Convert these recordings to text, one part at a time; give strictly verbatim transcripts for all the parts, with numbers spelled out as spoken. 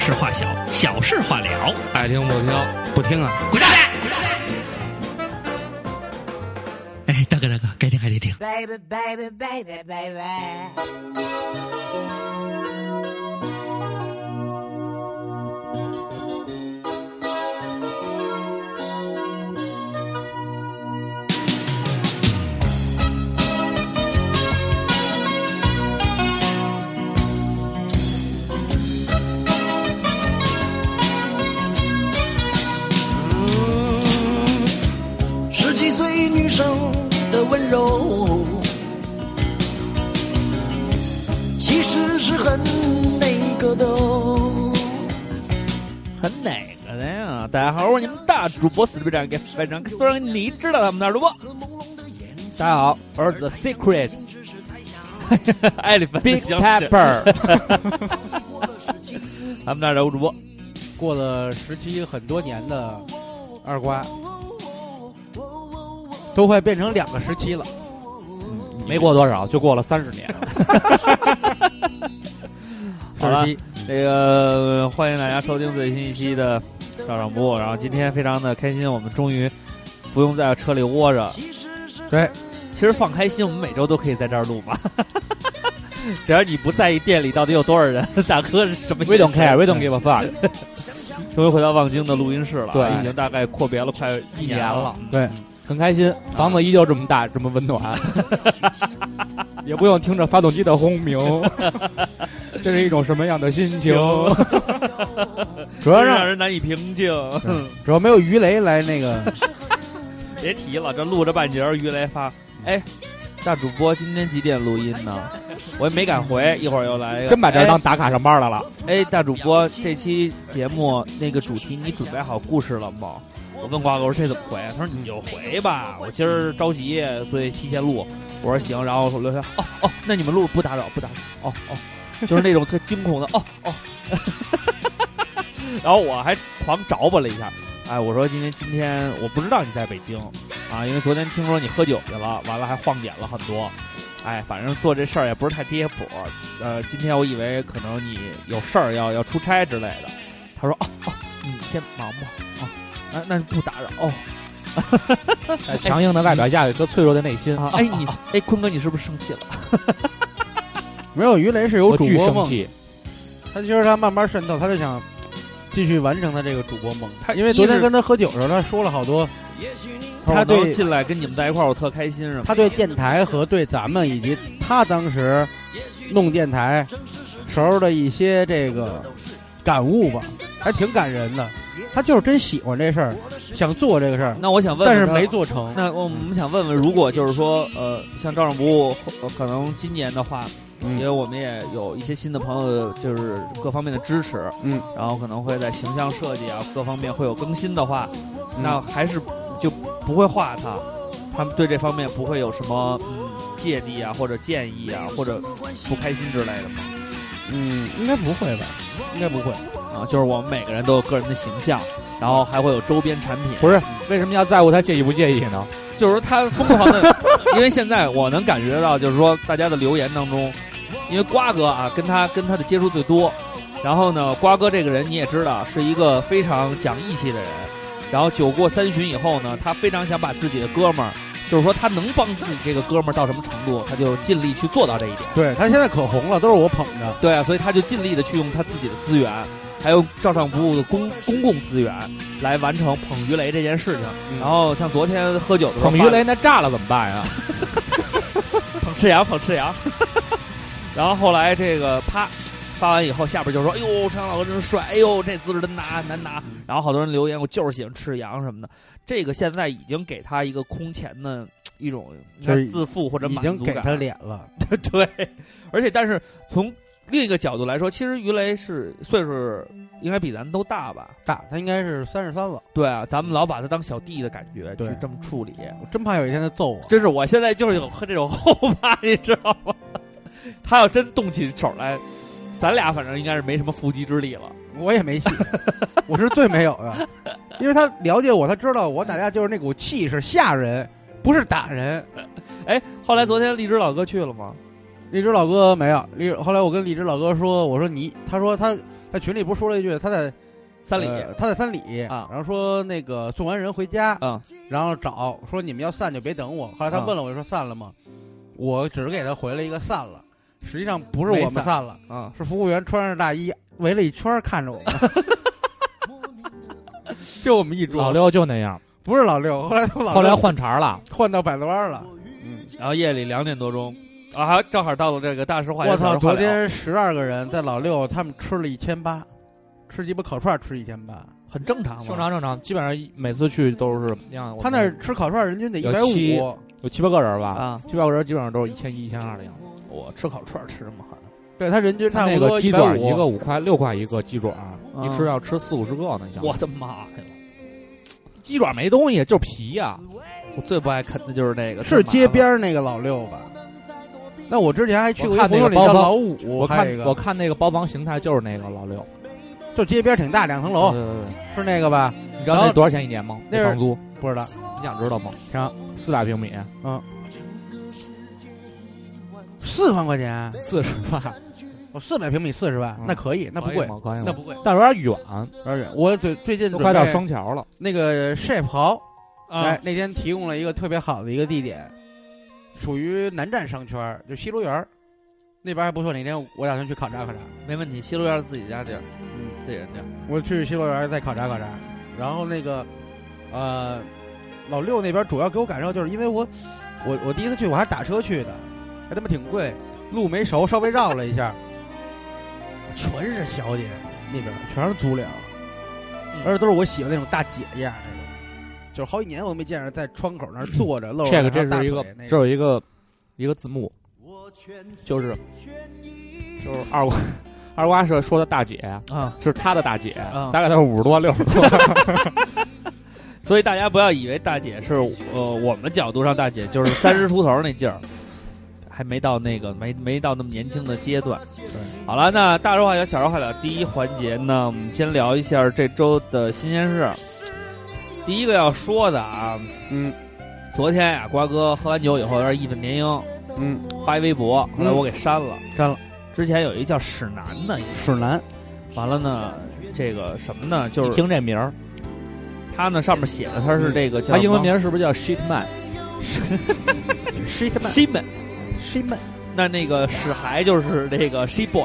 事化小，小事化了。 爱听不听， 不听啊， 滚蛋！哎，大哥大哥，该听还得听。 Baby, baby, baby, baby. 十几岁女生的温柔，其实是很那个的， 很哪个的呀？大家好，我是你们大主播四里边给反正所有人你知道他们的主播。大家好，我是 The Secret Elephant Big Pepper 他们那儿的主播， 过了时期很多年的二瓜。都快变成两个时期了， 嗯，没过多少，就过了三十年。好了，这个欢迎大家收听最新一期的照上不误。然后今天非常的开心，我们终于不用在车里窝着。 对， 其实放开心，我们每周都可以在这儿录嘛。只要你不在意店里到底有多少人，大哥是什么 ？We don't care, we don't give a fuck。 终于回到望京的录音室了， 对， 已经大概阔别了快一年了。 对。很开心，房子依旧这么大，这么温暖，也不用听着发动机的轰鸣，这是一种什么样的心情？主要让人难以平静。 主要没有鱼雷来那个， 别提了，这录着半截，鱼雷发。哎，大主播今天几点录音呢？我也没敢回，一会儿又来一个， 真把这儿当打卡上班来了。 哎，大主播，这期节目那个主题你准备好故事了吗？我问瓜哥，我说这怎么回？他说你就回吧，我今儿着急，所以提前录。我说行，然后我留下哦哦，那你们录不打扰不打扰哦哦，就是那种特惊恐的哦哦。然后我还狂找吧了一下，哎，我说因为今天我不知道你在北京啊，因为昨天听说你喝酒去了，完了还晃点了很多，哎，反正做这事儿也不是太贴谱。呃，今天我以为可能你有事儿要要出差之类的。他说哦哦，你先忙吧啊。那那不打扰哦， 在强硬的外表下有一颗脆弱的内心。 啊、哎，你哎，坤哥，你是不是生气了？ 没有，鱼雷是有主播梦， 气他其实他慢慢渗透，他就想继续完成他这个主播梦。他因为昨天跟他喝酒的时候，他说了好多， 他对进来跟你们在一块儿，我特开心，是吗？ 他对电台和对咱们以及他当时弄电台时候的一些这个感悟吧，还挺感人的。他就是真喜欢这事儿，想做这个事儿。 那我想问问， 但是没做成。 那我们想问问，如果就是说，呃，像照上不误，呃，可能今年的话，嗯，因为我们也有一些新的朋友，就是各方面的支持， 嗯， 然后可能会在形象设计啊各方面会有更新的话， 嗯、 那还是就不会画他，他们对这方面不会有什么嗯芥蒂啊或者建议啊或者不开心之类的吗？ 嗯，应该不会吧？应该不会。 啊，就是我们每个人都有个人的形象，然后还会有周边产品。 不是，为什么要在乎他介意不介意呢？ 就是说他疯狂的，因为现在我能感觉到，就是说大家的留言当中，因为瓜哥啊，跟他跟他的接触最多，然后呢，瓜哥这个人你也知道，是一个非常讲义气的人，然后酒过三巡以后呢，他非常想把自己的哥们儿。就是说他能帮自己这个哥们儿到什么程度，他就尽力去做到这一点。 对，他现在可红了，都是我捧的。 对啊，所以他就尽力的去用他自己的资源，还有照上不误的公公共资源来完成捧鱼雷这件事情。嗯、然后像昨天喝酒的时候， 捧鱼雷那炸了怎么办呀？ 捧赤羊，捧赤羊。然后后来这个啪发完以后，下边就说：“哎呦，陈阳老哥真帅！哎呦，这姿势真拿难拿。”然后好多人留言，我就是喜欢赤羊什么的。这个现在已经给他一个空前的一种自负或者满足感， 已经给他脸了。 对，而且但是从另一个角度来说，其实鱼雷是岁数应该比咱都大吧？ 大，他应该是三十三了。 对啊，咱们老把他当小弟的感觉去这么处理， 我真怕有一天他揍我。 真是，我现在就是有这种后怕，你知道吗？他要真动起手来，咱俩反正应该是没什么缚鸡之力了。 我也没戏，我是最没有的，因为他了解我，他知道我打架就是那股气势吓人，不是打人。 哎，后来昨天荔枝老哥去了吗？ 荔枝老哥没有，荔后来我跟荔枝老哥说，我说你，他说他在群里不是说了一句，他在三里、 呃、他在三里啊， 然后说那个送完人回家， 嗯， 然后找说你们要散就别等我。后来他问了我，就说散了吗？我只是给他回了一个散了，实际上不是我们散了， 啊， 是服务员穿着大衣围了一圈看着我们，就我们一桌。 老六就那样， 不是老六，后来他老后来换茬了， 换到百子湾了。嗯， 然后夜里两点多钟。啊，还正好到了这个大实话。 我操！昨天十二个人在老六，他们吃了一千八，吃鸡巴烤串吃一千八， 很正常嘛。 正常正常，基本上每次去都是一样。 他那儿吃烤串人均得一百五， 有七八个人吧？ 啊， 七八个人基本上都是一千一、一千二的样子。 我吃烤串吃这么狠？ 对他人均差不多那个鸡爪一个五块六块一个鸡爪， 啊、 一吃要吃四五十个呢。你想， 我的妈呀！ 鸡爪没东西，就是皮呀、啊。 我最不爱啃的就是那个， 是街边那个老六吧？那我之前还去过一个那个叫老五， 我看我看那个包房形态就是那个老六， 就街边挺大两层楼， 对对对， 是那个吧？ 你知道那多少钱一年吗？ 那房租不知道， 你想知道吗？ 行， 四百平米， 嗯，四万块钱， 四十万， 我四百平米四十万，那可以，那不贵， 可以吗？ 那不贵， 但有点远， 有点远。我最最近都快到双桥了， 那个 chef 豪， 啊、 哎，那天提供了一个特别好的一个地点。属于南站商圈，就西罗园那边还不错。哪天我打算去考察考察。 没问题，西罗园自己家地儿，嗯，自己人家。 我去西罗园再考察考察。然后那个，呃，老六那边主要给我感受就是因为我，我我第一次去我还是打车去的，还他妈挺贵，路没熟，稍微绕了一下，全是小姐那边，全是足疗，而且都是我喜欢那种大姐样那种。就是好几年我都没见着在窗口那儿坐着露着这个这是一个这有一个一个字幕，就是就是二瓜二瓜社说的大姐啊， 是他的大姐， 啊、 大概都是五十多六十多， 所以大家不要以为大姐是呃我们角度上大姐就是三十出头那劲儿，还没到那个没没到那么年轻的阶段。好了，那大实话聊小实话聊第一环节呢，我们先聊一下这周的新鲜事。第一个要说的啊， 嗯， 昨天呀、啊，瓜哥喝完酒以后有点义愤填膺， 嗯， 发一微博，后来我给删了， 删了。 之前有一叫史南的， 史南， 完了呢，这个什么呢？就是听这名儿， 他呢上面写的他是这个叫他英文名是不是叫 Shitman？ Shitman， Shitman， 那那个史海就是这个 She Boy。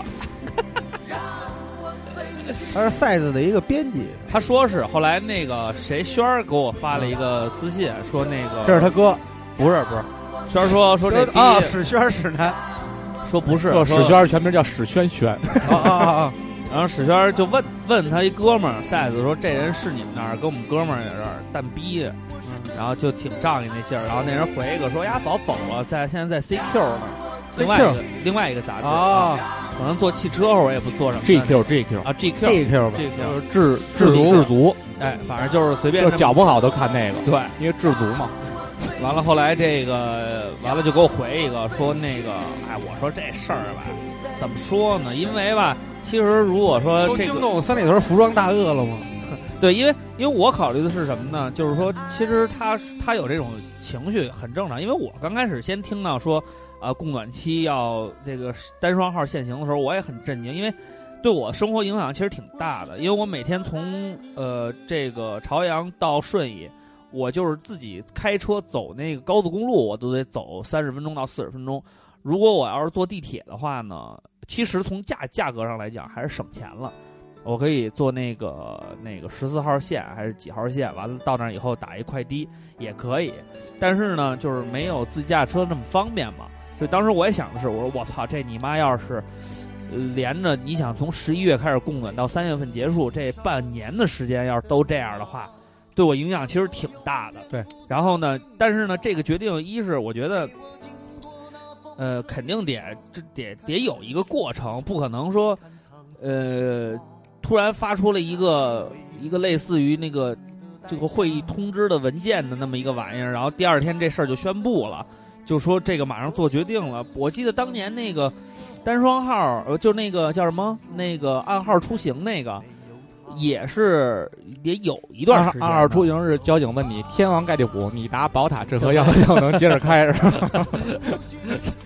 他是赛子的一个编辑， 他说是后来那个谁轩儿给我发了一个私信，说那个这是他哥， 不是不是，轩儿说说这啊史轩史南， 说不是， 史轩全名叫史轩轩， 啊啊啊！ 然后史轩就问问他一哥们儿赛子说这人是你们那儿，跟我们哥们儿有点蛋逼，嗯，然后就挺仗义那劲儿，然后那人回一个说呀早走了，在现在在 C Q 呢，另外一个另外一个杂志啊。 可能做汽车我也不做什么 G Q G Q 啊 G Q G Q 吧 G Q 制制足制足， 哎，反正就是随便， 就脚不好都看那个， 对， 因为制足嘛。 完了后来这个完了就给我回一个说那个，哎，我说这事儿吧，怎么说呢？因为吧，其实如果说这个惊动三里屯服装大鳄了吗？ 对，因为因为我考虑的是什么呢？就是说，其实他他有这种情绪很正常，因为我刚开始先听到说。呃，供暖期要这个单双号限行的时候，我也很震惊，因为对我生活影响其实挺大的。因为我每天从呃这个朝阳到顺义，我就是自己开车走那个高速公路，我都得走三十分钟到四十分钟。如果我要是坐地铁的话呢，其实从价价格上来讲还是省钱了。我可以坐那个那个十四号线还是几号线，完了到那以后打一快的也可以，但是呢，就是没有自驾车那么方便嘛。所以当时我也想的是，我说我操，这你妈要是、呃、连着你想从十一月开始供暖到三月份结束，这半年的时间要是都这样的话，对我影响其实挺大的。 对， 然后呢，但是呢，这个决定一是我觉得，呃，肯定得这得得有一个过程，不可能说，呃，突然发出了一个一个类似于那个这个会议通知的文件的那么一个玩意儿，然后第二天这事儿就宣布了。就说这个马上做决定了。我记得当年那个单双号，呃，就那个叫什么，那个暗号出行那个，也是也有一段时间。 暗号出行是交警问你天王盖地虎，你答宝塔镇河要要能接着开是吧？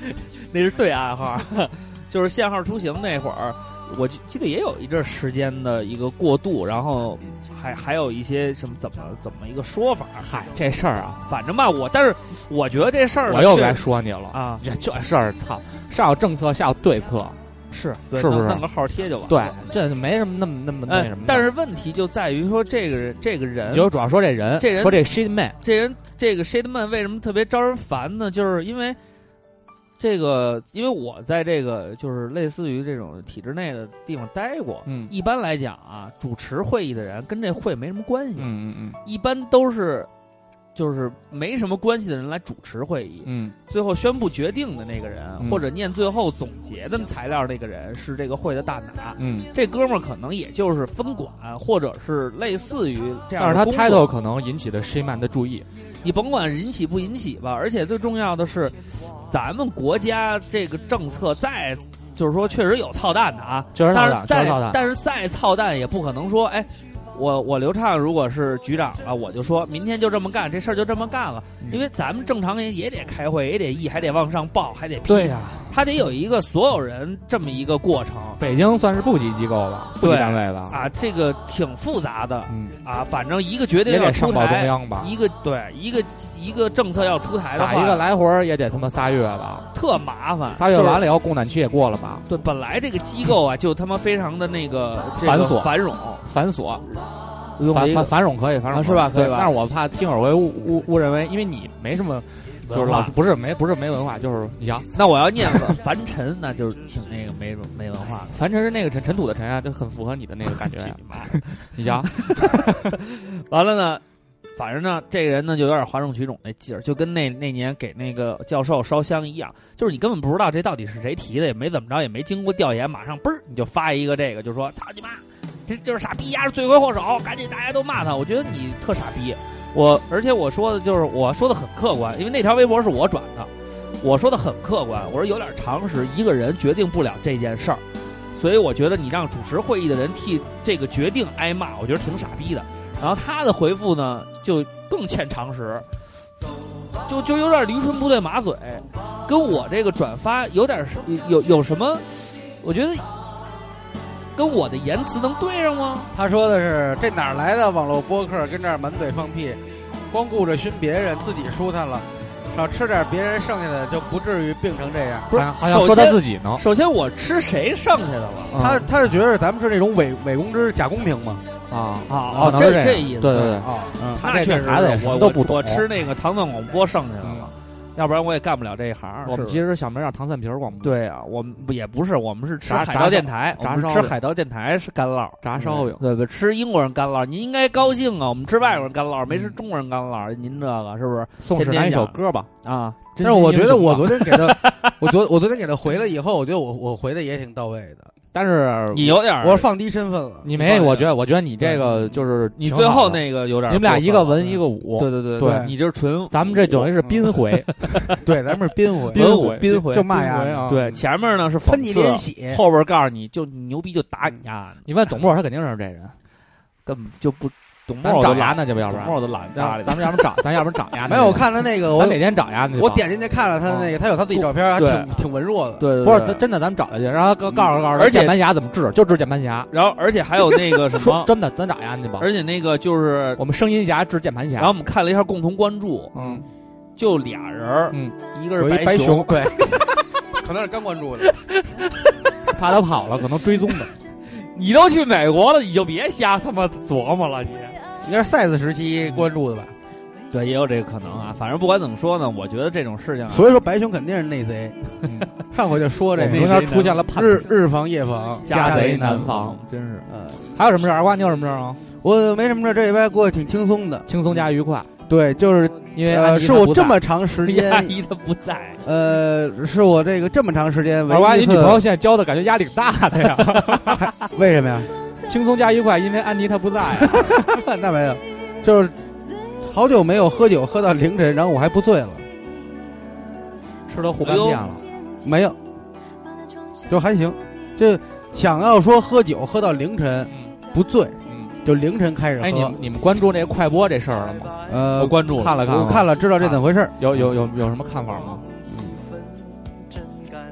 那是对暗号，就是限号出行那会儿。我记得也有一阵时间的一个过渡，然后还还有一些什么怎么怎么一个说法。 嗨，这事儿啊， 反正吧，我但是我觉得这事儿我又该说你了啊， 这这事儿操，上有政策下有对策， 是是不是？ 弄个号贴就完。 对，这没什么那么那么那什么、 呃。但是问题就在于说，这个人这个人， 就主要说这人， 这人说这 shit man， 这人这个 shit man 为什么特别招人烦呢？就是因为。这个，因为我在这个就是类似于这种体制内的地方待过， 嗯， 一般来讲啊，主持会议的人跟这会没什么关系， 嗯嗯嗯， 一般都是就是没什么关系的人来主持会议， 嗯， 最后宣布决定的那个人， 嗯、 或者念最后总结的材料那个人是这个会的大拿， 嗯， 这哥们儿可能也就是分管或者是类似于这样的， 但是他 title 可能引起了 shit man 的注意。 你甭管引起不引起吧，而且最重要的是，咱们国家这个政策再就是说确实有操蛋的啊， 确实操蛋， 但是操蛋， 但是再操蛋也不可能说，哎，我我刘畅如果是局长了，我就说明天就这么干，这事儿就这么干了， 嗯、 因为咱们正常也也得开会，也得议，还得往上报，还得批， 对呀、啊， 他得有一个所有人这么一个过程。 北京算是部级机构吧，部级单位吧， 啊，这个挺复杂的， 嗯啊，反正一个决定要出台， 也得上报中央吧， 一个对一个一个政策要出台的话， 打一个来回也得他妈仨月吧， 特麻烦。 仨月完了以后，共产期也过了吧？ 对，本来这个机构啊，就他妈非常的那个繁琐、 繁冗、 繁琐。繁繁繁冗可以，繁冗是吧？可以吧？ 但是我怕听友会误误误认为，因为你没什么，就是老不是没不是没文化，就是你想， 那我要念凡尘，那就是挺那个没没文化。 凡尘是那个尘尘土的尘啊，就很符合你的那个感觉呀。你想， 完了呢，反正呢，这个人呢就有点哗众取宠那劲儿，就跟那那年给那个教授烧香一样，就是你根本不知道这到底是谁提的，也没怎么着，也没经过调研，马上嘣儿你就发一个这个，就说操你妈！这就是傻逼呀，是罪魁祸首，赶紧大家都骂他。我觉得你特傻逼，我而且我说的就是我说的很客观，因为那条微博是我转的，我说的很客观，我说有点常识，一个人决定不了这件事儿，所以我觉得你让主持会议的人替这个决定挨骂，我觉得挺傻逼的。然后他的回复呢，就更欠常识，就就有点驴唇不对马嘴，跟我这个转发有点有有什么，我觉得。跟我的言辞能对上吗？ 他说的是这哪来的网络播客，跟这儿满嘴放屁，光顾着熏别人，自己舒坦了，少吃点别人剩下的，就不至于病成这样。 不是， 好像说他自己呢。 首先，我吃谁剩下的了？ 嗯、他他是觉得咱们是那种伪伪公知、假公平嘛？ 啊啊， 哦，这这意思。 对对对， 啊， 嗯， 那确实孩子我都不懂。 我吃那个糖蒜广播剩下的了。要不然我也干不了这一行。 我们其实想不让糖蒜皮儿广播。 对啊，我们也不是，我们是吃海盗电台，我们吃海盗电台是干酪炸烧饼， 对对，吃英国人干酪，您应该高兴啊！我们吃外国人干酪，没吃中国人干酪，您这个是不是？ 宋史来一首歌吧啊！ 但是我觉得我昨天给他，我昨我昨天给他回了以后，我觉得我我回的也挺到位的。 但是你有点， 我放低身份了。 你没，我觉得，我觉得你这个就是你最后那个有点， 你们俩一个文一个武， 对对对对， 你就是纯， 咱们这等于是宾回， 对，咱们是宾回， 宾回，宾回， 就骂呀啊。 对，前面呢是喷你脸血， 后边告诉你就牛逼就打你呀。 你问董默，他肯定是这人， 根本就不。董默找牙呢，就不要不然， 董默都懒家里， 咱们要不找，咱要不找牙？ 没有，我看他那个，我哪天找牙？ 我点进去看了他的那个，他有他自己照片，还挺挺文弱的。 对， 不是真的，咱们找下去，然后告诉告诉， 而且键盘侠怎么治，就治键盘侠。 然后，而且还有那个什么， 真的，咱找牙去吧。 而且那个就是我们声音侠治键盘侠。 然后我们看了一下共同关注， 嗯， 就俩人， 嗯， 一个是白熊， 对，可能是刚关注的， 怕他跑了，可能追踪的。 你都去美国了，你就别瞎他妈琢磨了，你。 应该是赛斯时期关注的吧？ 对，也有这个可能啊。反正不管怎么说呢，我觉得这种事情、啊， 所以说白熊肯定是内贼。嗯、上回就说这个， 中间出现了叛日日防夜防， 家贼难防， 真是。 嗯， 还有什么事儿？二瓜，你有什么事儿啊？ 我没什么事儿，这礼拜过得挺轻松的， 轻松加愉快。 对，就是因为呃，是我这么长时间压抑他不在， 呃，是我这个这么长时间唯一一次。 二瓜，你女朋友现在交的感觉压力挺大的呀？ 为什么呀？ 轻松加愉快，因为安妮她不在啊。 那没有。就是好久没有喝酒，喝到凌晨，然后我还不醉了， 吃了护肝片了， 没有，就还行。就想要说喝酒喝到凌晨、嗯、不醉，嗯，就凌晨开始喝。 哎，你们你们关注那个快播这事儿了吗？ 呃， 我关注看了看了， 我看了，知道这怎么回事、啊。 有有有有什么看法吗？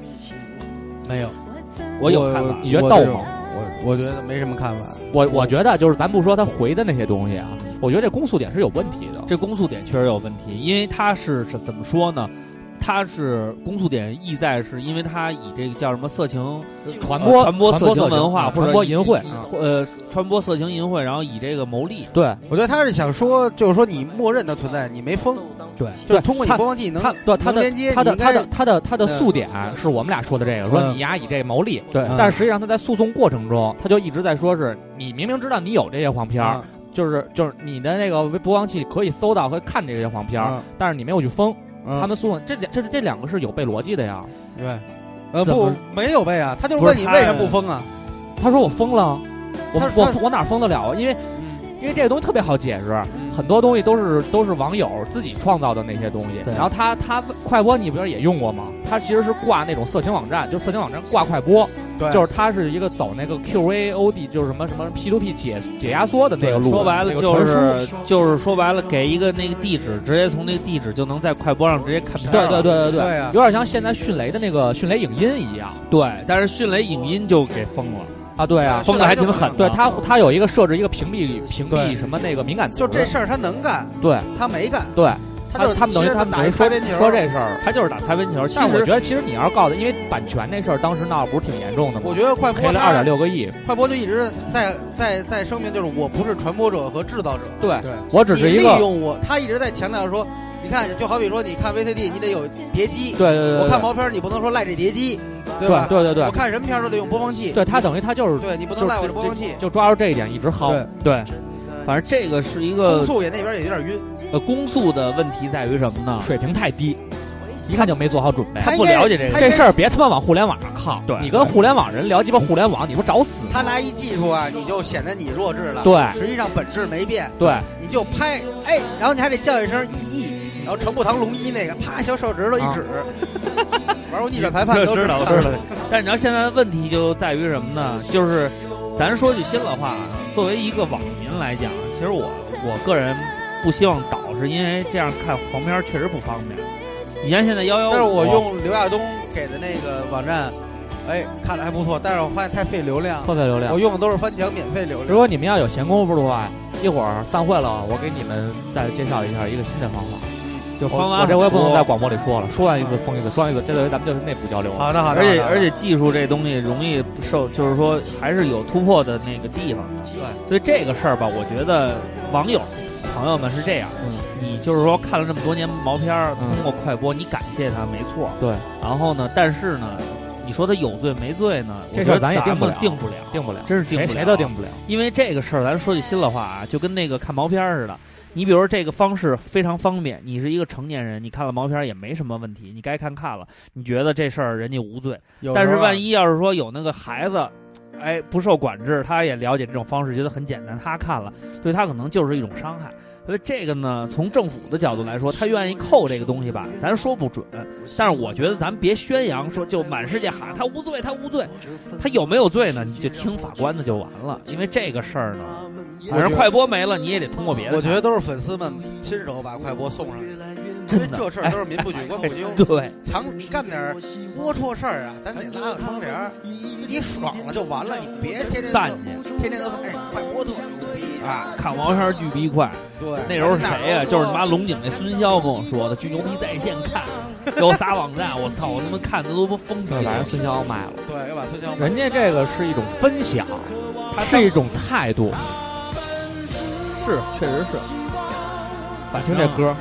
我有看法。 你觉得逗吗？ 我我觉得没什么看法。 我我觉得就是咱不说他回的那些东西啊，我觉得这公诉点是有问题的。 这公诉点确实有问题，因为他是怎么说呢？他是公诉点意在是因为他以这个叫什么色情传播、 呃、传播色情文化或者传播淫秽， 呃，传播色情淫秽，然后以这个牟利。 对， 我觉得他是想说，就是说你默认的存在，你没封。 对， 就是通过你播放器能他对他的连接， 他的他的他的他的诉点是我们俩说的这个，说你呀以这牟利。 对， 但是实际上他在诉讼过程中，他就一直在说是你明明知道你有这些黄片儿，就是就是你的那个播放器可以搜到和看这些黄片儿，但是你没有去封。嗯、他们诉讼这两这是这两个是有悖逻辑的呀， 对，呃不没有悖啊，他就是问你为什么不封啊？ 他说我封了，我我我哪封得了啊？因为、嗯、因为这个东西特别好解释，嗯、很多东西都是都是网友自己创造的那些东西。然后他他快播你不是也用过吗？他其实是挂那种色情网站，就色情网站挂快播。 对， 就是它是一个走那个 Q A O D， 就是什么什么 P to P 解解压缩的那个路。 说白了就是、就是说白了，给一个那个地址，直接从那个地址就能在快播上直接看片。 对对对对对， 对啊， 有点像现在迅雷的那个迅雷影音一样。 对，但是迅雷影音就给封了啊！对啊， 封的还挺狠的。 对它它有一个设置一个屏蔽屏蔽什么那个敏感词。 就这事儿他能干， 对， 他没干， 对。 他他们等于他们等于说说这事儿， 他就是打擦边球。 但是我觉得其实你要是告的，因为版权那事儿当时闹得不是挺严重的吗？ 我觉得快播赔了二点六个亿， 快播就一直在在在声明，就是我不是传播者和制造者。 对对， 我只是一个利用我，他一直在强调说，你看，就好比说你看 V C D， 你得有碟机。 对对 对, 对。 我看毛片，你不能说赖这碟机， 对吧？ 对对对。 我看什么片都得用播放器。 对他等于他就是对你不能赖我这播放器， 就抓住这一点一直薅。 对对。反正这个是一个公诉也那边也有点晕。 呃，公诉的问题在于什么呢？ 水平太低，一看就没做好准备， 他不了解这个这事儿，别他妈往互联网上靠。 对， 你跟互联网人聊鸡巴互联网，你不找死？ 他拿一技术啊，你就显得你弱智了。 对， 实际上本质没变。 对， 你就拍，哎，然后你还得叫一声一亿，然后程步堂龙一那个，啪，小手指头一指，啊、玩过逆转裁判都知道，知道。但是你知道现在的问题就在于什么呢？就是咱说句心里话，作为一个网民来讲，其实我我个人不希望导，是因为这样看黄片确实不方便。你看现在幺幺五， 但是我用刘亚东给的那个网站，哎，看着还不错，但是我发现太费流量， 特费流量。 我用的都是翻墙免费流量。 如果你们要有闲工夫的话，一会儿散会了，我给你们再介绍一下一个新的方法。就方法，我这我也不能在广播里说了，说完一次封一次，说完一次，这等于咱们就是内部交流。 好的好的。 而且而且技术这东西容易受，就是说还是有突破的那个地方。 对， 所以这个事儿吧，我觉得网友朋友们是这样， 嗯， 你就是说看了这么多年毛片儿，通过快播，你感谢他没错， 对。 然后呢，但是呢，你说他有罪没罪呢？ 这事儿咱也定不了， 定不了， 定不了， 真是定不了， 谁都定不了。 因为这个事儿，咱说句心里话啊，就跟那个看毛片似的。你比如说这个方式非常方便，你是一个成年人，你看了毛片也没什么问题，你该看看了，你觉得这事儿人家无罪。但是万一要是说有那个孩子，哎，不受管制，他也了解这种方式，觉得很简单，他看了，对他可能就是一种伤害。所以这个呢，从政府的角度来说，他愿意扣这个东西吧，咱说不准。但是我觉得咱别宣扬说就满世界喊他无罪，他无罪，他有没有罪呢？你就听法官的就完了。因为这个事儿呢，反正快播没了，你也得通过别的。 我觉得都是粉丝们亲手把快播送上去， 真的， 这事儿都是民不举，官不究。 对， 藏干点龌龊事儿啊，咱得拉个窗帘，自己爽了就完了，你别天天散去， 天天都哎快播特牛逼啊，看毛片巨逼快。 对， 那时候是谁呀、啊？就是他妈龙井那孙骁跟我说的，巨牛逼，在线看，给我撒网站，我操，我他妈看的都不疯批， 把人孙骁卖了。 对，又把孙骁。 人家这个是一种分享，它是一种态度， 是，确实是。 反听这歌。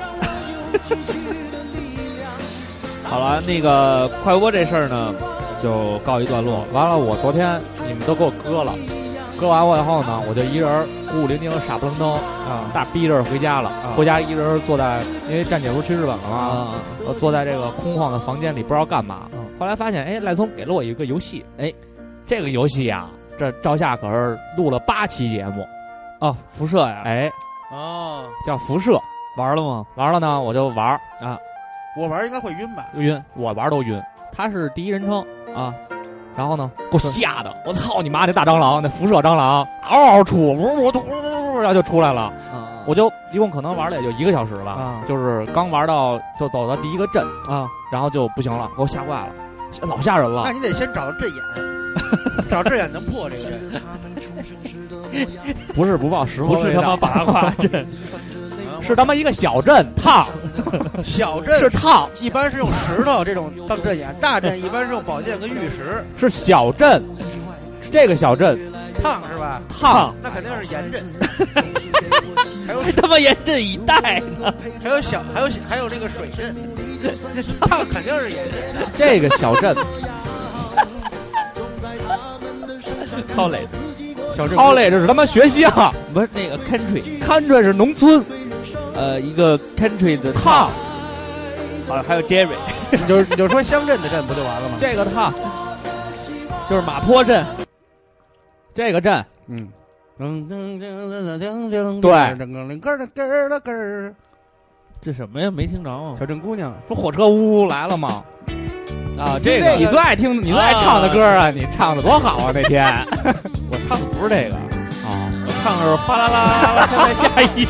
好了，那个快播这事儿呢，就告一段落。 完了，我昨天你们都给我割了。割完我以后呢，我就一人孤苦伶仃傻不愣登啊，大逼着回家了。啊、回家一人坐在，因为站姐夫去日本了嘛，啊、我坐在这个空旷的房间里，不知道干嘛。啊、后来发现，哎，赖聪给了我一个游戏，哎，这个游戏呀、啊，这赵夏可是录了八期节目， 哦，辐射呀， 哎， 哦， 叫辐射， 玩了吗？ 玩了呢，我就玩啊， 我玩应该会晕吧？ 晕，我玩都晕。他是第一人称啊。然后呢，给我吓的，我操你妈！那大蟑螂，那辐射蟑螂，嗷嗷出，呜呜呜，然后就出来了。 啊、 我就一共可能玩了也就一个小时吧， 啊、 就是刚玩到就走到第一个镇啊， 然后就不行了，给我吓坏了，老吓人了。 那你得先找到阵眼。 找志远能破这个阵。 不是不报石头， 不是他妈八卦阵， 是他妈一个小镇烫， 小镇是烫， 一般是用石头这种当阵眼，大阵一般是用宝剑跟玉石。 是小镇，这个小镇烫是吧？ 烫， 那肯定是严阵。还有还他妈严阵以待呢， 还有小还有还有这个水镇，烫肯定是严阵。 这个小镇。 靠垒， 小镇靠垒这是他妈学校， 不是那个 country country 是农村， 呃，一个 country 的烫， 啊，还有 Jerry， 你就你就说乡镇的镇不就完了吗？ 这个烫就是马坡镇， 这个镇， 嗯， 对， 这什么呀？没听着啊？ 小镇姑娘， 不火车呜呜来了吗？ 啊，这个你最爱听，你最爱唱的歌啊！你唱的多好啊！那天我唱的不是这个啊， 我唱的是哗啦啦啦啦在下雨。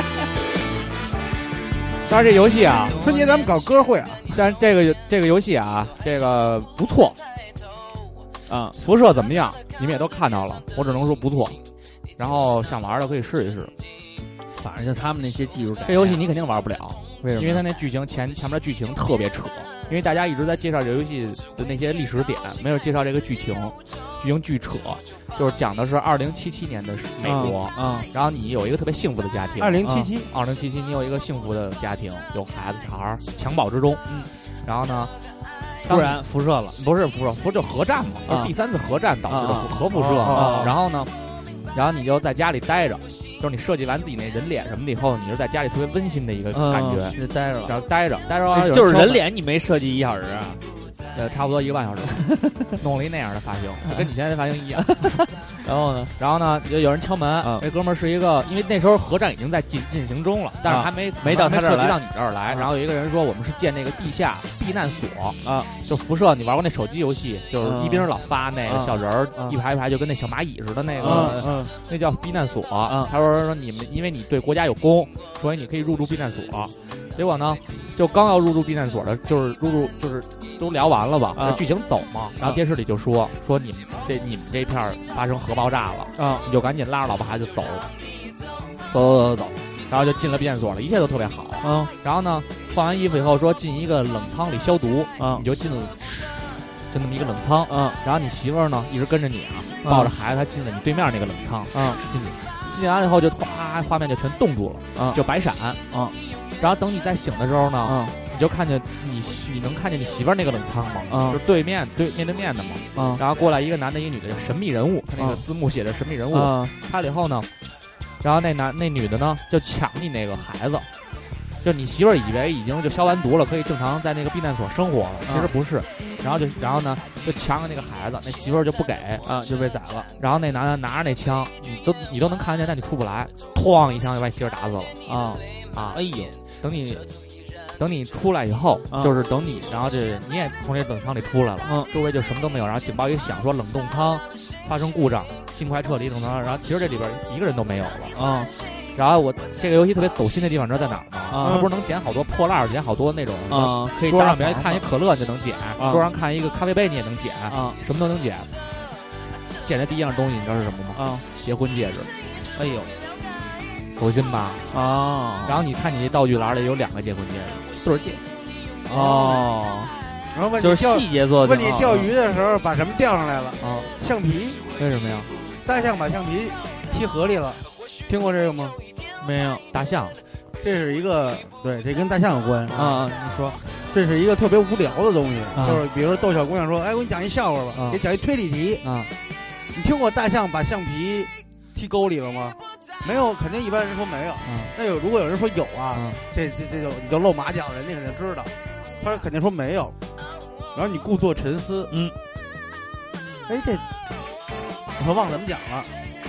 但是这游戏啊， 春节咱们搞歌会啊， 但是这个这个游戏啊，这个不错啊。辐射怎么样？你们也都看到了，我只能说不错。然后想玩的可以试一试。 反正就他们那些技术， 这游戏你肯定玩不了， 为什么？ 因为它那剧情前前面的剧情特别扯。因为大家一直在介绍这游戏的那些历史点，没有介绍这个剧情，剧情巨扯，就是讲的是二零七七年的美国， 嗯， 嗯然后你有一个特别幸福的家庭， 二零七七， 二零七七，你有一个幸福的家庭，有孩子小孩襁褓之中， 嗯， 然后呢， 突然辐射了， 不是辐射，辐射就核战嘛， 啊就是第三次核战导致的啊核辐射， 啊然后呢，然后你就在家里待着。就是你设计完自己那人脸什么的以后，你是在家里特别温馨的一个感觉， 就待着了， 然后待着，待着就是人脸，你没设计一小时啊？ 呃，差不多一个半小时，弄了一那样的发型，就跟你现在的发型一样。 然后呢， 然后呢，就有人敲门， 嗯、 那哥们儿是一个，因为那时候核战已经在进进行中了，但是还没、 啊、没到他这儿来， 到你这儿来。然后有一个人说，我们是建那个地下避难所啊， 就辐射，你玩过那手机游戏，就是一兵老发那个小人儿、 啊， 一排一排，就跟那小蚂蚁似的那个， 嗯嗯、 那叫避难所。 啊、 他说说你们，因为你对国家有功，所以你可以入住避难所。结果呢，就刚要入住避难所的，就是入住，就是都聊完了吧？ 啊、 剧情走嘛，然后电视里就说、啊、说你们这你们这片儿发生核爆炸了啊， 你就赶紧拉着老婆孩子走， 走走走走， 然后就进了避难所了，一切都特别好。 嗯， 然后呢，换完衣服以后说进一个冷仓里消毒， 啊， 你就进了，就那么一个冷仓， 嗯， 然后你媳妇儿呢一直跟着你啊，抱着孩子，她进了你对面那个冷仓， 嗯， 进去，进完了以后就哗，画面就全冻住了， 嗯， 就白闪， 嗯。 然后等你再醒的时候呢， 嗯， 你就看见你你能看见你媳妇儿那个冷仓吗？ 嗯， 就是对面对面对面的嘛。 嗯， 然后过来一个男的，一个女的，神秘人物，他那个字幕写着神秘人物。 嗯， 开了以后呢，然后那男那女的呢就抢你那个孩子，就你媳妇儿以为已经就消完毒了，可以正常在那个避难所生活了，其实不是。然后就然后呢就抢了那个孩子，那媳妇儿就不给啊，就被宰了。 然后那男的拿着那枪，你都你都能看见，但你出不来，哐一枪就把媳妇儿打死了。 啊啊！ 哎呦， 等你。等你出来以后， 啊、 就是等你，然后这你也从这冷仓里出来了， 嗯， 周围就什么都没有，然后警报一响，说冷冻仓发生故障，尽快撤离冷冻仓。然后其实这里边一个人都没有了， 嗯。 然后我这个游戏特别走心的地方，知道在哪儿吗？ 啊， 它不是能捡好多破烂，捡好多那种啊，可以桌上别人看一可乐就能捡， 啊、 桌上看一个咖啡杯你也能捡， 啊， 什么都能捡。捡的第一样东西你知道是什么吗？ 啊， 结婚戒指。 哎呦， 走心吧？ 啊， 然后你看你这道具栏里有两个结婚戒指，对戒。 哦， 然后问就是细节做的。 问你钓鱼的时候把什么钓上来了？ 啊， 橡皮。 为什么呀？ 大象把橡皮踢河里了，听过这个吗？ 没有。 大象， 这是一个对，这跟大象有关啊啊！你说， 这是一个特别无聊的东西， 啊、 就是比如说逗小姑娘说：“哎，我给你讲一笑话吧， 啊、 给讲一推理题啊。” 你听过大象把橡皮踢沟里了吗？没有，肯定一般人说没有。 嗯， 那有如果有人说有啊， 嗯、 这这这就你就露马脚，人家肯定知道。他肯定说没有，然后你故作沉思， 嗯， 哎这，我忘怎么讲了。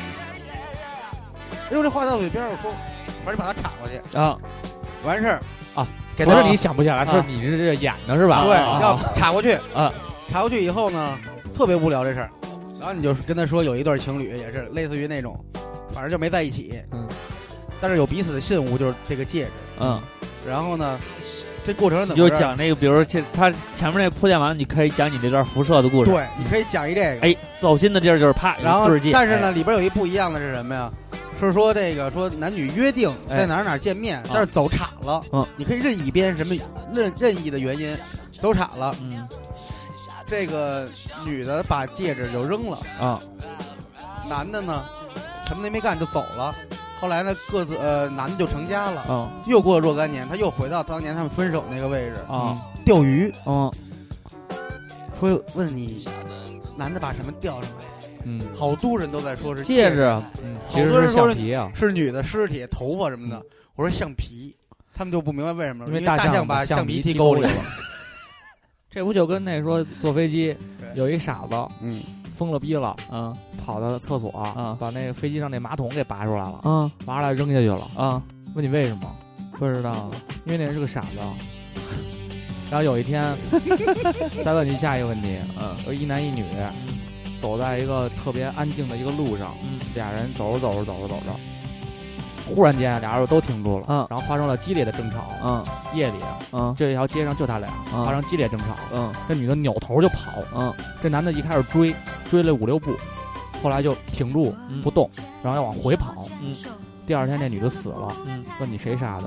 哎呦，这话到嘴边上说，反正把它插过去啊， 完事儿啊，不是你想不起来，是你是这演的是吧？ 对，要插过去啊， 插过去以后呢，特别无聊这事儿。然后你就跟他说有一对情侣也是类似于那种，反正就没在一起， 嗯， 但是有彼此的信物，就是这个戒指， 嗯， 然后呢， 这过程怎么就讲那个，比如说这他前面那铺垫完了，你可以讲你这段辐射的故事。 对，你可以讲一这个。 哎，走心的地儿就是啪， 然后对镜。 但是呢， 哎、 里边有一不一样的是什么呀？是说这个说男女约定在哪儿哪儿见面，哎、但是走岔了。 嗯， 你可以任意编什么任任意的原因，走岔了。 嗯， 这个女的把戒指就扔了啊， 男的呢什么都没干就走了。后来呢，各自呃，男的就成家了。 嗯， 又过了若干年，他又回到当年他们分手那个位置啊， 钓鱼。 嗯， 说问你，男的把什么钓上来？ 嗯， 好多人都在说是戒指， 嗯， 好多人说是啊， 是女的尸体、头发什么的。嗯、我说橡皮，他们就不明白为什么， 因为大象把橡皮踢沟里了。这不就跟那说坐飞机有一傻子， 嗯。 疯了逼了， 嗯， 跑到厕所， 嗯， 把那个飞机上那马桶给拔出来了， 嗯， 拔出来扔下去了， 嗯， 问你为什么？ 不知道， 因为那人是个傻子。然后有一天，再问你下一个问题， 嗯， 有一男一女，走在一个特别安静的一个路上， 嗯， 俩人走着走着走着走着，忽然间俩人都停住了， 嗯， 然后发生了激烈的争吵， 嗯， 夜里， 嗯， 这条街上就他俩， 嗯， 发生激烈争吵， 嗯， 这女的扭头就跑， 嗯， 这男的一开始追，追了五六步，后来就停住、 嗯、 不动，然后要往回跑， 嗯， 第二天这女的死了， 嗯， 问你谁杀的？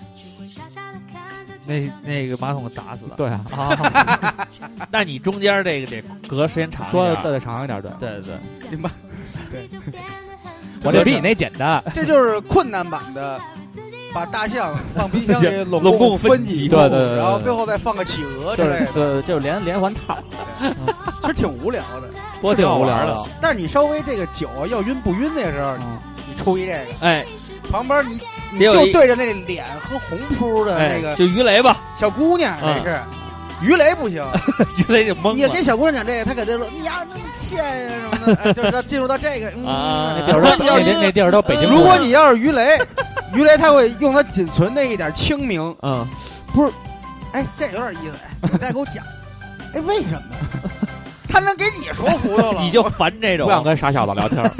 那那个马桶打死的， 对啊， 啊那你中间这个得隔时间长一点， 说的再长一点，对对对， 明白？ 对，我这比你那简单， 这就是困难版的。把大象放冰箱里拢共分几步， 对对对， 然后最后再放个企鹅之类的， 对，就是连连环套， 其实挺无聊的， 我挺无聊的。 但是你稍微这个酒要晕不晕那时候，你出一这个， 哎， 旁边你你就对着那脸和红扑的那个， 就鱼雷吧， 小姑娘这是。鱼雷不行， 鱼雷就懵了。 你也跟小姑娘讲这个，她肯定说你呀那么欠呀什么的，哎、就是她进入到这个，嗯， 啊、那地儿都那那地儿都北京。 如果你要是鱼雷，鱼雷他会用他仅存的一点清明， 嗯， 不是，哎，这有点意思，哎，你再给我讲，哎，为什么？他能给你说糊涂了， 你就烦这种， 不想跟傻小子聊天。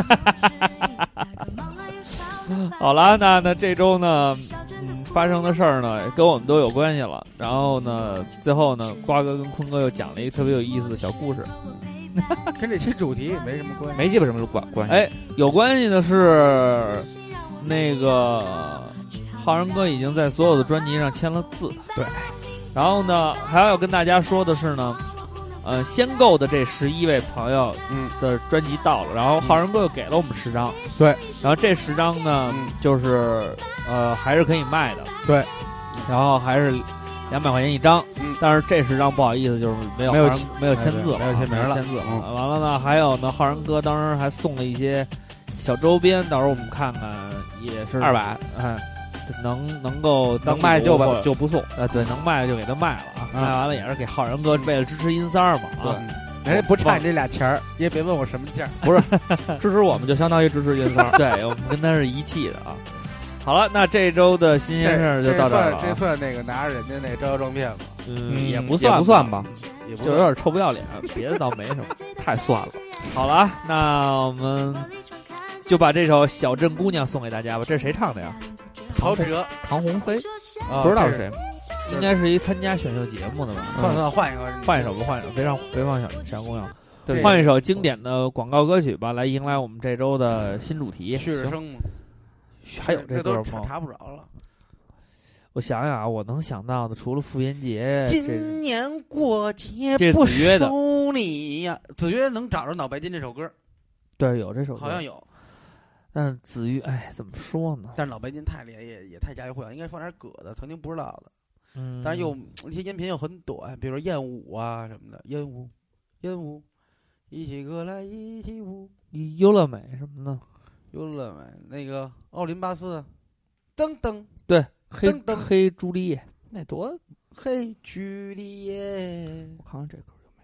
好了，那那这周呢？发生的事儿呢，跟我们都有关系了。然后呢，最后呢，瓜哥跟坤哥又讲了一个特别有意思的小故事， 跟这期主题没什么关系， 没基本什么关关系。 哎，有关系的是，那个浩然哥已经在所有的专辑上签了字。 对。 然后呢，还要跟大家说的是呢，呃，先购的这十一位朋友的专辑到了，然后浩然哥又给了我们十张。 对。 然后这十张呢， 嗯、 就是呃还是可以卖的。 对。 然后还是两百块钱一张， 嗯， 但是这十张不好意思，就是没有没有没有签字了， 没有签名了， 签字了。 嗯、 完了呢，还有呢，浩然哥当时还送了一些小周边，到时候我们看看，也是二百， 哎，能能够能卖就就不送， 呃，对，能卖就给他卖了啊， 嗯、 卖完了也是给浩然哥为了支持音三儿嘛，啊， 人家不差你这俩钱儿，也别问我什么价， 不是支持我们就相当于支持音三儿， 对，我们跟他是一气的啊。好了，那这周的新鲜事儿就到这儿了、啊。 这算那个拿着人家那招摇撞骗吧？ 嗯，也不算不算吧， 也不就有点臭不要脸，别的倒没什么， 太算了。 好了，那我们就把这首《小镇姑娘》送给大家吧。这是谁唱的呀？ 陶喆、 唐鸿飞， 啊、 不知道是谁， 应该是一参加选秀节目的吧？ 算算，换一个， 换一首吧，换一首，别让别放小小姑娘。对，换一首经典的广告歌曲吧，来迎来我们这周的新主题。 旭日升吗？ 还有这歌吗？ 查不着了。 我想想啊，我能想到的除了傅园杰， 今年过节不收你呀。子曰能找着《脑白金》这首歌， 对，有这首歌， 好像有。 但是子曰，哎，怎么说呢？ 但是《脑白金》太厉害，也也太家喻户晓，应该放点葛的，曾经不知道的。 嗯， 但是又一些音频又很短，比如说燕舞啊什么的，燕舞，燕舞，一起歌来一起舞， 优乐美什么的。 优乐美那个奥林巴斯，噔噔， 对，黑噔噔黑朱丽叶， 那多黑朱丽叶。 我看看这歌有没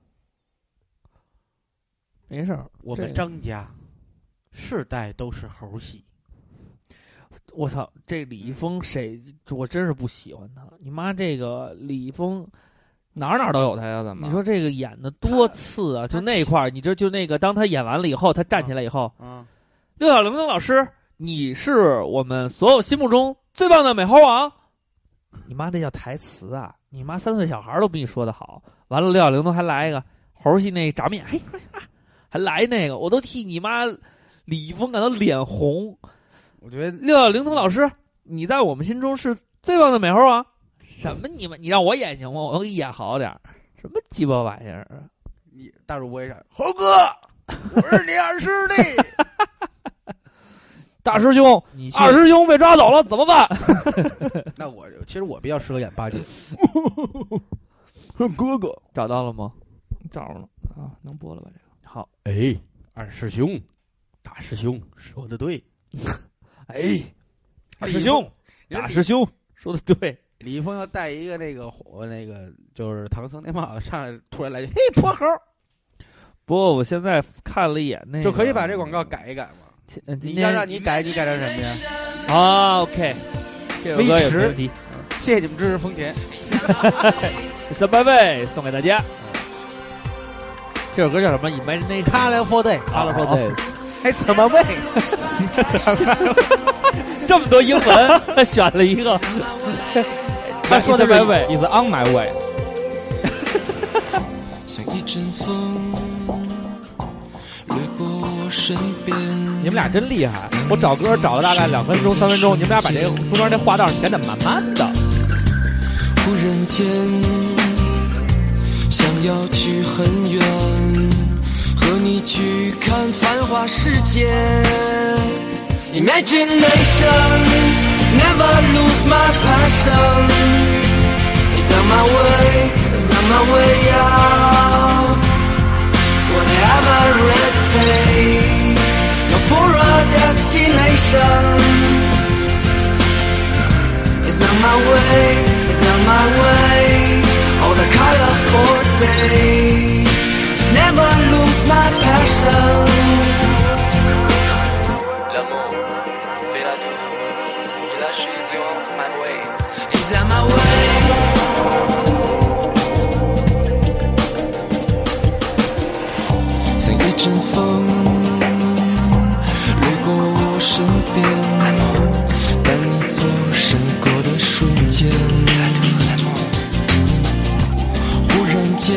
有？没事儿， 我们张家世代都是猴戏。 我操，这李易峰谁？我真是不喜欢他。你妈这个李易峰。 哪儿哪儿都有他呀，怎么？ 你说这个演的多次啊？就那一块儿，你这就那个，当他演完了以后，他站起来以后， 嗯， 六小龄童老师，你是我们所有心目中最棒的美猴王。 你妈这叫台词啊！你妈三岁小孩都比你说的好。完了，六小龄童还来一个猴戏那炸面，嘿，还来那个，我都替你妈李易峰感到脸红。 我觉得六小龄童老师，你在我们心中是最棒的美猴啊！什么你们，你让我演行吗？我给你演好点儿。什么鸡巴玩意儿啊！ 你大主播也唱，猴哥，我是你二师弟。 大师兄， 你二师兄被抓走了，怎么办？ 那我其实我比较适合演八戒。哥哥找到了吗？ 找着了啊，能播了吧？这个好， 哎，二师兄，大师兄说的对。 哎，二师兄，大师兄说的对。 李易峰要戴一个那个火那个就是唐僧那帽子上来，突然来句嘿泼猴。 不过我现在看了一眼那个， 就可以把这广告改一改吗？ 今你要让你改，你改成什么呀？ 啊 ，OK， 这首歌也没问题。 谢谢你们支持丰田。 三百倍送给大家。这首歌叫什么 ？Imagination Colorful Day。Colorful Days。 还怎么喂？ 这么多英文，他选了一个。他说的 my way is on my way。 像一阵风掠过我身边。 你们俩真厉害！我找歌找了大概两分钟、三分钟，你们俩把这个中间这话道填得满满的。 忽然间，想要去很远，和你去看繁华世界。Imagination, never lose my passion. It's on my way, it's on my way out. Whatever it takes, no for a destination. It's on my way, it's on my way. All the colorful days, never lose my passion. Is on my way. 像一阵风掠过我身边，带你走闪过的瞬间。忽然间，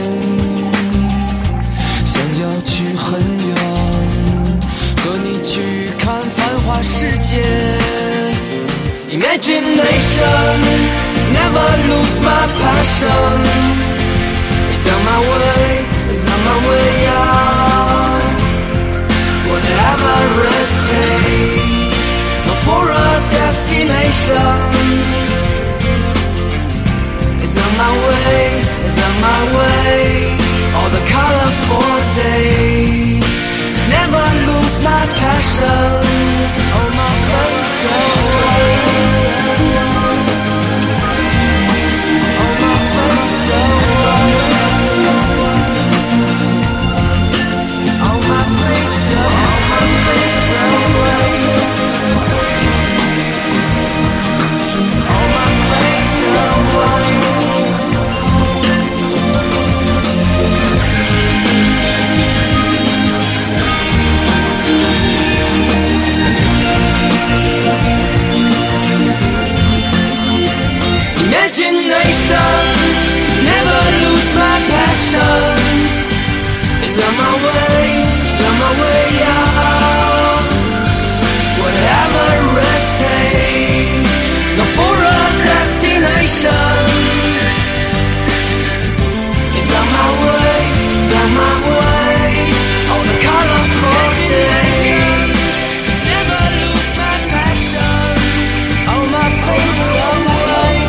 想要去很远，和你去看繁华世界。Imagination, never lose my passion. It's on my way, it's on my way out. Whatever it takes, not for a destination. It's on my way, it's on my way. All the colorful days, never lose my passion. Oh my face away. Imagination, never lose my passion. It's on my way, on my way out. Whatever it takes, not for a destination. It's on my way, it's on my way. All the colorful days, never lose my passion. All my face away.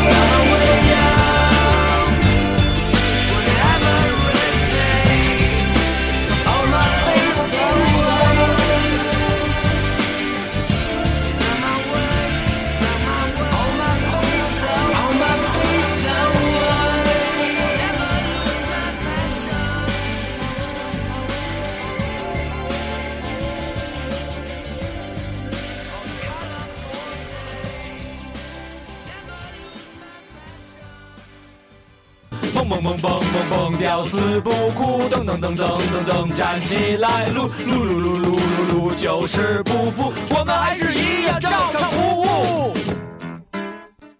蹦蹦蹦蹦蹦蹦，吊死不哭，噔噔噔噔噔噔，站起来，撸撸撸撸撸撸撸，就是不服，我们还是一样照常服务。Do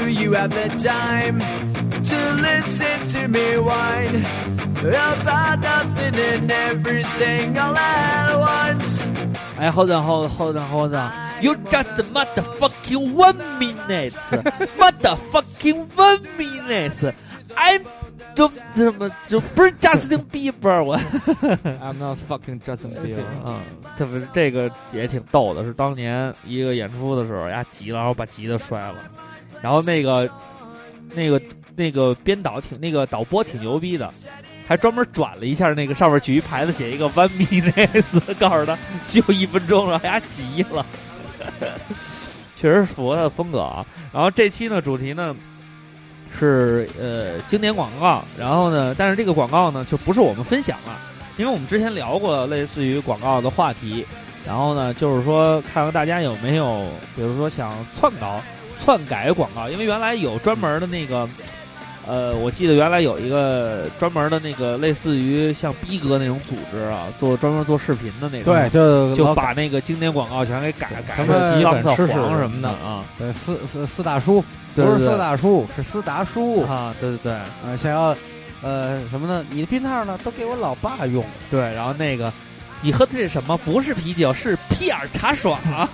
Do you have the time to listen to me whine about nothing and everything all at once? 哎 ，hold on hold hold on hold on，you just motherfucking one minute，motherfucking one minute，I'm 就怎么就不是 Justin Bieber 我 I'm not fucking Justin Bieber。 嗯，特别这个也挺逗的，是当年一个演出的时候，呀急了，然后把吉他摔了，然后那个那个那个编导挺那个导播挺牛逼的。还专门转了一下那个上面举一牌子写一个 one minute， 告诉他就一分钟，然后他急了，确实符合他的风格啊。然后这期呢主题呢是呃经典广告，然后呢但是这个广告呢就不是我们分享了，因为我们之前聊过类似于广告的话题，然后呢就是说看看大家有没有比如说想篡稿篡改广告，因为原来有专门的那个呃，我记得原来有一个专门的那个类似于像逼哥那种组织啊，做专门做视频的那种， 对，就就把那个经典广告全给改改什么当特吃屎黄什么的啊。 对，四四四大叔， 对对对不是四大叔，是斯达叔啊，对对对， 呃，想要呃什么呢？你的避套呢，都给我老爸用。 对，然后那个你喝的这是什么？不是啤酒，是屁眼茶爽啊！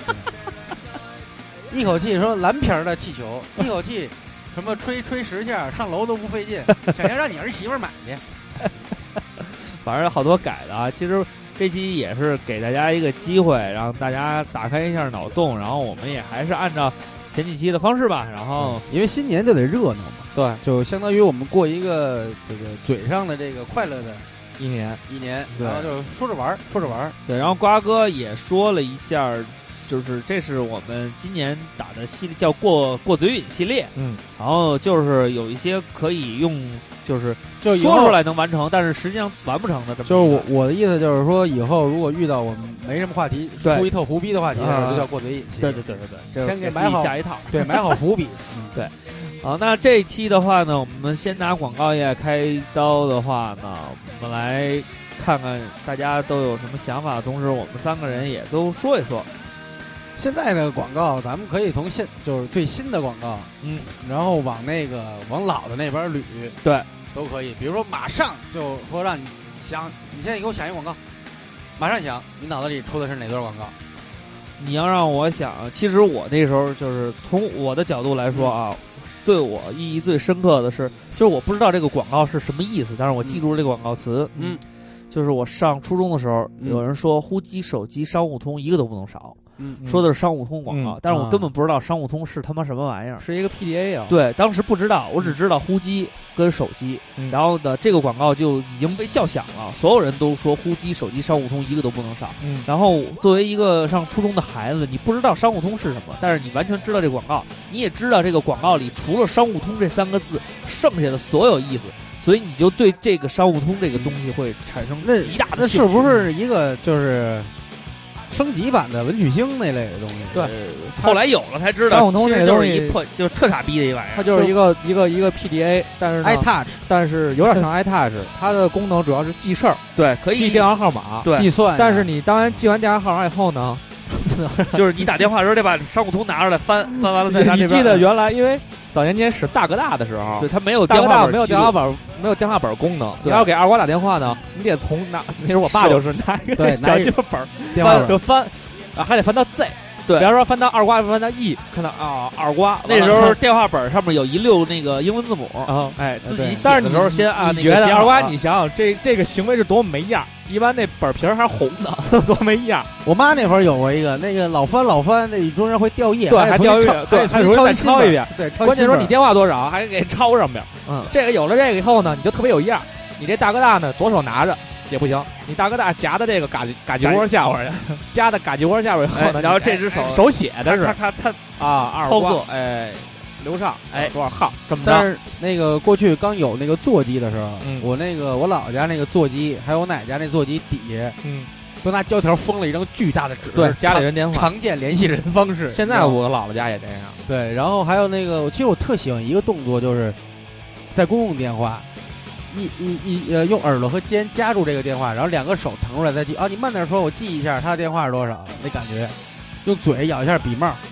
一口气说蓝瓶的气球，一口气。什么吹吹十下上楼都不费劲，想要让你儿媳妇买去。 反正好多改的啊。其实这期也是给大家一个机会，让大家打开一下脑洞，然后我们也还是按照前几期的方式吧。然后因为新年就得热闹嘛， 对， 就相当于我们过一个这个嘴上的这个快乐的一年一年， 对然后就说着玩说着玩。 对，然后瓜哥也说了一下。就是这是我们今年打的系列，叫过过嘴瘾系列， 嗯， 然后就是有一些可以用，就是就说出来能完成，但是实际上完不成的这么。 就是我我的意思就是说，以后如果遇到我们没什么话题，出一特胡逼的话题的时候，就叫过嘴瘾系列。 对对对对对， 先给买好下一套， 对，买好伏笔。 嗯、对，好，那这一期的话呢，我们先拿广告业开刀的话呢，我们来看看大家都有什么想法，同时我们三个人也都说一说。 现在的广告，咱们可以从现就是最新的广告， 嗯， 然后往那个往老的那边捋， 对， 都可以。比如说，马上就说让你想，你现在给我想一个广告，马上想，你脑子里出的是哪段广告？ 你要让我想，其实我那时候就是从我的角度来说啊，嗯、对我意义最深刻的是，就是我不知道这个广告是什么意思，但是我记住了这个广告词， 嗯， 就是我上初中的时候， 嗯、 有人说呼机、手机、商务通一个都不能少。 嗯， 说的是商务通广告， 嗯、 但是我根本不知道商务通是他妈什么玩意儿， 是一个 P D A 啊。 对，当时不知道，我只知道呼机跟手机， 嗯、 然后呢，这个广告就已经被叫响了，所有人都说呼机、手机、商务通一个都不能少。 嗯， 然后作为一个上初中的孩子，你不知道商务通是什么，但是你完全知道这个广告，你也知道这个广告里除了商务通这三个字，剩下的所有意思。所以你就对这个商务通这个东西会产生极大的那是不是一个就是升级版的文曲星那类的东西？ 对，后来有了才知道， 商务通这就是一破就是特傻逼的一玩意儿， 它就是一个一个一个 P D A， 但是 iTouch， 但是有点像 iTouch， 它的功能主要是记事儿， 对，可以记电话号码， 对， 计算。 但是你当然记完电话号码以后呢， 就是你打电话的时候得把商务通拿出来翻，翻完了再拿这边。 你记得原来因为早年间使大哥大的时候， 对，它没有大哥大没有电话本，没有电话本功能。你要给二瓜打电话呢，你得从拿，那时候我爸就是拿一个小鸡巴本翻就翻，啊，还得翻到 Z。对，比方说翻到二瓜，翻到 E， 看到啊二瓜。 那时候电话本上面有一溜那个英文字母啊， 哎，自己但是的时候先按那个。 你觉得二瓜，你想想这这个行为是多么没样？一般那本皮儿还是红的，多没样。 我妈那会儿有过一个，那个老翻老翻，那一中间会掉页， 对，还掉页，对，还重新再抄一遍。 对， 关键说你电话多少，还给抄上面。 嗯， 这个有了这个以后呢，你就特别有样。你这大哥大呢，左手拿着也不行，你大哥大夹的这个嘎叽嘎叽窝下边去，夹的嘎叽窝下边以后呢， 然后这只手手写的是咔咔擦啊，二操作， 哎。刘畅， 哎， 多少号？这么着。 但是那个过去刚有那个座机的时候， 嗯、 我那个我姥姥家那个座机，还有我奶奶家那座机底下， 嗯， 都拿胶条封了一张巨大的纸， 对，家里人电话， 常见联系人方式。 现在我姥姥家也这样。 对，然后还有那个，其实我特喜欢一个动作，就是在公用电话，一一一呃，用耳朵和肩夹住这个电话，然后两个手腾出来再记。啊，你慢点说，我记一下他的电话是多少，那感觉。用嘴咬一下笔帽。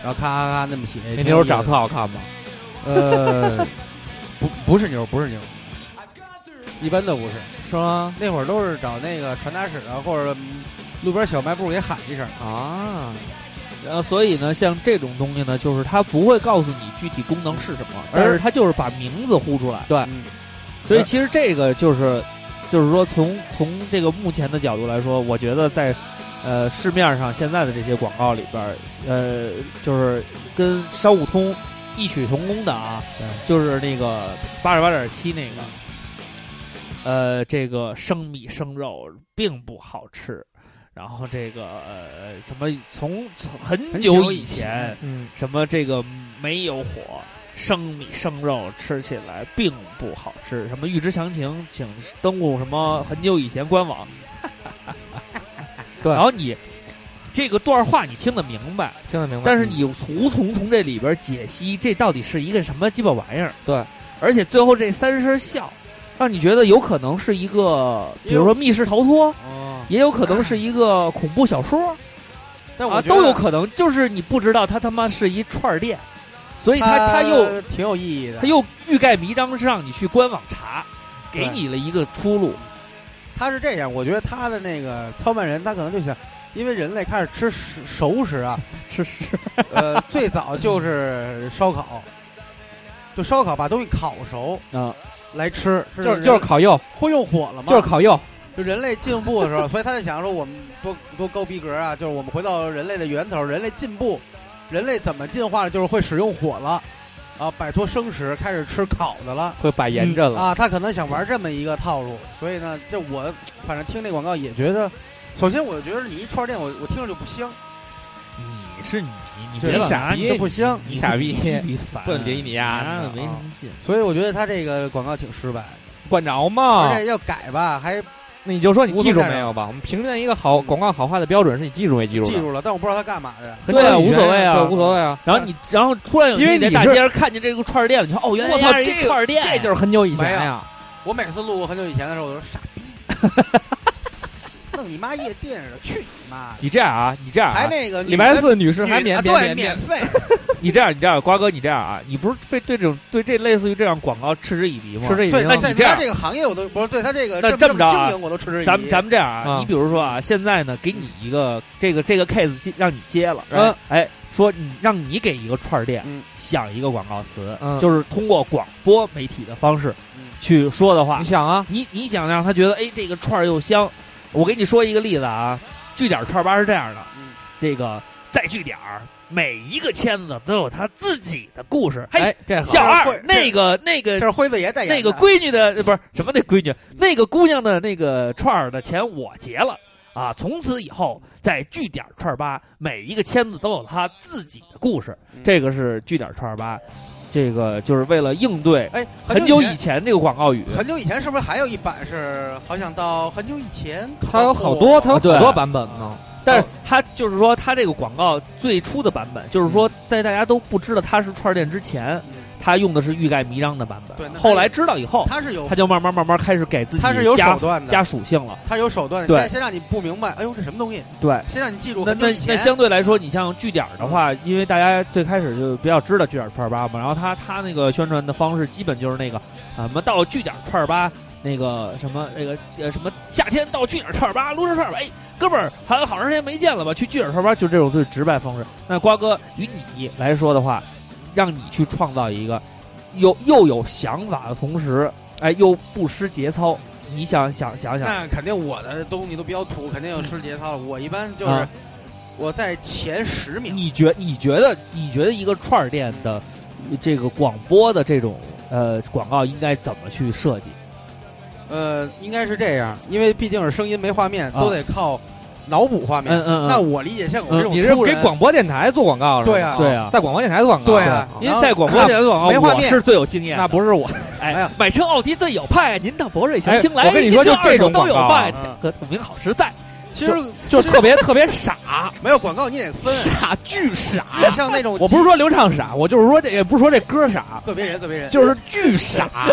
然后咔咔咔那么写。 那妞长特好看吗？ 呃，不不是妞，不是妞，一般都不是， 是吗？ 那会儿都是找那个传达室啊，或者路边小卖部给喊一声啊。然后所以呢，像这种东西呢，就是它不会告诉你具体功能是什么，但是它就是把名字呼出来。 对， 嗯、 所以其实这个就是，就是说从从这个目前的角度来说，我觉得在呃市面上现在的这些广告里边，呃，就是跟商务通异曲同工的啊，就是那个八十八点七那个，呃，这个生米生肉并不好吃。然后这个呃，什么从从很久以前， 嗯， 什么这个没有火，生米生肉吃起来并不好吃。什么预知详情，请登录什么很久以前官网。 对， 然后你这个段话你听得明白， 听得明白， 但是你无从从这里边解析这到底是一个什么鸡巴玩意儿。 对， 而且最后这三声笑，让你觉得有可能是一个，比如说密室逃脱。也有可能是一个恐怖小说， 但啊都有可能，就是你不知道它他妈是一串店，所以它它又挺有意义的， 它又欲盖弥彰，是让你去官网查，给你了一个出路。 他是这样，我觉得他的那个操办人，他可能就想，因为人类开始吃熟食啊， 吃食， 呃，最早就是烧烤，就烧烤把东西烤熟啊来吃， 就是就是烤肉， 会用火了吗？ 就是烤肉。 就人类进步的时候，所以他在想说，我们多多高逼格啊！就是我们回到人类的源头，人类进步，人类怎么进化了？就是会使用火了，啊，摆脱生食，开始吃烤的了， 会摆盐着了、 嗯、啊！他可能想玩这么一个套路，所以呢，这我反正听这广告也觉得，首先我觉得你一串店，我我听着就不香。 你是你，你别傻逼，不香， 你傻逼， 不理你呀， 没什么劲。 所以我觉得他这个广告挺失败的， 管着吗？ 而且要改吧，还。 那你就说你记住没有吧？我们评论一个好广告好坏的标准是你记住没记住？ 记住了，但我不知道他干嘛的。 对啊，无所谓啊， 无所谓啊。 然后你，然后突然有因为你在大街上看见这个串店了，你说哦，原来是一串店， 这就是很久以前呀。 我每次路过很久以前的时候，我都说傻逼，弄你妈夜店似的，去你妈！ 你这样啊，你这样还那个礼拜四女士还免免免费。 你这样，你这样，瓜哥，你这样啊，你不是对对这种对这类似于这样广告嗤之以鼻吗？ 嗤之以鼻。 那你这样， 他这个行业我都不是对他这个那这么着啊， 经营我都嗤之以鼻。 咱们咱们这样啊，你比如说啊，现在呢，给你一个这个这个 case 让你接了， 嗯， 哎，说你让你给一个串店想一个广告词，就是通过广播媒体的方式去说的话， 你想啊， 你你想让他觉得哎这个串又香，我给你说一个例子啊，据点串吧是这样的，这个在据点儿。每一个签子都有他自己的故事。嘿， 哎、这小二那个那个这是辉子爷代言的， 那个闺女的不是什么那闺女，那个姑娘的那个串儿的钱我结了啊！从此以后，在据点串吧，每一个签子都有他自己的故事。 嗯、 这个是据点串吧，这个就是为了应对哎很久以前这个广告语。 很久以前是不是还有一版是好像到很久以前？ 它有好多，它有好多版本呢。 但是它就是说，它这个广告最初的版本，就是说，在大家都不知道它是串店之前，它用的是欲盖弥彰的版本。 对， 后来知道以后， 它是有， 它就慢慢慢慢开始给自己它是有手段的， 加属性了。 它有手段， 对， 先先让你不明白，哎呦，这什么东西？ 对， 先让你记住。 那那那相对来说，你像据点的话，因为大家最开始就比较知道据点串吧嘛，然后他他那个宣传的方式基本就是那个啊，什么到据点串吧。那个什么，那个呃什么，夏天到据点串吧，撸着串吧，哎，哥们儿，好像好长时间没见了吧？去据点串吧，就这种最直白方式。那瓜哥与你来说的话，让你去创造一个有又有想法的同时，哎，又不失节操。你想想想想， 那肯定我的东西都比较土，肯定有失节操了。我一般就是、 啊、 我在前十秒。 你觉你觉得你觉得一个串店的这个广播的这种呃广告应该怎么去设计？ 呃，应该是这样，因为毕竟是声音没画面，啊、都得靠脑补画面。 嗯 嗯, 嗯那我理解像我这种、 嗯，你是给广播电台做广告是吧？ 对啊， 对啊， 在广播电台做广告。 对啊， 因为在广播电台做广告， 没画面我是最有经验的。 那不是我， 哎，买车奥迪最有派，您到博瑞详情来。 我跟你说，就这种都有卖， 嗯、 和透明好实在。 其实就特别特别傻， 没有广告你得分傻巨傻， 像那种我不是说刘畅傻，我就是说这也不是说这歌傻， 个别人个别人就是巨傻。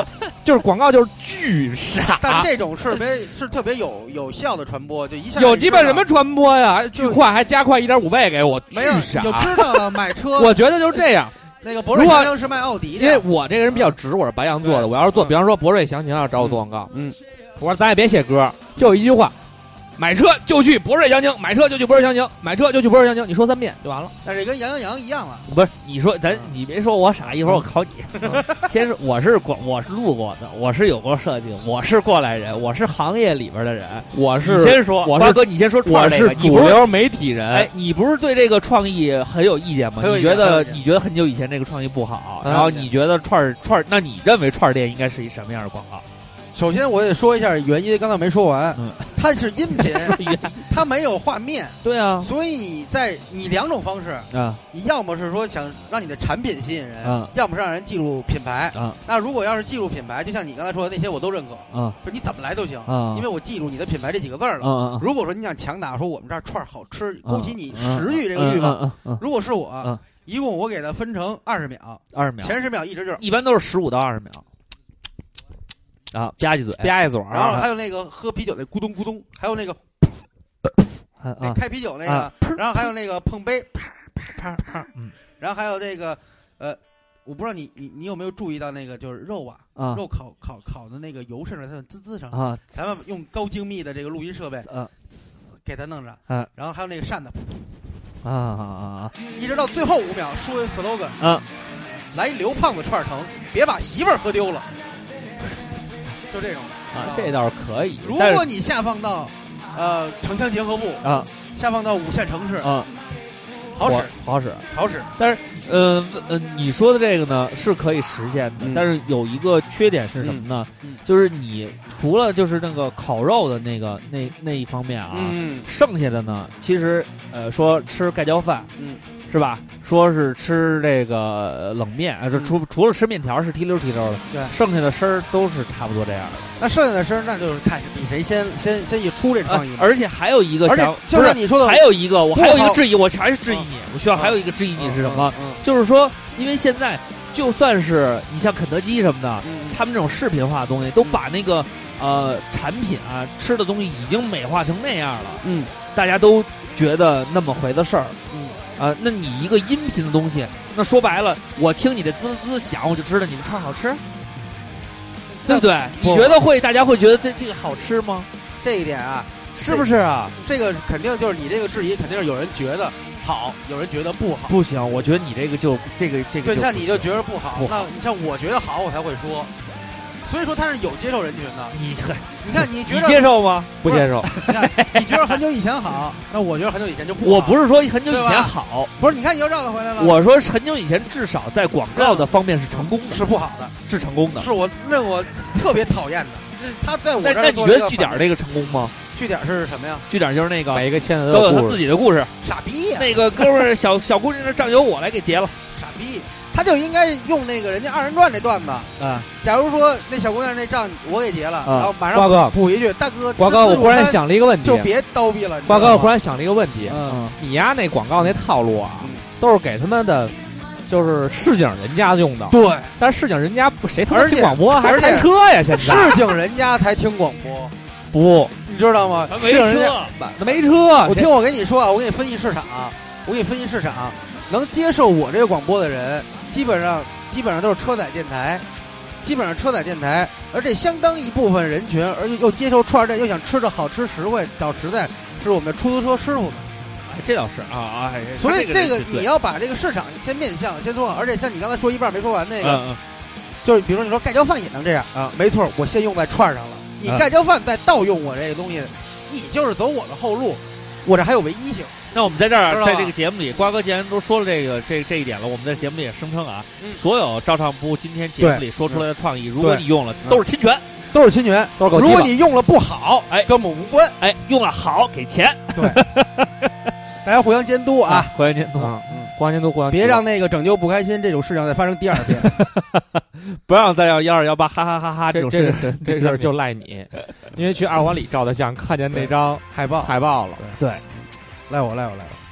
就是广告就是巨傻， 但这种是特别是特别有有效的传播，就一下有基本什么传播呀？巨快还加快一点五倍给我，巨没有傻。 就知道了买车， 我觉得就是这样。 那个博瑞详情是卖奥迪的， 因为我这个人比较直，我是白羊座的。我要是做，比方说博瑞详情要找我做广告， 嗯， 我说咱也别写歌，就一句话。买车就去博瑞详情，买车就去博瑞详情，买车就去博瑞详情。你说三遍就完了。 但是跟杨洋洋一样了。 不是，你说咱你别说我傻，一会儿我考你。先是我是过我是路过的，我是有过设计，我是过来人，我是行业里边的人。 我是你先说， 我是哥，你先说创这个。 我是主流媒体人。 哎，你不是对这个创意很有意见吗？你觉得你觉得很久以前这个创意不好，然后你觉得串串，那你认为串店应该是一什么样的广告？ 首先我得说一下原因，刚才没说完。 嗯， 它是音频，它没有画面。 对啊， 所以你在你两种方式啊， 你要么是说想让你的产品吸引人， 啊， 要么是让人记住品牌啊。 那如果要是记住品牌，就像你刚才说的那些，我都认可啊， 说你怎么来都行啊， 因为我记住你的品牌这几个字了。 啊， 如果说你想强打说我们这儿串好吃，勾起你食欲这个欲望，如果是我，一共我给它分成二十秒， 二十秒， 前十秒一直就是一般都是十五到二十秒。啊，吧唧嘴， 吧唧嘴， 然后还有那个喝啤酒那咕咚咕咚，还有那个， 啊、 那开啤酒那个， 啊、 然后还有那个碰杯，啪啪啪啪， 嗯， 然后还有这个，呃，我不知道你你你有没有注意到那个就是肉啊， 啊肉烤烤烤的那个油渗着它的滋滋声啊， 咱们用高精密的这个录音设备， 啊， 给它弄着， 啊， 然后还有那个扇子， 啊啊啊， 一直到最后五秒说一 slogan， 啊， 来刘胖子串腾，别把媳妇儿喝丢了。就这种啊，这倒是可以。 如果你下放到，呃，城乡结合部啊， 下放到五线城市啊， 好使， 好使， 好使。 但是，呃呃，你说的这个呢是可以实现的， 嗯、 但是有一个缺点是什么呢？ 嗯嗯、 就是你除了就是那个烤肉的那个那那一方面啊， 嗯、 剩下的呢，其实呃说吃盖浇饭， 嗯。 是吧？说是吃这个冷面啊，这除除了吃面条是提溜提溜的， 对， 剩下的声儿都是差不多这样的。 那剩下的声儿，那就是看比谁先先先一出这创意、啊。 而且还有一个想， 就像你说的， 还有一个我还有一个质疑，我还是质疑你，我需要还有一个质疑你是什么？ 嗯嗯嗯、 就是说，因为现在就算是你像肯德基什么的， 嗯、 他们这种视频化的东西，都把那个呃产品啊吃的东西已经美化成那样了， 嗯， 大家都觉得那么回的事儿， 嗯。 啊、呃，那你一个音频的东西，那说白了，我听你的滋滋响，我就知道你的串好吃，对不对？你觉得会，大家会觉得这这个好吃吗？ 这一点啊， 是不是啊？ 这个肯定就是你这个质疑，肯定是有人觉得好，有人觉得不好。 不行，我觉得你这个就这个这个， 对，像你就觉得不好， 不好那你像我觉得好，我才会说。所以说他是有接受人群的。 你这， 你看你觉得你接受吗？ 不接受。 你看，你觉得很久以前好，那我觉得很久以前就不好。 我不是说很久以前好， 不是，你看你又绕回来了。 我说很久以前至少在广告的方面是成功的， 是不好的， 是成功的， 是我那我特别讨厌的。他在我这儿， 那你觉得据点这个成功吗？ 据点是什么呀？ 据点就是那个每一个签都有他自己的故事。 傻逼呀！ 那个哥们儿小小姑娘的账由我来给结了。 傻逼。他就应该用那个人家二人转这段子啊。 假如说那小姑娘那账我给结了， 啊、 然后马上瓜哥补一句：“大哥， 瓜哥，我忽然想了一个问题， 就别叨逼了。” 瓜哥，我忽然想了一个问题， 嗯， 你丫那广告那套路啊， 嗯、 都是给他们的，就是市井人家用的。 对， 但是市井人家不谁他妈听广播还开车呀？现在市井人家才听广播， 不， 你知道吗？ 没车， 没车。 我听我跟你说啊，我给你分析市场，我给你分析市场，能接受我这个广播的人，基本上。基本上都是车载电台，基本上车载电台，而这相当一部分人群，而且又接受串店，又想吃的好吃实惠，找实在，是我们的出租车师傅们。 哎，这倒是啊啊！ 所以这个你要把这个市场先面向先说好，而且像你刚才说一半没说完那个， 嗯嗯、 就是比如说你说盖浇饭也能这样啊， 没错，我先用在串上了，你盖浇饭再盗用我这个东西，你就是走我的后路，我这还有唯一性。 那我们在这儿，在这个节目里，瓜哥既然都说了这个这这一点了，我们在节目里也声称啊， 嗯、 所有照唱不误今天节目里说出来的创意，如果你用了， 嗯、 都是侵权， 都是侵权， 都是狗。 如果你用了不好， 哎， 跟我们无关， 哎，用了好给钱， 对，大家互相监督啊， 互相监督啊，嗯，互相监督，互相别让那个拯救不开心这种事情再发生第二遍， 不让再要幺二幺八哈哈哈哈这种事情，这事儿就赖你，因为去二环里照的相，看见那张海报海报了， 对，赖我赖我赖我。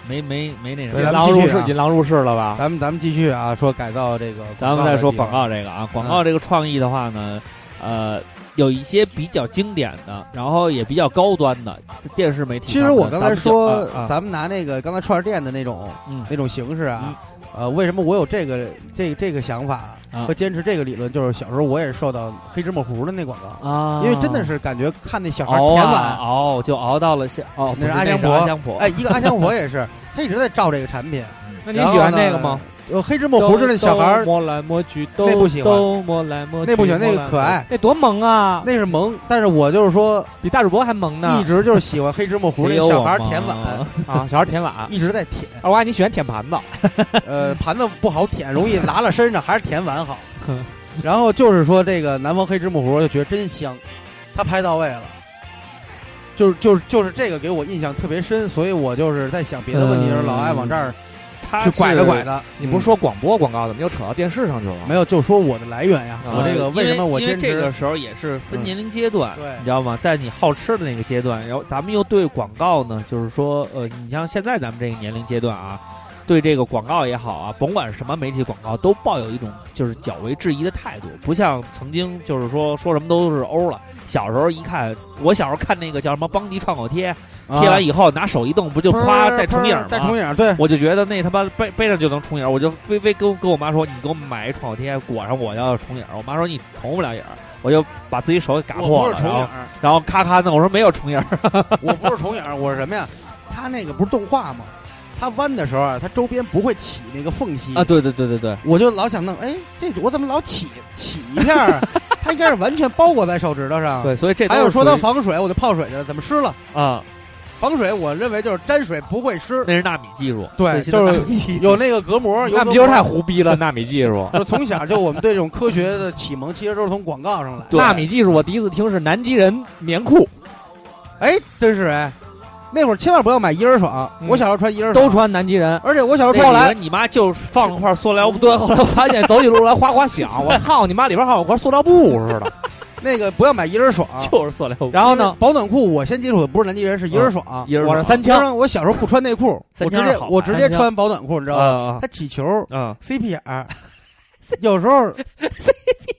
没没没那什么。 对引狼入室， 咱们继续啊引狼入室了吧？ 咱们咱们继续啊，说改造这个， 咱们再说广告这个啊，广告这个创意的话呢，呃，有一些比较经典的，然后也比较高端的电视媒体。 其实我刚才说， 咱们就啊啊、 咱们拿那个刚才串儿店的那种、 嗯、 那种形式啊。 嗯呃，为什么我有这个这这个想法和坚持这个理论？就是小时候我也是受到黑芝麻糊的那广告啊， 因为真的是感觉看那小孩舔碗熬、啊、就熬到了现哦， 那是阿香婆， 阿香婆， 哎，一个阿香婆也是，他一直在照这个产品。 那你喜欢那个吗？ 有黑芝麻糊是那小孩摸来摸去， 那不喜欢， 摸来摸去， 那不喜欢，那个可爱， 那多萌啊！ 那是萌，但是我就是说比大主播还萌呢， 一直就是喜欢黑芝麻糊那小孩舔碗啊，小孩舔碗， 一直在舔。 二娃，你喜欢舔盘子？ 呃，盘子不好舔，容易拉了身上，还是舔碗好。然后就是说这个南方黑芝麻糊，就觉得真香，他拍到位了。就是就是就是这个给我印象特别深，所以我就是在想别的问题的时候，老爱往这儿。去拐着拐的， 你不是说广播广告怎么又扯到电视上去了？ 没有，就说我的来源呀，我这个为什么我坚持？ 这个时候也是分年龄阶段， 对， 你知道吗？在你好吃的那个阶段，然后咱们又对广告呢，就是说，呃，你像现在咱们这个年龄阶段啊，对这个广告也好啊，甭管是什么媒体广告，都抱有一种就是较为质疑的态度，不像曾经就是说说什么都是欧了。小时候一看，我小时候看那个叫什么邦迪创口贴。贴完以后拿手一动，不就夸带重影吗？ 带重影，对， 我就觉得那他妈背背上就能重影，我就飞飞跟跟我妈说，你给我买一创口贴裹上，我要重影。我妈说你重不了影，我就把自己手给嘎破了，然后然后咔咔弄，我说没有重影， 我不是重影，我是什么呀？他那个不是动画吗？他弯的时候啊，他周边不会起那个缝隙啊，对对对对对， 我就老想弄，哎，这我怎么老起起一片儿？它应该是完全包裹在手指头上。 对，所以这还有说它防水，我就泡水去了，怎么湿了啊？ 防水，我认为就是沾水不会湿， 那是纳米技术。 对，就是有那个隔膜。 纳米技术太胡逼了，纳米技术。 就从小就我们对这种科学的启蒙，其实都是从广告上来。 纳米技术，我第一次听是南极人棉裤。 哎，真是哎。那会儿千万不要买一人爽， 嗯、 我小时候穿一人爽，都穿南极人， 而且我小时候后来你妈就放了块塑料布， 对，后来发现走起路来哗哗响，我操你妈里边还有块塑料布似的。 那个不要买一人爽， 就是塑料布。 然后呢，保暖裤我先接触的不是南极人，是一人爽， 一人我是三枪。 我小时候不穿内裤，我直接我直接穿保暖裤，你知道吗？它起球啊 ，C P 眼儿，有时候 C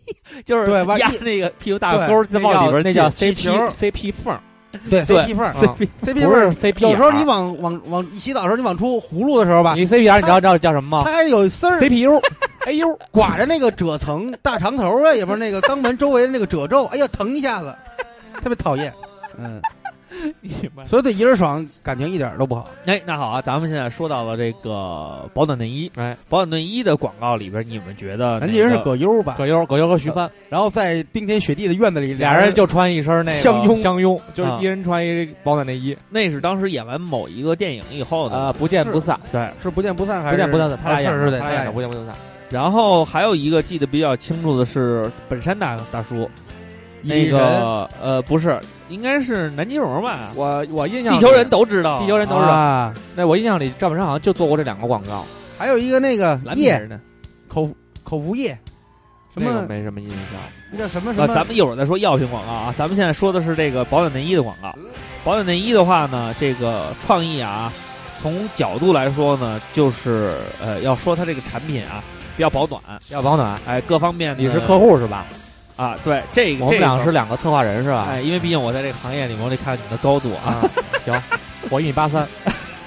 P 就是对压那个屁股大沟，再往里边那叫 C P C P 缝。 对 C P 缝 ，C P C P 缝 ，C P 有时候你往往往你洗澡的时候，你往出葫芦的时候吧， 你 C P 眼你知道知道叫什么吗？ 它还有丝儿 ，C P U， 哎呦， 刮着那个褶层大长头啊，也不是那个肛门周围的那个褶皱，哎呀疼一下子，特别讨厌。嗯，所以对一人爽感情一点都不好。 哎，那好啊，咱们现在说到了这个保暖内衣， 哎， 保暖内衣的广告里边，你们觉得南极人是葛优吧？ 葛优，葛优和徐帆， 然后在冰天雪地的院子里， 俩人就穿一身那个相拥， 相拥，就是一人穿一保暖内衣。 那是当时演完某一个电影以后的， 呃，不见不散， 对， 是不见不散还是不见不散？他俩是是的， 他俩不见不散。 然后还有一个记得比较清楚的是本山大大叔。那个呃不是，应该是南极绒吧？ 我我印象地球人都知道， 地球人都知道。 啊、 那我印象里赵本山好像就做过这两个广告， 还有一个那个液的口口服液，什么没什么印象？ 那叫什么什么、 呃？咱们一会儿再说药品广告啊。咱们现在说的是这个保暖内衣的广告。保暖内衣的话呢，这个创意啊，从角度来说呢，就是呃要说它这个产品啊比较保暖， 要保暖， 哎，各方面你是客户是吧？ 啊，对，这个我们俩是两个策划人是吧？ 哎，因为毕竟我在这个行业里面，我得看你的高度啊。 啊行，我一米八三，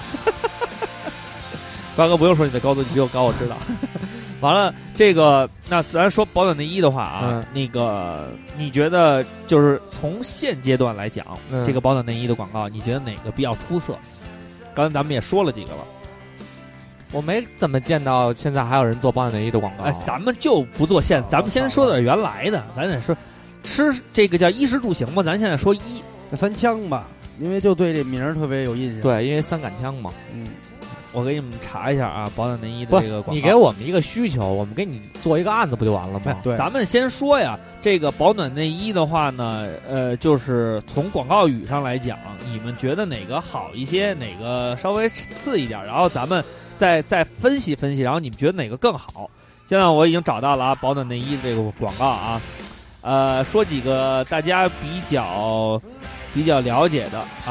瓜哥不用说你的高度，你比我高，我知道。完了，这个那咱说保暖内衣的话啊， 嗯、 那个你觉得就是从现阶段来讲， 嗯、 这个保暖内衣的广告，你觉得哪个比较出色？刚才咱们也说了几个了。 我没怎么见到现在还有人做保暖内衣的广告。 哎，咱们就不做现，咱们先说点原来的，咱得说吃这个叫衣食住行嘛，咱现在说衣三枪吧，因为就对这名儿特别有印象。 对，因为三杆枪嘛。 嗯， 我给你们查一下啊，保暖内衣的这个广告。 你给我们一个需求，我们给你做一个案子不就完了吗？ 对， 咱们先说呀，这个保暖内衣的话呢，呃，就是从广告语上来讲，你们觉得哪个好一些，哪个稍微次一点，然后咱们。再再分析分析，然后你们觉得哪个更好？现在我已经找到了啊，保暖内衣的这个广告啊，呃，说几个大家比较比较了解的啊，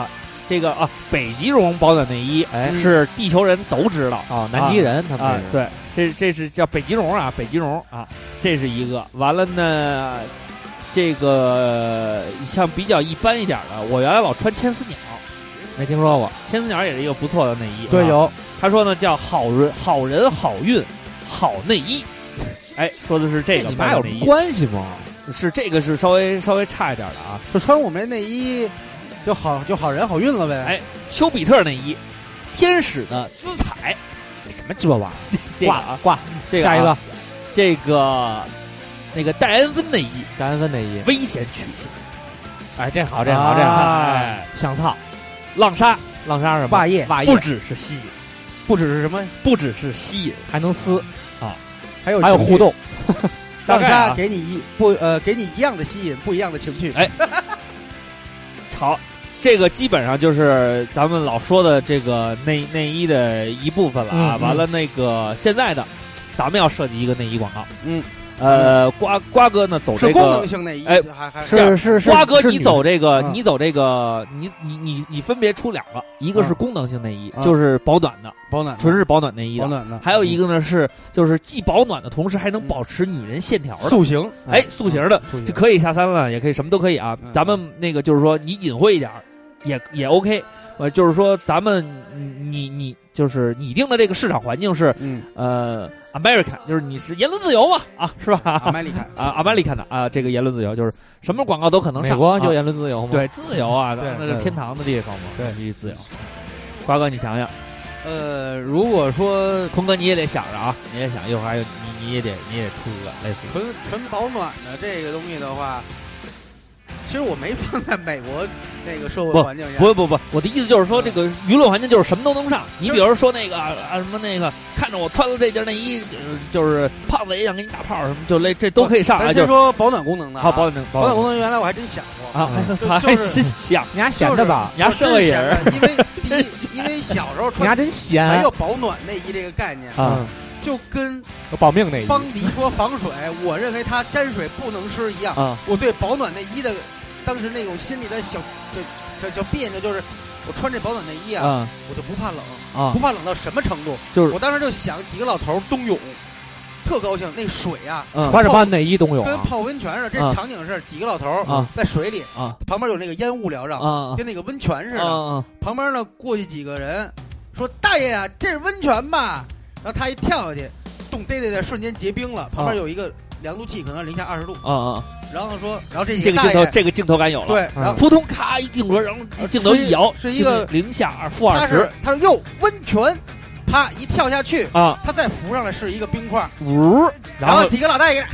这个啊，北极绒保暖内衣，哎，是地球人都知道啊，南极人他们啊，对，这这是叫北极绒啊，北极绒啊，这是一个。完了呢，这个像比较一般一点的，我原来老穿千丝鸟， 没听说过。 千丝鸟也是一个不错的内衣。 对，有。 他说呢，叫好人好人好运好内衣。哎，说的是这个， 你妈有关系吗？ 是这个是稍微稍微差一点的啊， 就穿我们这内衣就好就好人好运了呗。 哎，丘比特内衣，天使的姿彩， 什么鸡巴玩意儿？ 挂啊挂， 这个下一个， 这个那个戴安芬内衣， 戴安芬内衣， 危险曲线。 哎，这好，这好，这好， 哎， 香草， 浪莎， 浪莎是什么？ 袜叶， 袜叶不只是吸引， 不只是什么， 不只是吸引， 还能撕啊， 还有还有互动。 浪莎给你一不呃给你一样的吸引，不一样的情趣。 哎，好，这个基本上就是咱们老说的这个内内衣的一部分了啊。 嗯、 完了，那个现在的，咱们要设计一个内衣广告。 嗯， 呃，瓜瓜哥呢走这个是功能性内衣， 哎， 还还是是是。 瓜哥，你走这个， 嗯、 你走这个，你你你你分别出两个，一个是功能性内衣， 嗯、 就是保暖的。 保暖纯是保暖内衣的， 保暖的。 还有一个呢是，就是既保暖的同时还能保持女人线条的塑形， 哎，塑形的就可以下三了，也可以什么都可以啊。咱们那个就是说，你隐晦一点也也 OK， 呃，就是说咱们你你就是拟定的这个市场环境是， 嗯呃 ，American， 就是你是言论自由嘛，啊，是吧 ？American 啊 ，American 的啊，这个言论自由就是什么广告都可能上。 美国就言论自由吗？ 对，自由啊， 对， 那是天堂的地方嘛， 对， 必须自由。瓜哥，你想想。 呃，如果说空哥你也得想着啊，你也想，一会儿还有你你也得你也得出一个类似纯纯保暖的这个东西的话，其实我没放在美国那个社会环境下。 不不不不，我的意思就是说，这个舆论环境就是什么都能上。你比如说那个啊什么那个，看着我穿了这件内衣，就是胖子也想给你打炮什么，就类这都可以上啊。 先说保暖功能的， 好保暖保暖功能，原来我还真想过啊，还真想， 你还闲着吧？ 你还社会人， 因为第一，因为小时候穿， 你还真闲， 没有保暖内衣这个概念啊。 就跟保命内衣邦迪说防水，我认为它沾水不能湿一样。 啊， 我对保暖内衣的当时那种心里的小就就就别扭，就是我穿这保暖内衣啊， 啊我就不怕冷啊， 不怕冷到什么程度？ 就是我当时就想几个老头冬泳，特高兴，那水啊， 嗯、 穿着把内衣冬泳、啊， 跟泡温泉似的。这场景是几个老头啊在水里啊， 旁边有那个烟雾缭绕啊， 跟那个温泉似的。 啊、 旁边呢过去几个人说：“大爷啊，这是温泉吧？”然后他一跳下去。冻嘚嘚的瞬间结冰了，旁边有一个凉度计，可能零下二十度。 啊啊！ 然后说，然后这这个镜头，这个镜头感有了。 对，然后扑通咔一定格，然后镜头一摇， 是一个零下二负二十。 他说：“哟，温泉！”啪一跳下去啊， 他再浮上来是一个冰块， 呜， 然后几个老大爷，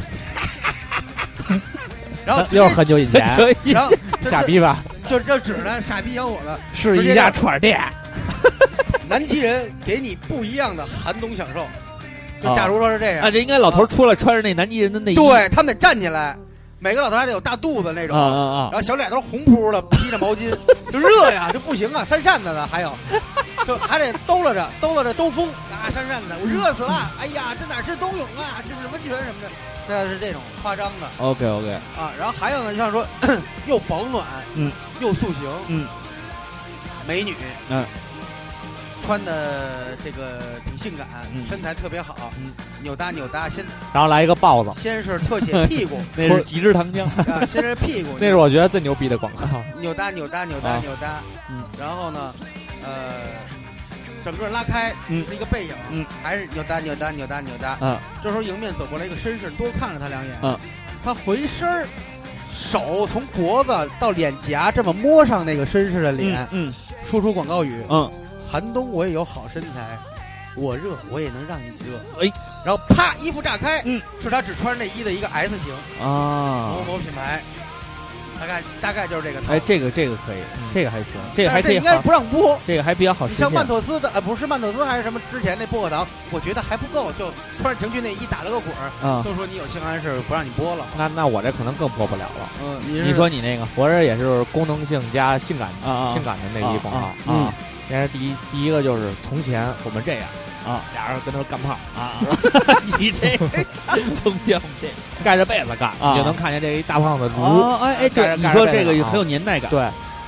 然后又是很久以前， 然后傻逼吧， 就就指着傻逼小伙子是一家串店。 南极人给你不一样的寒冬享受。就假如说是这样， 啊，这应该老头出来穿着那南极人的内衣， 对他们得站起来，每个老头还得有大肚子那种， 啊啊啊， 然后小脸都是红扑的，披着毛巾，就热呀，就不行啊，扇扇子的还有，就还得兜了着，兜了着兜风啊，扇扇子，我热死了，哎呀，这哪是冬泳啊，这是温泉什么的，这是这种夸张的。 OK OK 啊，然后还有呢，就像说又保暖， 嗯， 又塑形， 嗯， 美女， 嗯。 穿的这个挺性感， 嗯、 身材特别好， 嗯、 扭搭扭搭，先然后来一个豹子， 先是特写屁股， 那是极致糖浆啊，先是屁股， 那是我觉得最牛逼的广告， 扭搭扭搭扭搭扭搭， 嗯， 然后呢，呃，整个拉开嗯是一个背影， 嗯， 还是扭搭扭搭扭搭扭搭， 嗯， 这时候迎面走过来一个绅士，多看了他两眼， 嗯， 他回身儿手从脖子到脸颊这么摸上那个绅士的脸， 嗯，嗯说出广告语， 嗯。 寒冬我也有好身材，我热我也能让你热。 哎， 然后啪，衣服炸开， 嗯， 是他只穿内衣的一个 S 型啊， 某某品牌，大概大概就是这个。 哎，这个这个可以，嗯、这个还行，这个还可以。 应该不让播， 这个还比较好。 你像曼妥思的，呃，不是曼妥思还是什么之前那薄荷糖，我觉得还不够，就穿着情趣内衣打了个滚儿， 啊、嗯， 就说你有性暗示，不让你播了。 那那我这可能更播不了了。 嗯， 你你说你那个， 我这也是功能性加性感啊， 性感的内衣广告啊。嗯先是第一，第一个就是从前我们这样啊， 俩人跟那干炮啊，你这从前我们这盖着被子干， 啊， 你就能看见这一大胖子如哦，哎哎，对，你说这个很有年代感， 对，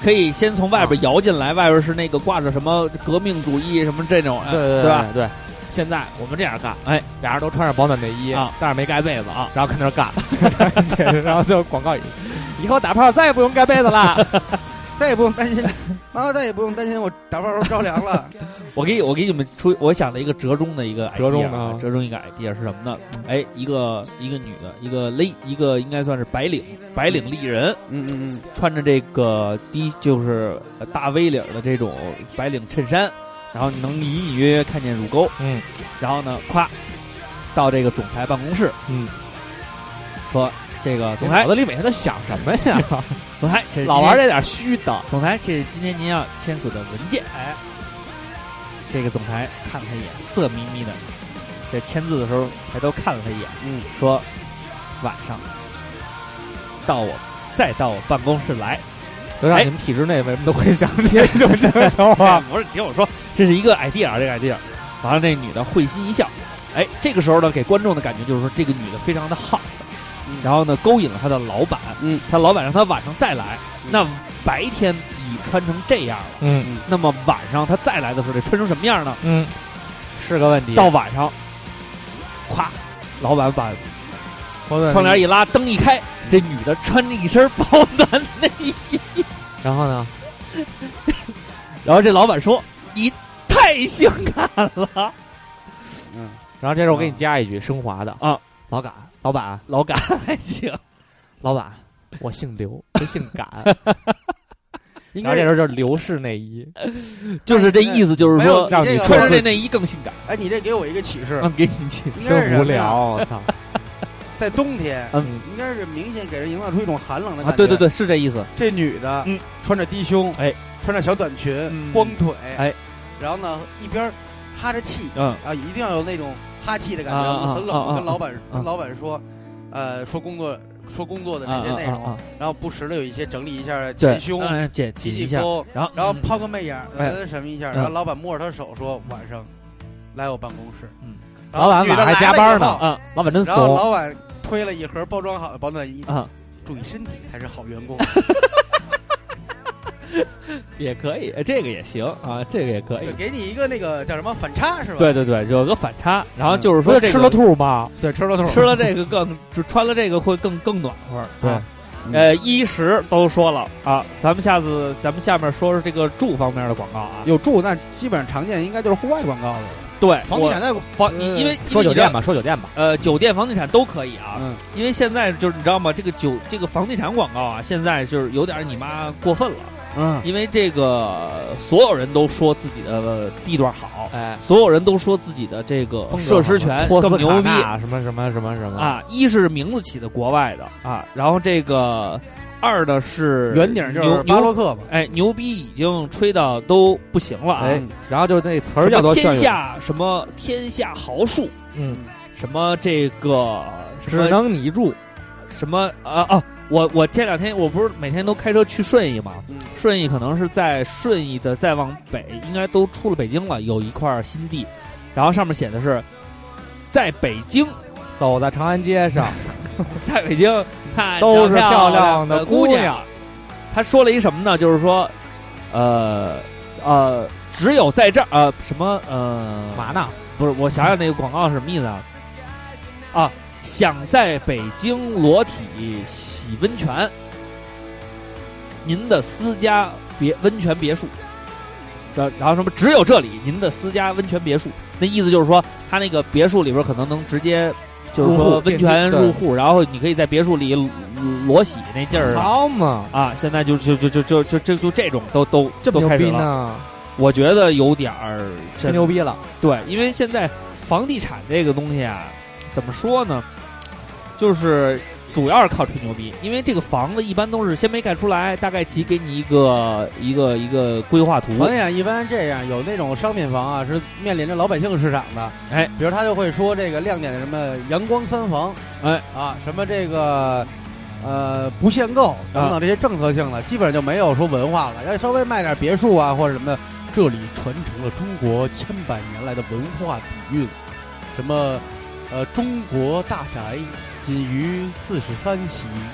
可以先从外边摇进来，外边是那个挂着什么革命主义什么这种， 对对对吧？ 对。现在我们这样干，哎，俩人都穿上保暖内衣啊， 但是没盖被子啊，然后跟那儿干，然后就广告语，以后打炮再也不用盖被子了， 再也不用担心，妈妈再也不用担心我打炮时候着凉了。 我给我给你们出，我想了一个折中的一个 idea, 折中的折中一个 idea 是什么呢？哎，一个一个女的，一个勒，一个应该算是白领白领丽人， 嗯嗯嗯， 穿着这个低就是大 V 领的这种白领衬衫。然后你能隐隐约约看见乳沟， 嗯， 然后呢，咵，到这个总裁办公室， 嗯， 说这个总裁， 脑子里每天在想什么呀？ 总裁，这老玩这点虚的。 总裁，这是今天您要签署的文件。哎，这个总裁看了他一眼，色眯眯的，这签字的时候抬头看了他一眼， 嗯， 说晚上到我再到我办公室来。 就让你们体制内为什么都会想这种这种话？ 不是，你听我说，这是一个 idea， 这个 idea。完了，这女的会心一笑。哎，这个时候呢，给观众的感觉就是说，这个女的非常的 hot，、嗯、然后呢，勾引了她的老板。 嗯， 她老板让她晚上再来。嗯、那白天已穿成这样了， 嗯， 那么晚上她再来的时候得穿成什么样呢？ 嗯，是个问题。 到晚上，咵，老板把窗帘一拉，灯一开，这女的穿着一身保暖内衣。 然后呢？ 然后这老板说：“你太性感了。” 嗯，然后这时候我给你加一句升华的啊， 老板，老板， 老板还行， 老板，我姓刘，不性感。然后这时候就是刘氏内衣， 就是这意思，就是说让你穿着这内衣更性感。 哎，你这给我一个启示， 嗯，给你启示， 真无聊，我操。 在冬天， 嗯， 应该是明显给人营造出一种寒冷的感觉。 啊，对对对，是这意思。 这女的， 嗯， 穿着低胸， 哎， 穿着小短裙， 嗯、 光腿， 哎， 然后呢，一边哈着气， 嗯， 啊，一定要有那种哈气的感觉， 啊、 很冷。 啊、 跟老板、 啊、 跟老板说，呃，说工作说工作的这些内容， 啊啊啊、 然后不时的有一些整理一下前胸， 嗯，挤挤一下， 然后然后抛个媚眼， 哎、 呃，什么一下，然后老板摸着他手说，晚上来我办公室， 嗯， 老板晚上还加班呢， 啊，老板真怂， 然后老板推了一盒包装好的保暖衣啊， 注意身体才是好员工。 也可以，这个也行啊，这个也可以， 给你一个那个叫什么反差是吧？ 对对对，有个反差，然后就是说、这个、 吃了兔吗？ 对，吃了兔， 吃了这个更就穿了这个会更更暖和。 对， 啊嗯、呃，衣食都说了啊，咱们下次咱们下面说说这个住方面的广告啊。 有住，那基本上常见应该就是户外广告了。 对， 房地产在房，你因为说酒店吧，说酒店吧， 呃，酒店、房地产都可以啊。 嗯， 因为现在就是你知道吗？这个酒这个房地产广告啊，现在就是有点你妈过分了。 嗯， 因为这个所有人都说自己的地段好， 哎， 所有人都说自己的这个设施权更牛逼， 什么什么什么什么啊！一是名字起的国外的啊，然后这个二的是圆顶就是巴洛克嘛， 哎，牛逼已经吹到都不行了啊！ 哎，然后就那词儿叫做天下什么天下豪庶， 嗯， 什么这个只能你住， 什么啊啊！我我这两天我不是每天都开车去顺义嘛， 嗯、 顺义可能是在顺义的再往北，应该都出了北京了，有一块新地，然后上面写的是在北京， 走在长安街上， 在北京看都是漂亮的姑娘。娘他说了一什么呢？就是说，呃呃，只有在这儿呃什么呃嘛呢？ 不是，我想想那个广告是什么意思啊？啊。想在北京裸体洗温泉，您的私家别温泉别墅，然后什么只有这里您的私家温泉别墅，那意思就是说他那个别墅里边可能能直接就是说温泉入户，然后你可以在别墅里裸洗那劲儿， 好嘛啊！现在就就就就就就就就这种都都这么都开始牛逼呢？ 我觉得有点儿真牛逼了。 对，因为现在房地产这个东西啊，怎么说呢？就是主要是靠吹牛逼，因为这个房子一般都是先没盖出来，大概其给你一个一个一个规划图。 房地产一般这样，有那种商品房啊，是面临着老百姓市场的。 哎， 比如他就会说这个亮点的什么阳光三房， 哎啊，什么这个呃不限购等等这些政策性的，啊、基本上就没有说文化了。要稍微卖点别墅啊或者什么的，这里传承了中国千百年来的文化底蕴，什么呃中国大宅。仅于四十三席，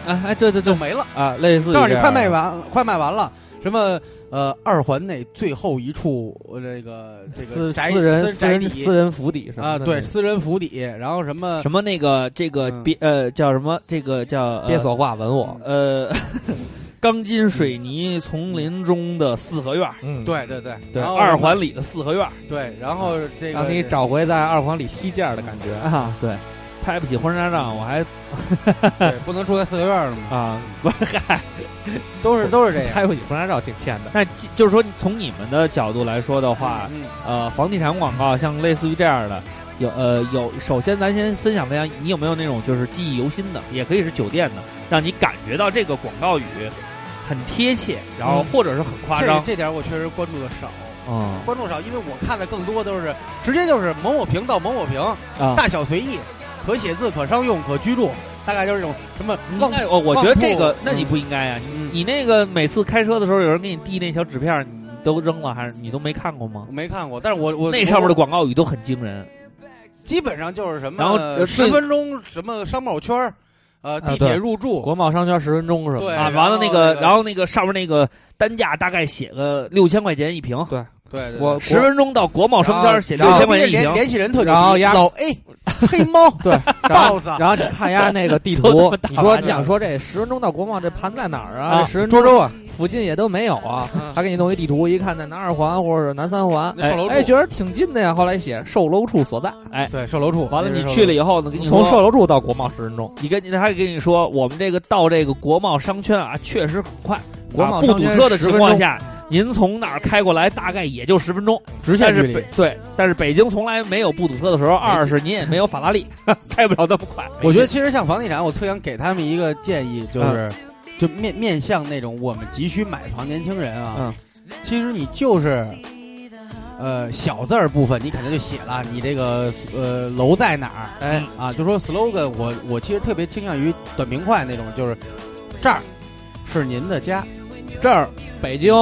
啊，哎，对对对， 就没了啊，类似于告诉你这样快卖完，快卖完了。什么呃，二环内最后一处呃这个这个私宅私人私宅邸私人私人府邸什么的啊，对，私人府邸，然后什么什么那个这个嗯别呃叫什么这个叫呃别说话吻我， 呃钢筋水泥丛林中的四合院， 嗯， 对对对对， 然后二环里的四合院， 对，然后这个让你找回在二环里踢毽儿的感觉啊，对，拍不起婚纱照，我还对不能住在四合院了嘛， 啊，不是嗨， 都是都是这样。 拍不起婚纱照挺欠的。 那就是说从你们的角度来说的话， 嗯， 呃，房地产广告像类似于这样的，有呃有，首先咱先分享分享，你有没有那种就是记忆犹新的，也可以是酒店的，让你感觉到这个广告语很贴切，然后或者是很夸张。 这这点我确实关注的少， 嗯关注少，因为我看的更多都是直接就是某某屏到某某屏， 啊， 大小随意，可写字、可商用、可居住，大概就是这种什么旺应该我我觉得这个旺铺那你不应该啊， 嗯你你那个每次开车的时候有人给你递那小纸片，你都扔了还是你都没看过吗我？没看过，但是我我那上面的广告语都很惊人。 基本上就是什么， 然后呃十分钟什么商贸圈儿，呃，地铁入住， 国贸商圈十分钟是吧？ 对啊， 然完了那个， 后那个然后那个上面那个单价大概写个六千块钱一平， 对对对， 我十分钟到国贸商圈写然后六千块钱一平， 联联系人特牛逼然后丫老 A 黑猫对，然后 boss 然后你看一下那个地图都他妈，大你说完了你想说这十分钟到国贸这盘在哪儿啊啊？十分钟涿州啊， 附近也都没有啊，他给你弄一地图，一看在南二环或者南三环， 那售楼处哎，觉得挺近的呀。后来写售楼处所在， 哎， 对售楼处， 完了你那是售楼去了以后呢，跟你从售说， 楼处到国贸十分钟， 你跟你他还跟你说，我们这个到这个国贸商圈啊，确实很快， 国贸啊不堵车的情况商圈下，您从哪儿开过来大概也就十分钟， 直线距离但是北，对，但是北京从来没有不堵车的时候。二是您也没有法拉利，开不了那么快。 我觉得其实像房地产，我特想给他们一个建议，就是、 嗯就面面向那种我们急需买房年轻人啊， 嗯其实你就是。呃，小字儿部分你肯定就写了，你这个呃楼在哪儿？ 哎啊，就说 slogan，我我其实特别倾向于短平快那种，就是这儿是您的家， 这儿北京，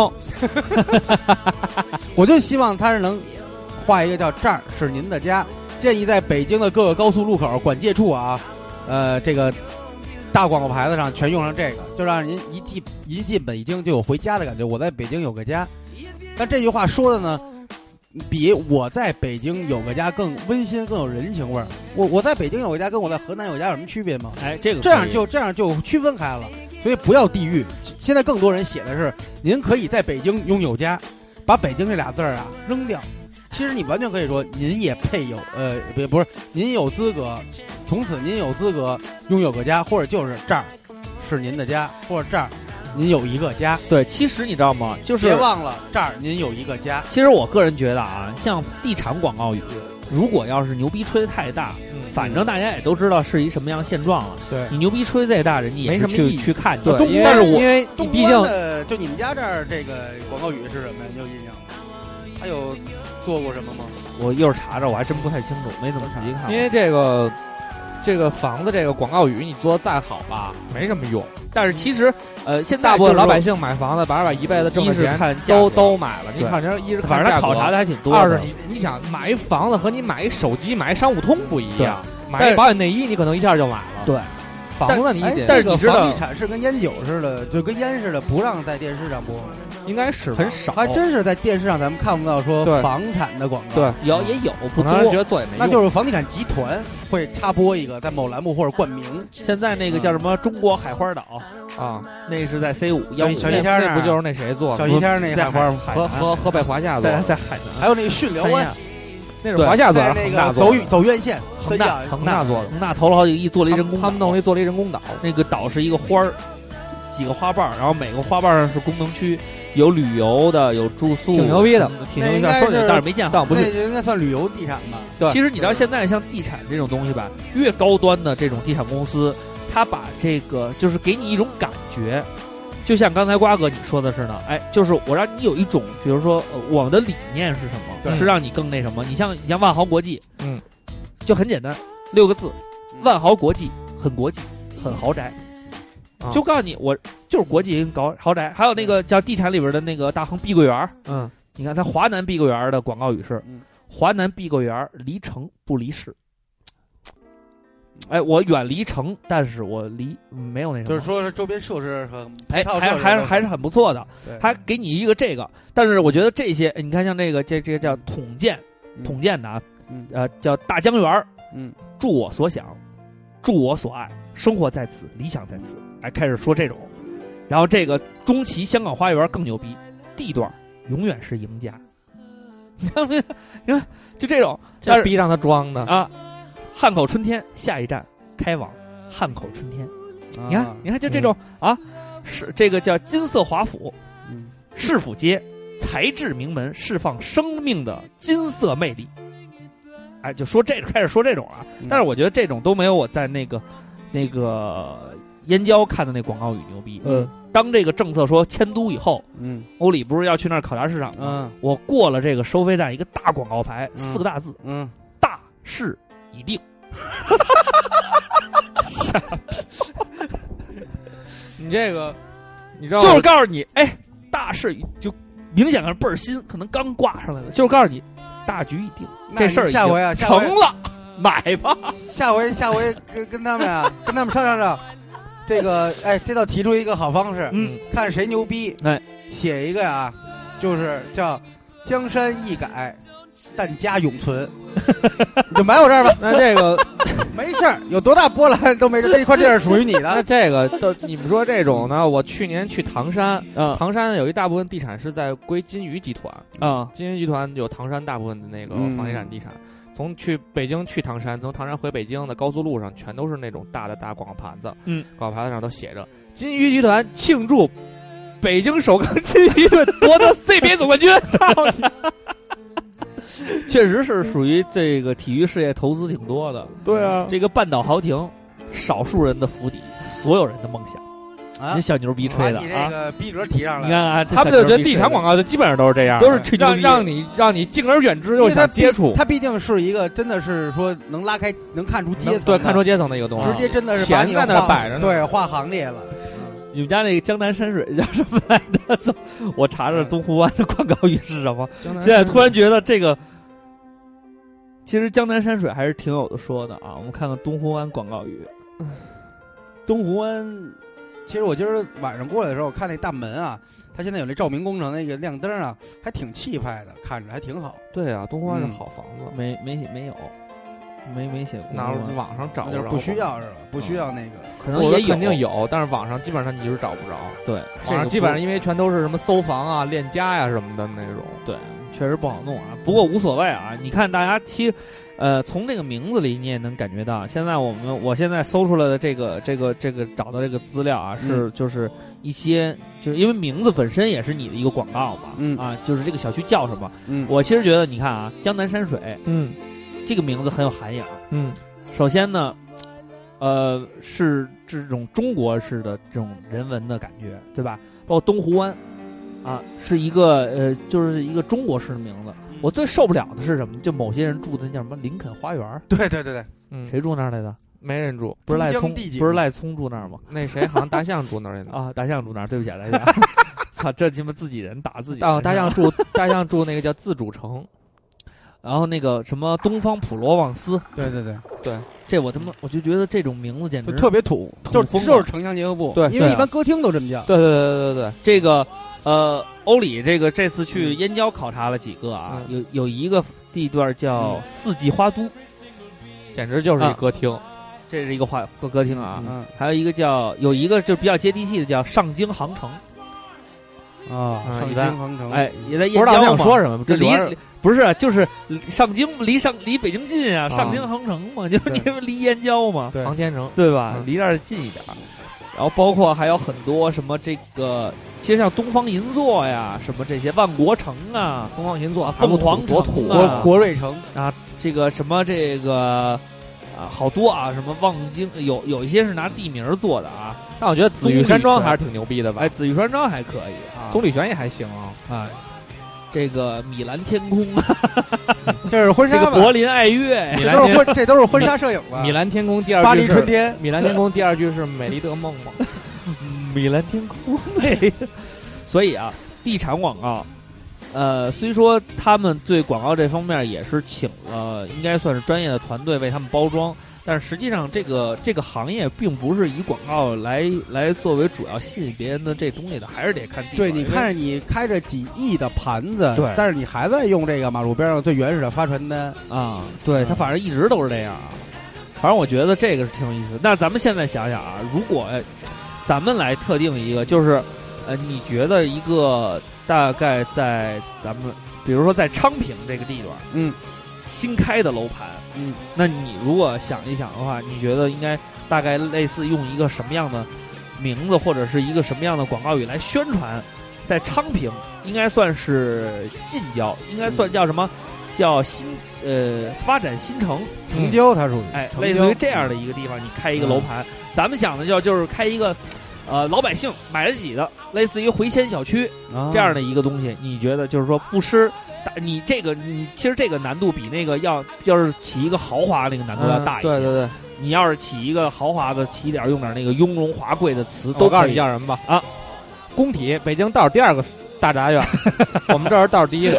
我就希望他是能画一个叫这儿是您的家，建议在北京的各个高速路口管界处啊，呃，这个大广告牌子上全用上这个，就让您一进一进北京就有回家的感觉。我在北京有个家，但这句话说的呢，比我在北京有个家更温馨，更有人情味儿。我我在北京有个家，跟我在河南有个家有什么区别吗？ 哎，这个这样可以就这样就区分开了。所以不要地域。现在更多人写的是，您可以在北京拥有家，把北京这俩字儿啊扔掉。其实你完全可以说，您也配有，呃，不不是，您有资格，从此您有资格拥有个家，或者就是这儿是您的家，或者这儿您有一个家。 对，其实你知道吗？就是别忘了这儿您有一个家。 其实我个人觉得啊，像地产广告语，如果要是牛逼吹得太大， 嗯， 反正大家也都知道是一什么样的现状了。 对你牛逼吹再大，人家也是去没什么意义去看你。 对，因为但是我因为东毕竟关的就你们家这儿这个广告语是什么呀？你有印象？他有做过什么吗？ 我一会儿查查，我还真不太清楚，没怎么仔细看过。 因为这个这个房子这个广告语你做的再好吧，没什么用。 但是其实呃，现在大部分就是说老百姓买房子，把把一辈子挣的一是钱看价格都都买了。你对看人一是反看价格正他考察的还挺多的。 二是你你想买一房子和你买一手机、买一商务通不一样， 但是买一保险内衣你可能一下就买了。 对， 房子你哎得， 这个但是你知道房地产是跟烟酒似的，就跟烟似的，不让在电视上播。 应该是吧很少， 还真是在电视上咱们看不到说对房产的广告。 对， 有也有不可能人觉多。 得做也没用。 那就是房地产集团会插播一个在某栏目或者冠名。 现在那个叫什么中国海花岛， 啊， 那是在 C 五幺五小西天儿那不就是那谁做的？ 小西天那在海花， 河海南河河北华夏做在的， 在海南还有那个巽辽湾， 那是华夏做的， 在那恒大做的个走走院线， 恒大三亚恒大做的。 恒大投了好几个亿，做了一人工岛。 他们弄了一做了一人工岛， 那个岛是一个花儿，几个花瓣儿，然后每个花瓣儿上是功能区，有旅游的，有住宿， 挺牛逼的， 挺牛逼的。 那应该是说起来但是没见好。 不是那就应该算旅游地产吧？ 对其实你知道现在像地产这种东西吧，越高端的这种地产公司，它把这个就是给你一种感觉，就像刚才瓜哥你说的似的，哎，就是我让你有一种，比如说、呃、我们的理念是什么， 对是让你更那什么。你像你像万豪国际， 嗯， 就很简单，六个字，万豪国际，很国际，很豪宅。 啊就告诉你，我就是国际高豪宅。还有那个叫地产里边的那个大亨碧桂园， 嗯， 你看它华南碧桂园的广告语是： 嗯华南碧桂园离城不离市。 哎，我远离城，但是我离没有那什么， 就是说周边设施和哎，还还是还是很不错的，还给你一个这个。但是我觉得这些，你看像这个这这个叫统建， 嗯、 统建的啊， 嗯、 呃，叫大江园， 嗯， 助我所想，助我所爱，生活在此，理想在此。哎，开始说这种，然后这个中旗香港花园更牛逼，地段永远是赢家。你看没？你看就这种， 这逼让他装的啊。汉口春天，下一站开往汉口春天。 啊、 你看，你看，就这种、嗯、啊，是这个叫金色华府， 嗯， 市府街，材质名门，释放生命的金色魅力。哎，就说这开始说这种啊， 嗯、 但是我觉得这种都没有我在那个那个燕郊看的那广告语牛逼。 嗯， 当这个政策说迁都以后， 嗯， 欧里不是要去那儿考察市场吗？ 嗯， 我过了这个收费站，一个大广告牌， 嗯、 四个大字， 嗯， 大势已定。傻逼！ 你这个，你知道， 就是告诉你，哎，大势就明显是倍儿新，可能刚挂上来的，就是告诉你，大局已定，这事儿下回啊， 成了，买吧。 下回下回跟跟他们啊，跟他们商量商量，这个哎，这倒提出一个好方式， 嗯， 看谁牛逼， 哎， 写一个呀、啊，就是叫江山易改，但家永存。你就买我这儿吧。 那这个没事儿，有多大波澜都没事，这一块地儿属于你的。 那这个都你们说这种呢？我去年去唐山， 嗯， 唐山有一大部分地产是在归金鱼集团啊、嗯， 金鱼集团有唐山大部分的那个房地产地产。嗯、从去北京去唐山，从唐山回北京的高速路上，全都是那种大的大广告盘子， 嗯， 广告盘子上都写着金鱼集团庆祝北京首钢金鱼队夺得 C B A 总冠军。操你！ 确实是属于这个体育事业投资挺多的。 对啊， 这个半岛豪庭，少数人的府邸，所有人的梦想。 啊， 这小牛逼吹的啊！你这个逼格提上来， 你看啊， 他们就觉得地产广告就基本上都是这样， 都是吹牛逼， 让让你让你敬而远之又想接触。 它毕竟是一个真的是说能拉开、能看出阶层， 对，看出阶层的一个东西， 直接真的是钱在那摆着呢， 对，划行列了。 你们家那个江南山水叫什么来着？我查查东湖湾的广告语是什么。现在突然觉得这个。其实江南山水还是挺有的说的啊，我们看看东湖湾广告语。东湖湾， 其实我今儿晚上过来的时候，我看那大门啊，它现在有那照明工程那个亮灯啊，还挺气派的，看着还挺好。 对啊，东湖湾是好房子， 嗯、没没写没有，没没写过。 哪网上找不着？ 不需要是吧？不需要那个， 嗯、可能也有肯定有，但是网上基本上你是找不着。 对， 网上基本上因为全都是什么搜房啊、链家呀、啊、什么的那种。 对。确实不好弄啊，不过无所谓啊。你看，大家其实，呃，从这个名字里你也能感觉到，现在我们我现在搜出来的这个这个这个找到这个资料啊，是、嗯、就是一些，就是因为名字本身也是你的一个广告嘛， 嗯啊，就是这个小区叫什么， 嗯， 我其实觉得你看啊，江南山水， 嗯， 这个名字很有涵养， 嗯， 首先呢，呃，是这种中国式的这种人文的感觉，对吧？包括东湖湾。啊，是一个呃，就是一个中国式的名字。我最受不了的是什么？就某些人住的那叫什么林肯花园。 对对对对， 嗯， 谁住那儿来的？ 没人住， 不是赖聪，不是赖聪住那儿吗？ 那谁好像大象住那儿啊？大象住那儿，对不起，大象。操，这鸡巴自己人打自己人。 哦，大象住大象住那个叫自主城， 然后那个什么东方普罗旺斯。 对对对对。 这我他妈我就觉得这种名字简直特别土， 土风就是城乡结合部。 对， 因为一般歌厅都这么叫。 对对对对对，这个。呃，欧里这个这次去燕郊考察了几个啊， 嗯、 有有一个地段叫四季花都， 嗯、简直就是一歌厅， 啊、这是一个花歌歌厅啊。 嗯， 还有一个叫有一个就比较接地气的叫上京航城啊，上京航城， 哎，也在燕郊嘛。 不知道想说什么， 这离不是就是上京离上离北京近啊，上京航城嘛，就因为离燕郊嘛， 航天城对吧？ 嗯、 离这儿近一点。然后包括还有很多什么这个，其实像东方银座呀，什么这些万国城啊， 东方银座、 凤凰城啊、国瑞城啊，这个什么这个啊，好多啊，什么望京有有一些是拿地名做的啊。 但我觉得紫玉山庄还是挺牛逼的吧？ 哎，紫玉山庄还可以啊， 棕榈泉也还行啊。 哎，这个米兰天空啊， 这是婚纱这个柏林爱乐， 这都是婚这都是婚纱摄影吧？ 米兰天空第二句巴黎春天， 米兰天空第二句是美丽的梦吗？ 米兰天空美，所以啊，地产广告，呃，虽说他们对广告这方面也是请了，应该算是专业的团队为他们包装， 但是实际上这个这个行业并不是以广告来来作为主要吸引别人的这东西的，还是得看地方。 对，你看着你开着几亿的盘子， 对， 但是你还在用这个马路边上最原始的发传单啊，对，它反正一直都是这样啊。反正我觉得这个是挺有意思的。那咱们现在想想啊，如果咱们来特定一个，就是呃，你觉得一个大概在咱们比如说在昌平这个地段， 嗯， 新开的楼盘。嗯，那你如果想一想的话，你觉得应该大概类似用一个什么样的名字或者是一个什么样的广告语来宣传？在昌平应该算是近郊，应该算叫什么？叫新呃发展新城城郊，它属于哎，类似于这样的一个地方，你开一个楼盘，嗯、咱们想的叫就是开一个呃老百姓买得起的，类似于回迁小区、啊、这样的一个东西。你觉得就是说不失？你这个，你其实这个难度比那个要要是起一个豪华那个难度要大一些。 嗯、对对对， 你要是起一个豪华的，起点用点那个雍容华贵的词， 都告诉你叫什么吧啊！工体，北京倒数第二个大杂院，我们这儿倒数第一个。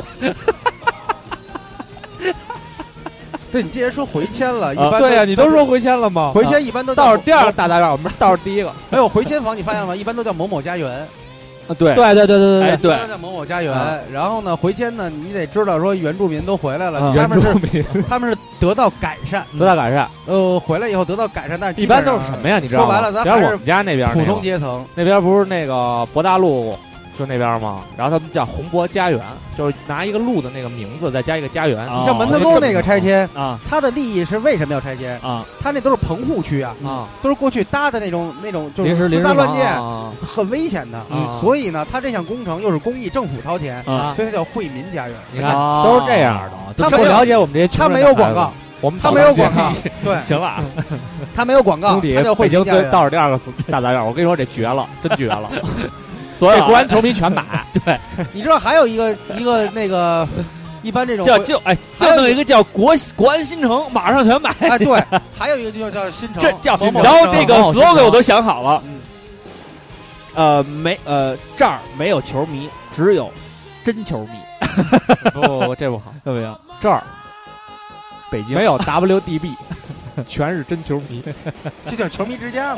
对，你既然说回迁了，一般、 啊、对呀、啊，你都说回迁了吗？ 回迁一般都倒数第二个大杂院，我们倒数第一个。 没有回迁房，你发现了吗？一般都叫某某家园。 啊，对对对对对对， 哎对， 叫某某家园、啊。然后呢，回迁呢，你得知道说原住民都回来了， 啊、 他们是民他们是得到改善， 得到改善。 呃，回来以后得到改善，但一般都是什么呀？你知道吗？ 说白了，咱还是我们家那边、那个、 普通阶层， 那边不是那个博大路。就那边嘛，然后他们叫宏博家园，就是拿一个路的那个名字再加一个家园。 你、哦、像门头沟那个拆迁啊， 它的利益是为什么要拆迁啊？ 它那都是棚户区啊， 啊， 都是过去搭的那种那种就是临时私搭乱建， 啊、 很危险的。 啊、 所以呢，它这项工程又是公益，政府掏钱， 啊、 所以它叫惠民家园。 你看、啊、都是这样的， 他不了解我们这些穷人。 他没有广告， 我们他没有广告，对， 行了， 他没有广告，他叫惠民家园。 倒数第二个大杂院，我跟你说这绝了，真绝了。所以国安球迷全买， 对， 你知道还有一个一个那个，一般这种叫就哎，就弄一个叫国国安新城，马上全买。 哎，对，还有一个就叫新城， 这叫某某然后这个 slogan 我都想好了，嗯，呃，没呃这儿没有球迷，只有真球迷。 不不不，这不好， 对不对？ 这儿北京没有 W D B， 全是真球迷， 这叫球迷之家嘛。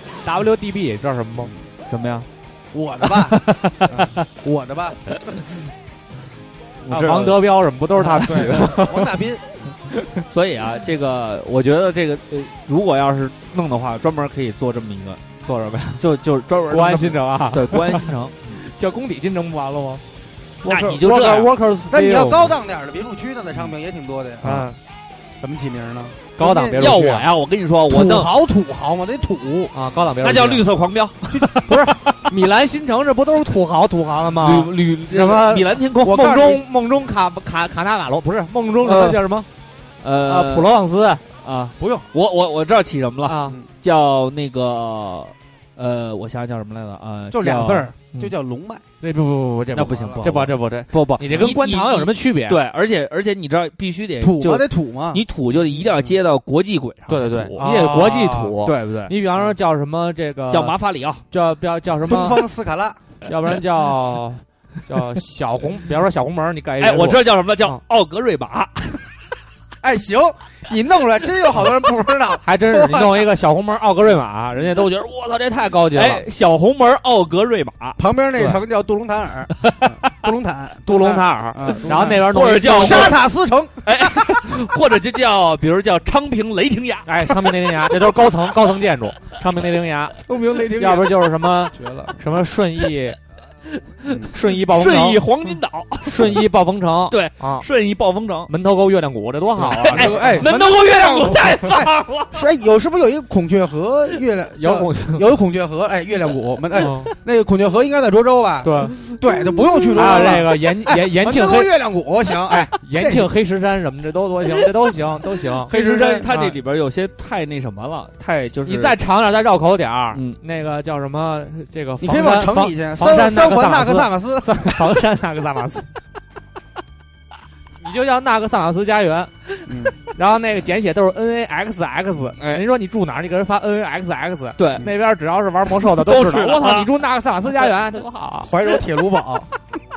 W D B 你知道什么吗？ 什么呀？ 我的吧，嗯、我的吧， 啊，王德彪什么不都是他们起的？ 王大斌。 所以啊，这个我觉得这个呃，如果要是弄的话，专门可以做这么一个， 做什么呀？ 就就专门国安新城啊， 对，国安新城叫工体新城不完了吗？ 那你就这样 ，Workers， 那你要高档点的别墅区呢，在昌平也挺多的呀。 嗯， 怎么起名呢？ 高档别墅区。 要我呀，我跟你说，我土豪土豪嘛，得土啊，高档别墅那叫绿色狂飙， 不是米兰新城，这不都是土豪土豪的吗？ 旅旅什么米兰天空， 梦中梦中卡卡卡纳瓦罗不是梦中什么叫什么？ 呃， 普罗旺斯啊， 不用， 我我我知道起什么了啊， 叫那个呃，我想想叫什么来着啊？ 就俩字儿，就叫龙脉。 对，不不不不，这那不行， 这不这不这不不， 你这跟观塘有什么区别？ 对，而且而且你知道，必须得土嘛，得土嘛， 你土就一定要接到国际轨上。 对对对，你得国际土， 对不对？ 你比方说叫什么这个叫马法里奥， 叫叫叫什么东方斯卡拉， 要不然叫叫小红，比方说小红门，你改一哎，我知道叫什么，叫奥格瑞玛。 哎，行，你弄出来，真有好多人不知道， 还真是你弄一个小红门奥格瑞玛，人家都觉得我操，这太高级了。 哎，小红门奥格瑞玛旁边那城叫杜隆坦尔，杜隆坦， 杜隆塔尔，然后那边或者叫沙塔斯城， 哎，或者就叫，比如叫昌平雷霆崖， 哎，昌平雷霆崖，这都是高层高层建筑，昌平雷霆崖， 昌平雷霆崖， 要不就是什么绝了， 什么顺义。顺义暴风城， 顺义黄金岛， 顺义暴风城， 对啊， 顺义暴风城， 门头沟月亮谷，这多好啊！ 哎哎， 门头沟月亮谷太棒了！ 是哎，有是不是有一个孔雀河月亮？ 有孔有一孔雀河，哎，月亮谷，门哎，那个孔雀河应该在涿州吧？ 对对，就不用去涿州了。这个延延延庆黑月亮谷行，哎， 延庆黑石山什么这都多行，这都行都行。 黑石山它这里边有些太那什么了，太就是你再长点，再绕口点儿，嗯，那个叫什么？这个你可以往城里去， 房山三环纳克萨马斯。 房山纳克萨马斯，你就叫纳克萨马斯家园， 嗯， 然后那个简写都是 N A X X，哎，人说你住哪儿，你给人发 N A X X， 对， 那边只要是玩魔兽的都知道。我操，你住纳克萨马斯家园，多好啊！ 怀柔铁炉堡，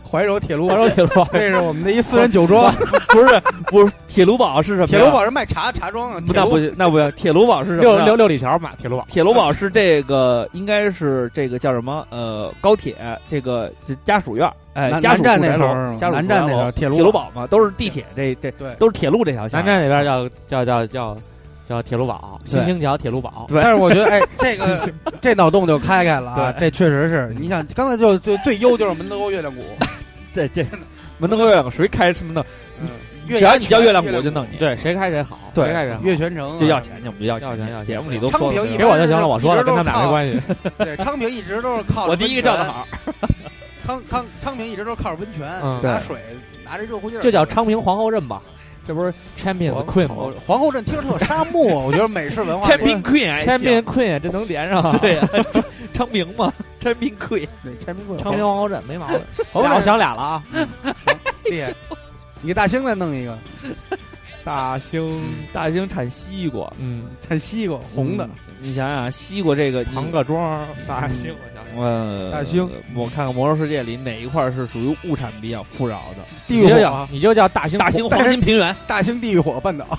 怀柔铁路， 怀柔铁路， 这是我们的一私人酒庄。 不是不是，铁炉堡是什么？ 铁炉堡是卖茶茶庄啊。 那不行，那不行。铁炉堡是什么？ 六六六里桥买铁炉堡。 铁炉堡是这个，应该是这个叫什么？呃，高铁这个家属院，哎，家属南站那头， 家属南站那头铁铁炉堡嘛，都是地铁这这对， 都是铁路这条线。 南站那边叫叫叫叫叫铁路堡，新兴桥铁路堡。 对， 但是我觉得，哎，这个这脑洞就开开了啊！这确实是，你想刚才就最最优就是门头沟月亮谷， 对这门头沟月亮谷谁开什么的？ 嗯， 只要你叫月亮谷就弄你， 对，谁开谁好， 对， 谁开谁好， 月全城就要钱去，我们就要要钱要钱。 节目里都说了， 给我就行了，我说了，跟他们俩没关系。 对，昌平一直都是靠我第一个叫的好， 康康昌平一直都是靠着温泉， 嗯， 拿水，拿这热乎劲儿， 就叫昌平皇后镇吧。这不是 Champions Queen 吗？ 皇后镇听着特沙漠，我觉得美式文化。 Champion Queen，Champion Queen 这能连上？ 对呀，昌平嘛 ，Champion Queen， Champion Queen， 昌平皇后镇没毛病。 我想俩了啊， 厉害！你给大兴再弄一个。 大兴大兴产西瓜， 嗯，产西瓜红的。 嗯、你想想，西瓜这个唐各庄大兴，我想想， 呃， 大兴， 我看看《魔兽世界》里哪一块是属于物产比较富饶的？ 地狱火， 你就叫大兴大兴黄金平原， 大兴地狱火半岛，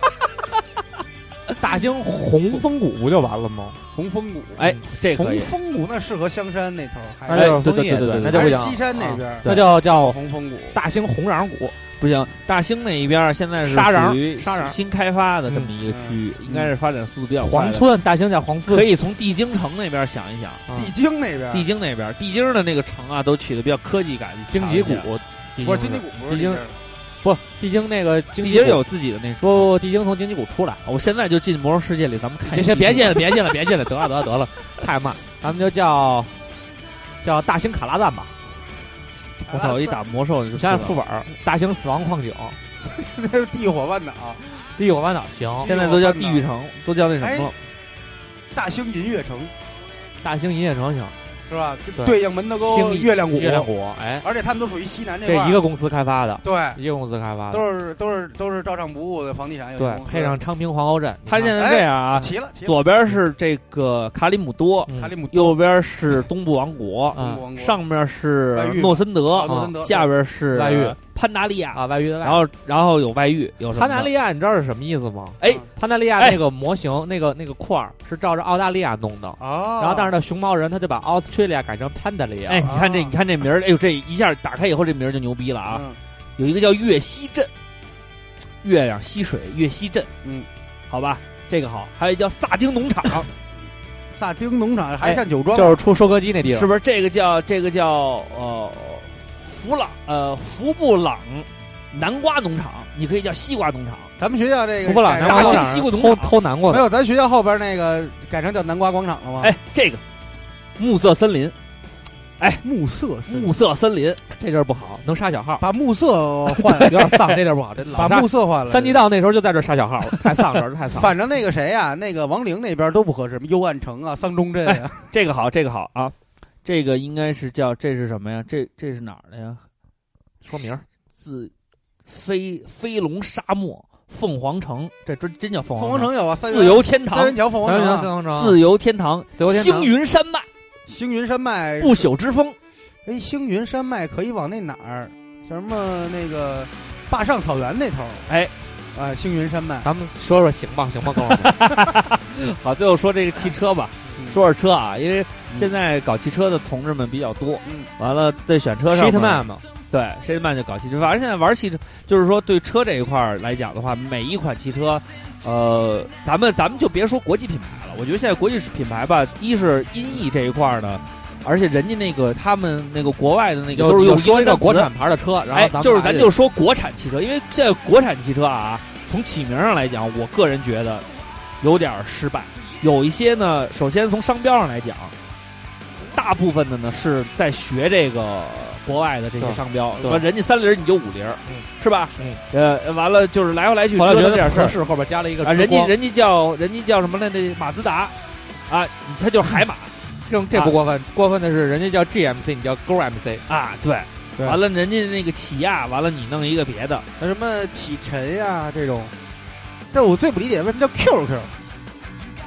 大兴红枫谷不就完了吗？ 红枫谷， 哎，这可以。 红枫谷那适合香山那头， 哎，对对对对对，那就不行。 西山那边， 那叫叫红枫谷， 大兴红瓤谷。 不行，大兴那一边现在是属于新开发的这么一个区域，应该是发展速度比较快。 黄村，大兴叫黄村， 可以从地京城那边想一想。 地京那边， 地京那边，地京的那个城啊，都取得比较科技感。 荆棘谷， 不是荆棘谷， 地京，不，地京那个荆棘有自己的那不，地京从荆棘谷出来。 我现在就进魔兽世界里，咱们看。 行行，别进了，别进了，别进了，得了得了得了，太慢，咱们就叫叫大兴卡拉赞吧。 我操！一打魔兽， 想想副本儿，大兴死亡矿井， 那是地狱火半岛， 地狱火半岛行， 现在都叫地狱城，都叫那什么了？ 大兴银月城， 大兴银月城行。 是吧？对应门头沟月亮谷， 月亮谷，哎， 而且他们都属于西南这块， 这一个公司开发的， 对， 一个公司开发的， 都是都是都是照常不误的房地产。 对，配上昌平皇后镇， 它现在这样啊， 齐了， 左边是这个卡里姆多， 卡里姆， 右边是东部王国，上面是诺森德，下边是外域潘达利亚啊，外域的外， 然后然后有外域，有潘达利亚，你知道是什么意思吗？ 哎， 潘达利亚那个模型，那个那个块儿是照着澳大利亚弄的啊， 然后但是那熊猫人他就把 Australia 改成潘达利亚。 哎，你看这，你看这名儿，哎呦，这一下打开以后，这名儿就牛逼了啊！ 嗯、 有一个叫月溪镇，月亮溪水月溪镇， 嗯， 好吧，这个好。还有一叫萨丁农场， 萨丁农场还像酒庄、啊哎，就是出收割机那地方， 是不是？这个叫这个叫呃福朗呃福布朗南瓜农场，你可以叫西瓜农场。 咱们学校这个福布朗南瓜大兴西瓜农场偷偷南瓜没有，咱学校后边那个改成叫南瓜广场了吗？ 哎，这个暮色森林。哎， 暮色暮色森林这地儿不好，能杀小号。 把暮色换了， 有点丧，这地儿不好。这把暮色换了。 三级道那时候就在这杀小号，太丧了，太丧。 反正那个谁呀、啊，那个王陵那边都不合适，什么幽暗城啊、桑中镇啊、 哎。这个好，这个好啊，这个应该是叫这是什么呀？这这是哪儿的呀？ 说明自飞飞龙沙漠。凤凰城，这真真叫凤凰城。凤凰城有啊， 自由天堂， 三元桥凤凰城、 啊， 自由天堂，星云山脉， 星云山脉， 不朽之风。 哎，星云山脉可以往那哪儿？像什么那个坝上草原那头？ 哎， 啊，星云山脉， 咱们说说行吧，行吧，哥们。 好，最后说这个汽车吧，说说车啊，因为现在搞汽车的同志们比较多， 嗯， 完了在选车上 ，Shitman 嘛。 对，谁慢就搞汽车。反正现在玩汽车，就是说对车这一块儿来讲的话，每一款汽车，呃，咱们咱们就别说国际品牌了。我觉得现在国际品牌吧，一是音译这一块儿呢，而且人家那个他们那个国外的那个都是用说一个国产牌的车，然后哎，就是咱就说国产汽车，因为现在国产汽车啊，从起名上来讲，我个人觉得有点失败。有一些呢，首先从商标上来讲，大部分的呢是在学这个。国外的这些商标，说人家三菱你就五菱， 嗯、 是吧？ 嗯， 呃，完了就是来回来去折腾点事儿， 是后边加了一个啊，人家人家叫人家叫什么来着？马自达啊，他就是海马， 这这不过分，啊、过分的是人家叫 G M C， 你叫 Go M C 啊，对，对完了人家那个起亚，完了你弄一个别的， 那什么启辰呀这种，但我最不理解为什么叫 Q Q。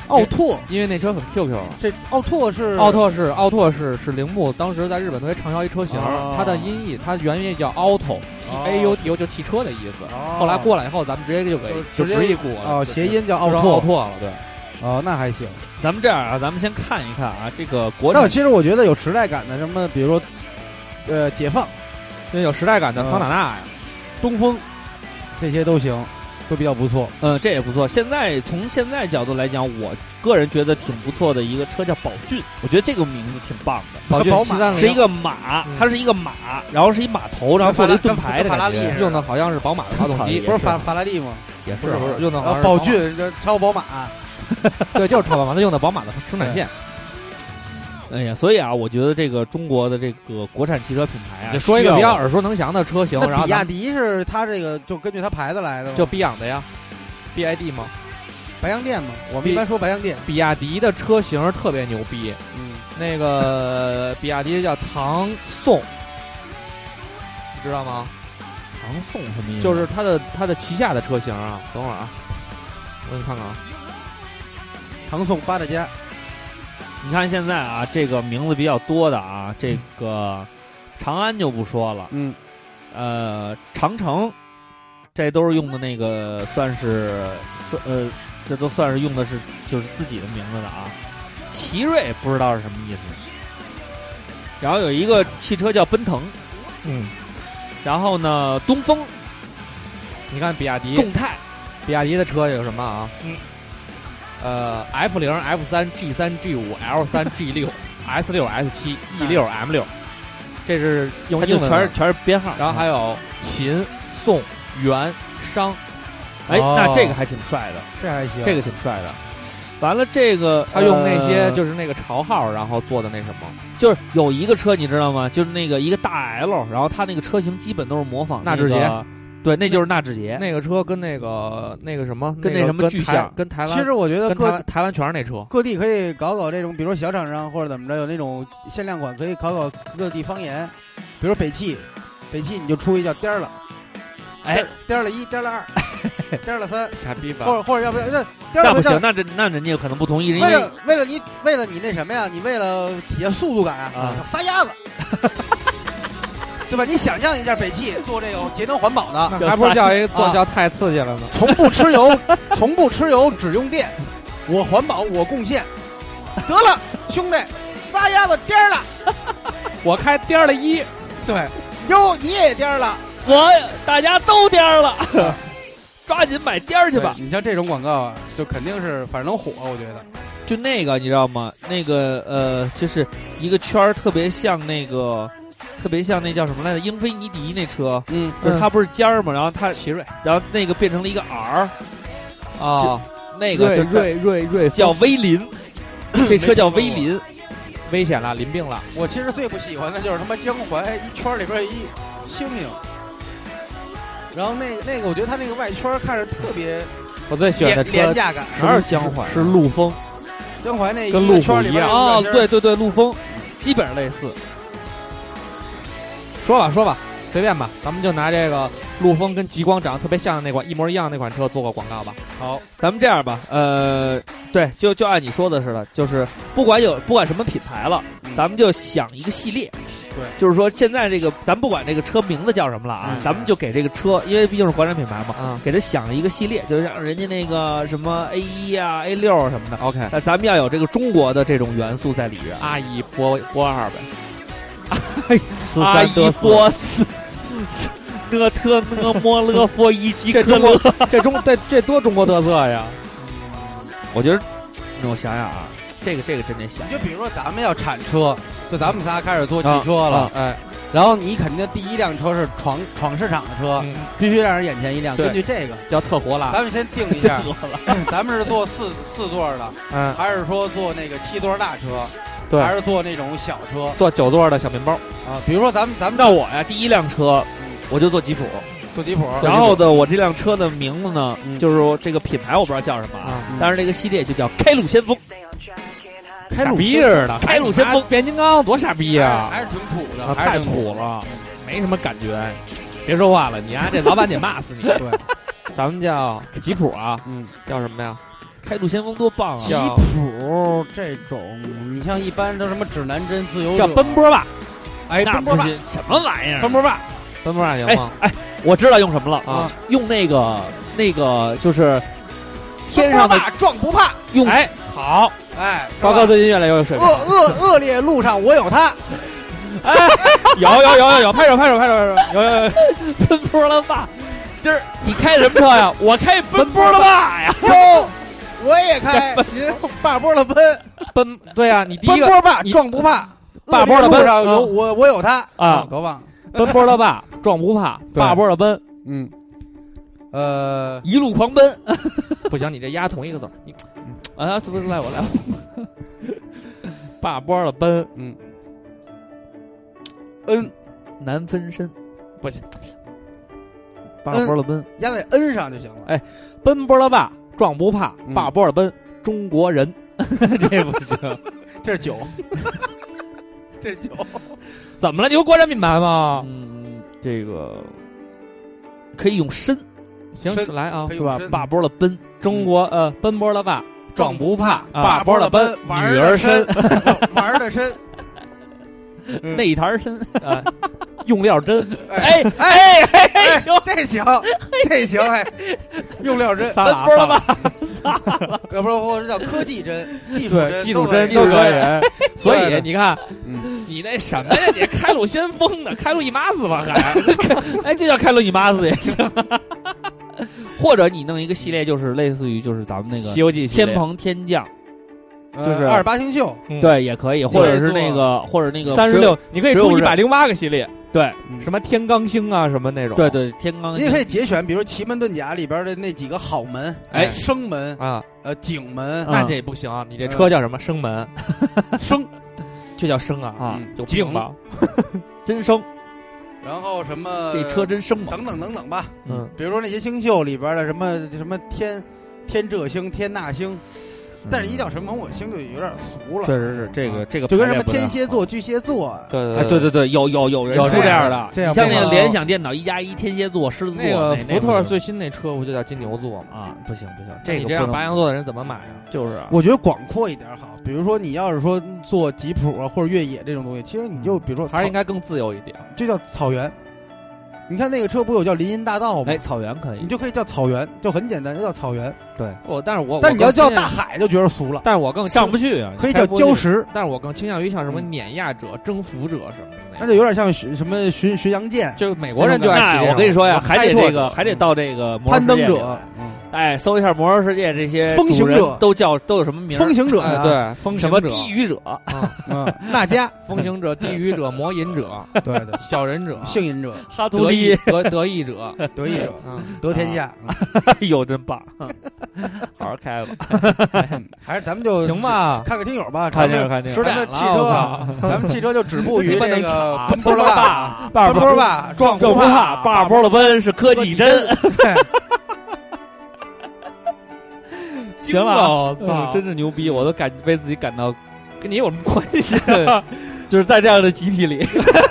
奥拓， 因为那车很 Q Q 了。 这奥拓是奥拓是奥拓是是铃木当时在日本特别畅销一车型， 哦、 它的音译它原意叫 Auto，A U T O 就汽车的意思。 哦、 后来过来以后，咱们直接就给就直译过哦，谐音叫奥拓奥拓了，对。 哦，那还行。 咱们这样啊，咱们先看一看啊，这个国产。 那其实我觉得有时代感的什么，比如说，呃，解放， 因为有时代感的桑塔纳呀、 嗯、东风，这些都行。都比较不错， 嗯，这也不错。现在从现在角度来讲，我个人觉得挺不错的一个车叫宝骏，我觉得这个名字挺棒的。 宝骏七三零是一个马，它是一个马，然后是一马头，然后做了一盾牌的法拉利， 用的好像是宝马的发动机， 不是法法拉利吗？ 也是不是用的好像宝骏这超宝马， 对，就是超宝马，它用的宝马的生产线。 哎呀，所以啊，我觉得这个中国的这个国产汽车品牌啊， 就说一个比较耳熟能详的车型，然后比亚迪是它这个就根据它牌子来的吗？ 就比亚迪呀 ，B I D 吗？ 白洋淀嘛，我们一般说白洋淀。 比亚迪的车型特别牛逼， 嗯， 那个比亚迪叫唐宋，你知道吗？ 唐宋什么意思？ 就是它的它的旗下的车型啊。等会儿啊，我给你看看啊， 唐宋八大家。 你看现在啊，这个名字比较多的啊，这个长安就不说了， 嗯， 呃，长城，这都是用的那个算是算呃，这都算是用的是就是自己的名字的啊。奇瑞不知道是什么意思。然后有一个汽车叫奔腾， 嗯， 然后呢，东风， 你看比亚迪， 众泰， 比亚迪的车有什么啊？ 嗯。 呃 ，F 零、F 三、G 三、G 五、L 三、G 六、S 六、S 七、E 六、M 六，这是用英文， 全是全是编号。 然后还有秦、宋、元、商， 哎， 哦、 那这个还挺帅的， 这还行， 这个挺帅的。完了，这个他用那些就是那个潮号，然后做的那什么， 就是有一个车你知道吗？就是那个一个大 L， 然后它那个车型基本都是模仿纳智捷。 对，那就是纳智捷。 那个车跟那个那个什么， 跟那什么巨像， 跟台湾。 其实我觉得跟台湾台湾全是那车， 各地可以搞搞这种，比如说小厂商或者怎么着，有那种限量款，可以搞搞各地方言。比如北汽，北汽你就出一叫颠儿了， 哎， 颠儿了一，颠儿了二，颠儿了三， 傻逼吧？ 或者或者要不要那颠儿那不行，那这那人家可能不同意。因为了为了你为了你那什么呀？你为了体现速度感啊，叫撒丫子。对吧？你想象一下，北汽做这种节能环保的， 还不是叫一做叫太刺激了呢？ 从不吃油，从不吃油，只用电，我环保，我贡献。得了，兄弟，撒丫子颠了， 我开颠了一， 对，哟，你也颠了， 我大家都颠了，抓紧买颠去吧。 你像这种广告啊，就肯定是反正能火，我觉得。 就那个你知道吗？那个呃，就是一个圈儿，特别像那个。特别像那叫什么来着？英菲尼迪那车， 嗯， 就是它不是尖儿嘛，然后它奇瑞， 然后那个变成了一个 R， 啊， 那个就瑞瑞瑞叫威林，这车叫威林， 危险了，淋病了。 我其实最不喜欢的就是他妈江淮一圈里边一星星，然后那个那个，我觉得它那个外圈看着特别， 我最喜欢的车廉价感， 哪是江淮？ 是陆风， 江淮那跟路虎一样啊，对对对，陆风基本上类似。 说吧说吧，随便吧，咱们就拿这个陆风跟极光长得特别像的那款一模一样那款车做个广告吧。 好， 咱们这样吧，呃，对，就就按你说的似的，就是不管有不管什么品牌了， 嗯、 咱们就想一个系列。 对， 就是说现在这个咱不管这个车名字叫什么了啊， 嗯、 咱们就给这个车，因为毕竟是国产品牌嘛， 嗯、 给它想一个系列，就像人家那个什么 A 一啊、A 六什么的。 OK， 那咱们要有这个中国的这种元素在里边。 阿一波波二呗。 阿依波斯，讷特讷莫勒佛伊基克勒， 这中这这多中国特色呀！ 我觉得，我想想啊，这个这个真得想。 就比如说咱们要产车，就咱们仨开始做汽车了， 啊啊、 哎，然后你肯定第一辆车是闯闯市场的车， 嗯、 必须让人眼前一亮。根据这个叫特活拉， 咱们先定一下，咱们是坐四四座的， 嗯， 还是说坐那个七座大车？ 对， 还是坐那种小车， 坐九座的小面包啊。比如说咱们咱们让我呀，第一辆车，我就坐吉普， 坐吉普。 然后呢，我这辆车的名字呢， 嗯、 就是说这个品牌我不知道叫什么啊，嗯、但是这个系列就叫开路先锋。 开路逼似的， 开路先锋， 变形金刚多傻逼啊！ 还是挺土的， 啊、太土了，没什么感觉。别说话了，你丫、啊、这老板得骂死你。 对， 咱们叫吉普啊， 嗯， 叫什么呀？ 开路先锋多棒啊！ 吉普这种，你像一般都什么指南针、自由者叫奔波霸， 哎， 那奔波霸， 不是什么玩意儿？ 奔波霸， 奔波霸行吗？ 哎，我知道用什么了啊？ 用那个那个就是天上的奔波霸撞不怕， 用哎，好， 哎， 高高最近越来越有水平恶。恶恶劣路上我有他， 哎，有有有有有，拍手拍手拍手拍手，有有有， 奔波了吧？今儿你开什么车呀？我开奔波了吧呀！ 哟，我也开，您霸波了奔， 奔，对啊，你第一个奔波霸你撞不怕， 霸波了奔恶劣路上有嗯我我有他啊多棒！ 奔波了霸，撞不怕， 对霸波了奔， 嗯，呃， 一路狂奔， 不行，你这压同一个字儿，你啊，不是赖我赖我，霸波了奔， 嗯， 恩难分身， 不行， 霸波了奔， 压在 N 上就行了。 哎奔波了霸，撞不怕， 嗯霸波了奔，中国人，这不行， 这是酒，这是酒。 怎么了？你不国产品牌吗？ 嗯，这个可以用身行身， 来啊可，以是吧用？身霸波了奔， 中国呃，奔波了霸， 撞不怕， 啊霸波了奔，玩女儿身， 玩的身。 内摊身， 啊，用料真， 哎哎哎哎哎，这行，这行，哎，用料针， 撒拉奔波了吧？ 要不然或者叫科技针、技术对， 针、 基础都可以真都可以。所对对以你看， 嗯， 你那什么呀？你开路先锋的，开路一妈子吧，还哎，这叫开路你妈子也行。或者你弄一个系列，就是类似于就是咱们那 《西个游记》系列天蓬天降， 就是二十八星宿， 嗯对，也可以，或者是那个，或者那个三十六，你可以出一百零八个系列， 对什么天罡星啊，什么那种， 对对，天罡你也可以节选，比如奇门遁甲里边的那几个好门， 哎生门、 啊， 呃景门、 嗯那这不行啊，你这车叫什么？生门， 生， 就叫生啊啊嗯有病吧？ 真生， 然后什么这车真生猛， 等等等等吧。 嗯， 比如说那些星宿里边的什么什么天天这星、天那星，但是一到什么某某星就有点俗了， 确实是这个这个就跟什么排列不太天蝎座、巨蟹座， 对哎，对对对，有有有人有出这样的， 这样你像那个不好联想电脑一加一天蝎座、狮子座那个那福特那最新那车不就叫金牛座吗？ 啊，不行不行， 这你这样这个不能白羊座的人怎么买啊？ 就是啊， 我觉得广阔一点好。比如说你要是说做吉普啊或者越野这种东西，其实你就比如说还是应该更自由一点。 就叫草原。你看那个车不有叫林荫大道吗？ 哎，草原可以你，就可以叫草原，就很简单，就叫草原。 对， 我但是我但是你要叫大海， 海就觉得俗了， 但是我更上不去啊， 可以叫礁石， 但是我更倾向于像什么嗯碾压者、征服者什么的那种， 那就有点像巡什么巡巡洋舰、 就美国人就爱骑这种。 那我跟你说呀，还得开拓者这个，还得到这个魔兽攀登世界里者、嗯哎，搜一下魔兽世界这些风行主人者都叫都有什么名儿？ 风行者哎， 呀， 对，风什么行者、 地狱者？ 啊， 嗯，纳迦， 风行者、地狱者、魔隐者、 对对， 小忍者、 幸运者、 哈图利得意，得得意者， 得意者、 嗯， 得天下， 哎呦，真棒！好好开吧。 嗯还是咱们就行吧？ 看个听友吧， 看见咱们看见， 咱们汽车啊，咱们汽车就止步于鸡巴能这个插奔波了吧，奔波吧，撞这不怕，霸波了奔是科技针。 行了， 了我操， 真是牛逼！我都感为自己感到， 跟你有什么关系？ 就是在这样的集体里，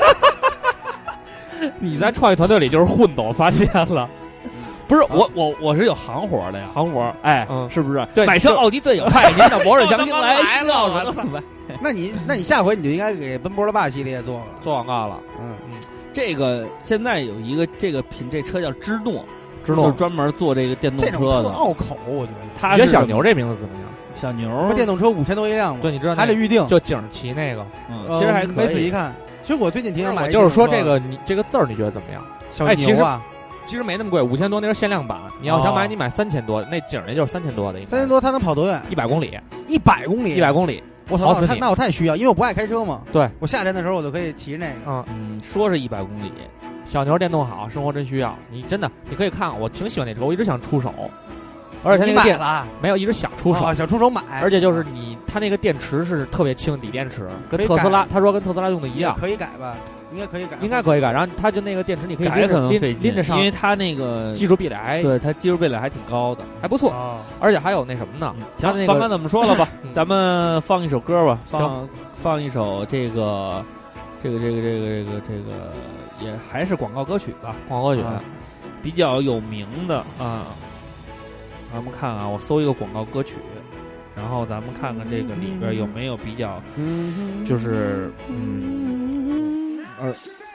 你在创业团队里就是混的，我发现了。 不是我我我是有行活的呀， 行活， 哎， 嗯是不是？ 对就买车奥迪最有派，您到博士详情来来了了， 我操那你那你下回你就应该给奔波了吧系列做了， 做广告了， 嗯这个现在有一个这个品，这车叫芝诺， 知就是专门做这个电动这种特车的。 拗口，我觉得。 你觉得他是小牛这名字怎么样？ 小牛不，电动车五千多一辆嘛， 对，你知道那还得预定， 就景儿骑那个。 嗯， 呃其实还可以。 没仔细看。其实我最近挺想买我一电动车， 就是说这个你这个字儿你觉得怎么样？ 小哎其实牛啊， 其实没那么贵，五千多那是限量版。你要想买， 哦你买三千多，那景儿那就是三千多的， 三千多，它能跑多远？ 一百公里， 一百公里， 一百公里。 我操， 跑死你那我太那我太需要，因为我不爱开车嘛。 对， 我夏天的时候我就可以骑着那个。 嗯， 嗯，说是一百公里， 小牛电动好，生活真需要。你真的，你可以看，我挺喜欢那车，我一直想出手，而且它你那个电买了， 没有一直想出手， 哦想出手买， 而且就是你，它那个电池是特别轻，锂电池，跟可以特斯拉， 改他说跟特斯拉用的一样， 可以改吧？应该可以改， 应该可以改。然后它就那个电池，你可以改拎着拎可能费劲， 拎着上， 因为它那个技术壁垒还对它技术壁垒还挺高的。 还不错， 哦而且还有那什么呢？它那甭管个怎么说了吧嗯， 咱们放一首歌吧， 行放放一首这个这个这个这个这个这个也还是广告歌曲吧， 广告曲， 啊比较有名的啊， 咱们看啊，我搜一个广告歌曲，然后咱们看看这个里边有没有比较，就是嗯，呃，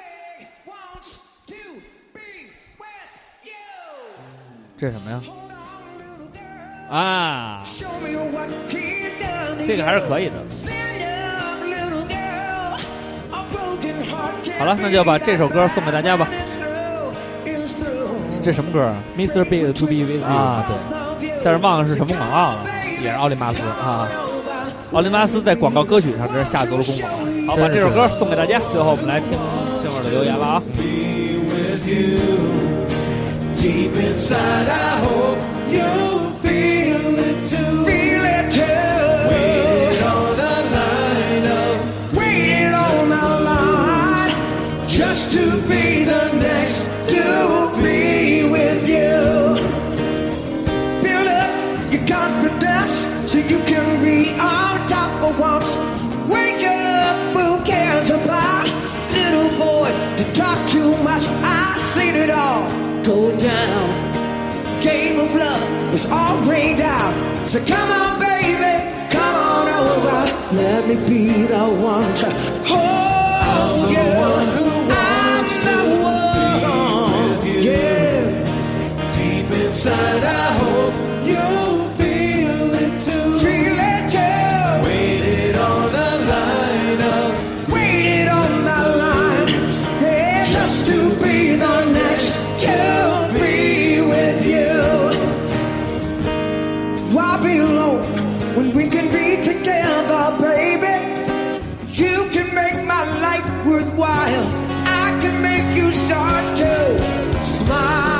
这是什么呀？啊，这个还是可以的。好了，那就把这首歌送给大家吧。这什么歌 ？Mister Big to be with you 啊，对，但是忘了是什么广告了， 也是奥林巴斯啊。 奥林巴斯在广告歌曲上真是下足了功夫。好，把这首歌送给大家。最后我们来听听会儿的留言了啊。 Deep inside, I hope you feel it too. Feel it too. Waited on the line up. Waited on the line just to be the next to be with you. Build up your confidence so you can be on top for once. Wake up, who cares about little boys that talk too much? I've seen it all go down. Game of love was all rained out. So come on, baby, come on over. Let me be the one to hold you. I'm the one, yeah. Deep inside, I hope you feel it too. Feel it too. Waited on the line up. Waited on the line, yeah, just to be the next to be with you. Why be alone when we can be together, baby? You can make my life worthwhile. I can make you start to smile.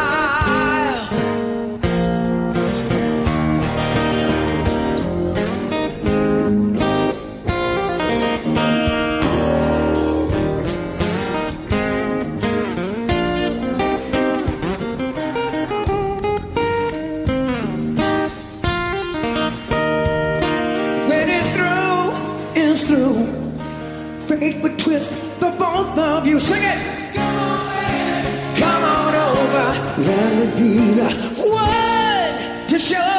Through fate would twist the both of you. Sing it. Come on over. Let me be the one to show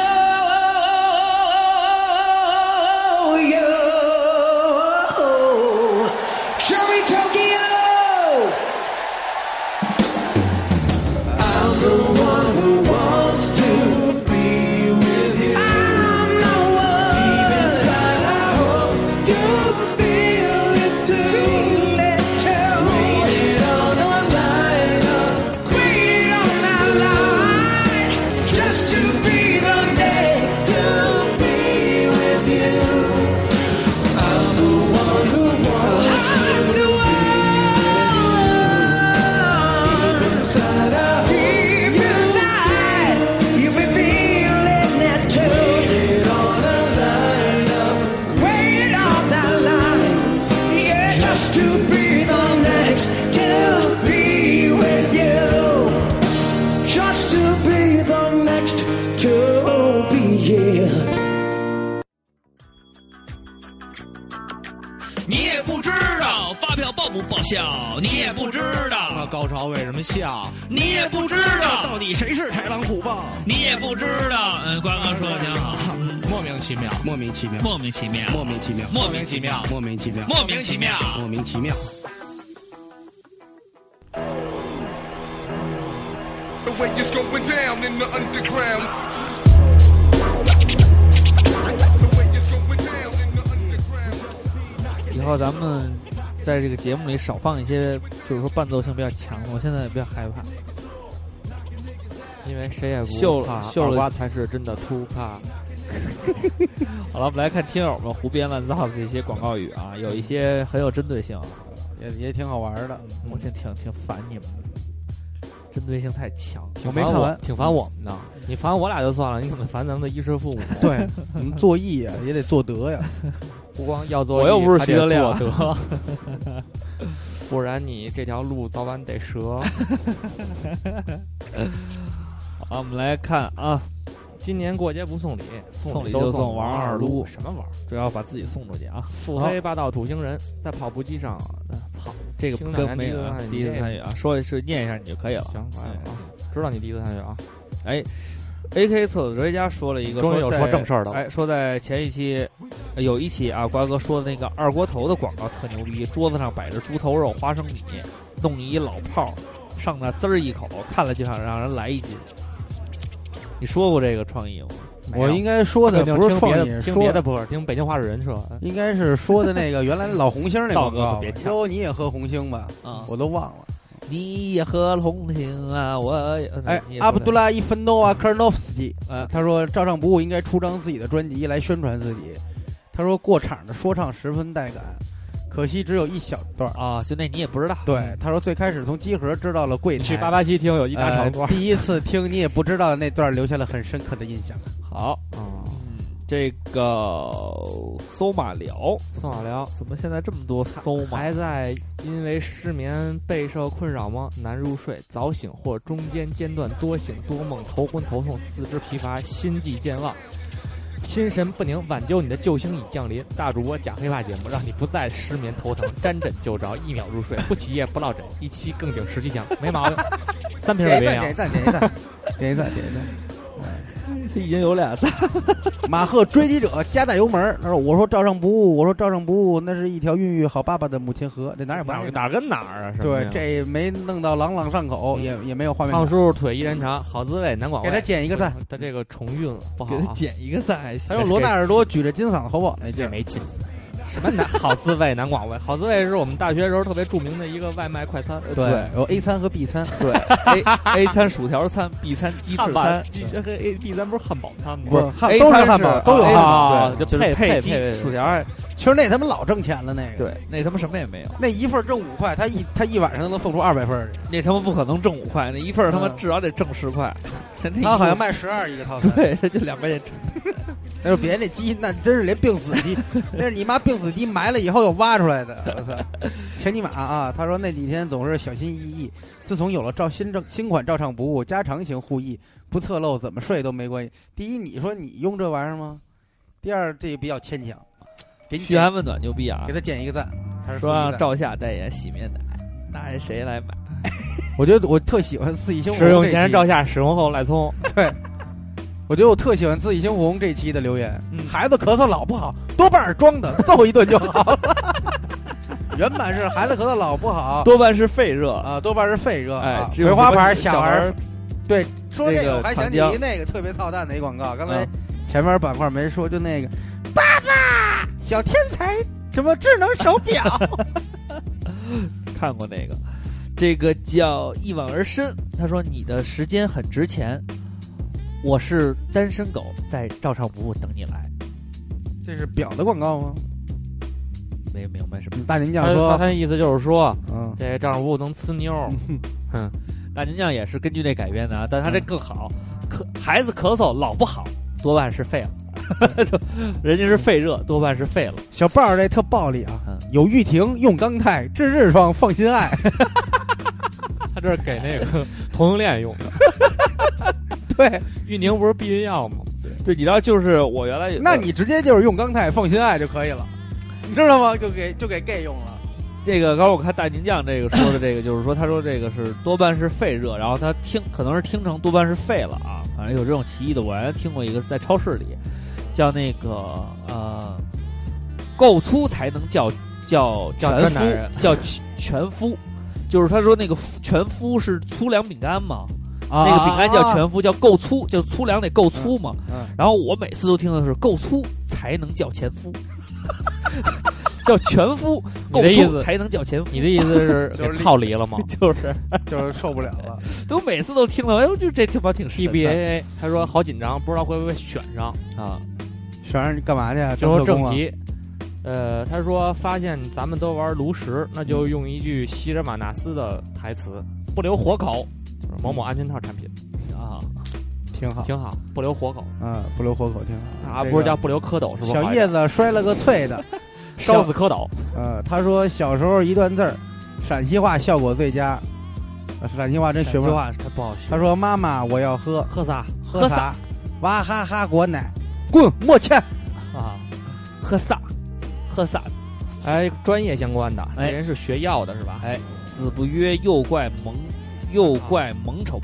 you. Show me Tokyo. I'm the one who wants to be with you. I'm the one. Deep inside, I hope you feel it too. Feel it too. Waited on the line up. Waited on the line just to be the next to be with you. I'm the one who wants I'm to the one. Deep inside, I deep inside, you've been feeling it too. Waited on the line up. Waited on the line, yeah, just to be the next to be with you. Just to be the next to be, yeah. 你也不知道发票报不报销，你也不知道高潮为什么笑？ 你也不知道到底谁是豺狼虎豹？ 你也不知道。嗯，瓜哥说的挺好， 莫名其妙，莫名其妙， 莫名其妙， 莫名其妙， 莫名其妙， 莫名其妙， 莫名其妙， 莫名其妙。 The way it's going down in the underground. The way it's going down in the underground. 以后咱们在这个节目里少放一些，就是说伴奏性比较强的，我现在也比较害怕。 因为谁也不秀怕， 秀了二瓜才是真的突怕。 好了，我们来看听友们胡编乱造的这些广告语啊，有一些很有针对性， 也也挺好玩的。 我现在挺挺烦你们的，针对性太强。 我没看完， 挺烦我们的。你烦我俩就算了，你怎么烦咱们的衣食父母？ 对，我们做义啊，也得做德呀。 不光要做义， 我又不是徐德亮做德，不然你这条路早晚得折。 好，我们来看啊， 今年过节不送礼， 送礼就送王二撸， 什么玩意儿？ 主要把自己送出去啊！ 腹黑霸道土星人在跑步机上，操， 这个跟没有第一次参与啊，说是念一下你就可以了。 行，哎，知道你第一次参与啊。 哎， A K 厕所哲学家说了一个， 终于有说正事儿的了。 哎，说在前一期有一期啊，瓜哥说的那个二锅头的广告特牛逼，桌子上摆着猪头肉、花生米，弄一老炮，上那滋儿一口，看了就想让人来一斤。你说过这个创意吗？ 我应该说的不是创意， 听别的播，听北京话事人说， 应该是说的那个原来老红星那广告。 别呛， 哟，你也喝红星吧？ 啊， 我都忘了。 你也喝了红星啊，我也哎，阿卜杜拉伊芬诺瓦科尔诺夫斯基， 啊， 他说照唱不误应该出张自己的专辑来宣传自己。他说过场的说唱十分带感，可惜只有一小段啊，就那你也不知道。 对，他说最开始从集合知道了柜台， 去八八七听有一大长段、 呃，第一次听你也不知道的那段留下了很深刻的印象。 好，嗯，这个搜马聊， 搜马聊， 怎么现在这么多搜马？ 还在因为失眠备受困扰吗？难入睡，早醒或中间间断多醒多梦，头昏头痛，四肢疲乏，心悸健忘。心神不宁，挽救你的救星已降临。大主播假黑怕节目，让你不再失眠头疼，沾枕就着，一秒入睡，不起夜不落枕，一期更顶十七强，没毛病。三瓶水点赞点赞点赞点赞点赞。 已经有俩赞。 马赫追击者加大油门，他说：“我说照上不误，我说照上不误，那是一条孕育好爸爸的母亲河，这哪儿也不哪哪儿跟哪儿啊？ 对，这没弄到朗朗上口，嗯、也也没有画面。 胖叔叔腿依然长，好滋味难广味。 给他减一个赞， 他这个重运了，不好、啊， 给他减一个赞还行。 还有罗纳尔多举着金嗓子喉宝那劲儿没劲。”什么难好滋味难广味？好滋味是我们大学时候特别著名的一个外卖快餐。 对，有 A 餐和 B 餐。 对 ，A A 餐薯条餐 ，B 餐鸡翅餐。 这和 A B 餐不是汉堡餐吗？ 不都是汉堡，都有汉堡， 就配配鸡薯条。 其实那他妈老挣钱了，那个。 对，那他妈什么也没有。 那一份挣五块，他一他一晚上能送出二百份去。 那他妈不可能挣五块，那一份他妈至少得挣十块。 他好像卖十二一个套餐。 对，他就两块钱。 那就别那鸡，那真是连病死鸡，那是你妈病死鸡埋了以后又挖出来的。我操，前尼玛啊！他说那几天总是小心翼翼，自从有了照新正新款照唱不误加长型护翼，不侧漏怎么睡都没关系。第一，你说你用这玩意儿吗？第二，这也比较牵强。给你嘘寒问暖牛逼啊！ 给他减一个赞。他说让赵夏代言洗面奶，那谁来买？ 我觉得我特喜欢四季星红。 使用前赵夏，使用后赖葱。 对。我觉得我特喜欢自己星红这期的留言，嗯、孩子咳嗽老不好，多半是装的，揍一顿就好了。原版是孩子咳嗽老不好， 多半是肺热啊，多半是肺热。 哎， 葵花牌小孩，对，说这个我还想起那个特别操蛋的一广告，刚才前面板块没说，就那个爸爸小天才什么智能手表， 看过那个，这个叫一往而深，他说你的时间很值钱。我是单身狗，在照唱不误等你来。 这是表的广告吗？ 没明白什么。 大宁酱说， 他的意思就是说， 嗯， 这照唱不误能呲妞。 哼，大宁酱也是根据这改编的啊，但他这更好。咳，孩子咳嗽老不好，多半是肺了。人家是肺热，多半是肺了。 小豹这特暴力啊！嗯、有玉婷用钢钛治痔疮，放心爱。 他这是给那个同性恋用的。 对， 玉宁不是避孕药吗？ 对，你知道，就是我原来， 那你直接就是用钢钛放心爱就可以了，你知道吗？就给就给 gay 用了。 这个刚才我看大宁酱这个说的这个，就是说他说这个是多半是肺热，然后他听可能是听成多半是肺了啊，反正有这种歧义的。我原来听过一个在超市里，叫那个呃，够粗才能叫叫全夫，叫全夫，就是他说那个全夫是粗粮饼干嘛。 啊、 那个饼干叫全夫，叫够粗，就粗粮得够粗嘛。 嗯嗯、 然后我每次都听的是够粗才能叫前夫，叫全夫，够粗才能叫前夫。 你的意思是给套离了吗？ 就是就是受不了了， 都每次都听到，哎呦，就这他妈挺 T B A A， 他说好紧张，不知道会不会选上啊？ 选上你干嘛去？ 就说正题。呃，他说发现咱们都玩炉石，那就用一句希尔马纳斯的台词：不留活口。就是某某安全套产品啊， 挺好， 挺好，不留活口， 嗯，不留活口挺好啊，不是叫不留蝌蚪是吧？ 小叶子摔了个脆的， 烧死蝌蚪。 呃，他说小时候一段字儿，陕西话效果最佳，陕西话真学不话他不好学。 他说妈妈我要喝喝啥喝啥，娃哈哈果奶，滚莫欠啊，喝啥喝啥， 哎，专业相关的，这人是学药的是吧？ 哎，子不曰又怪萌。又怪萌丑胖，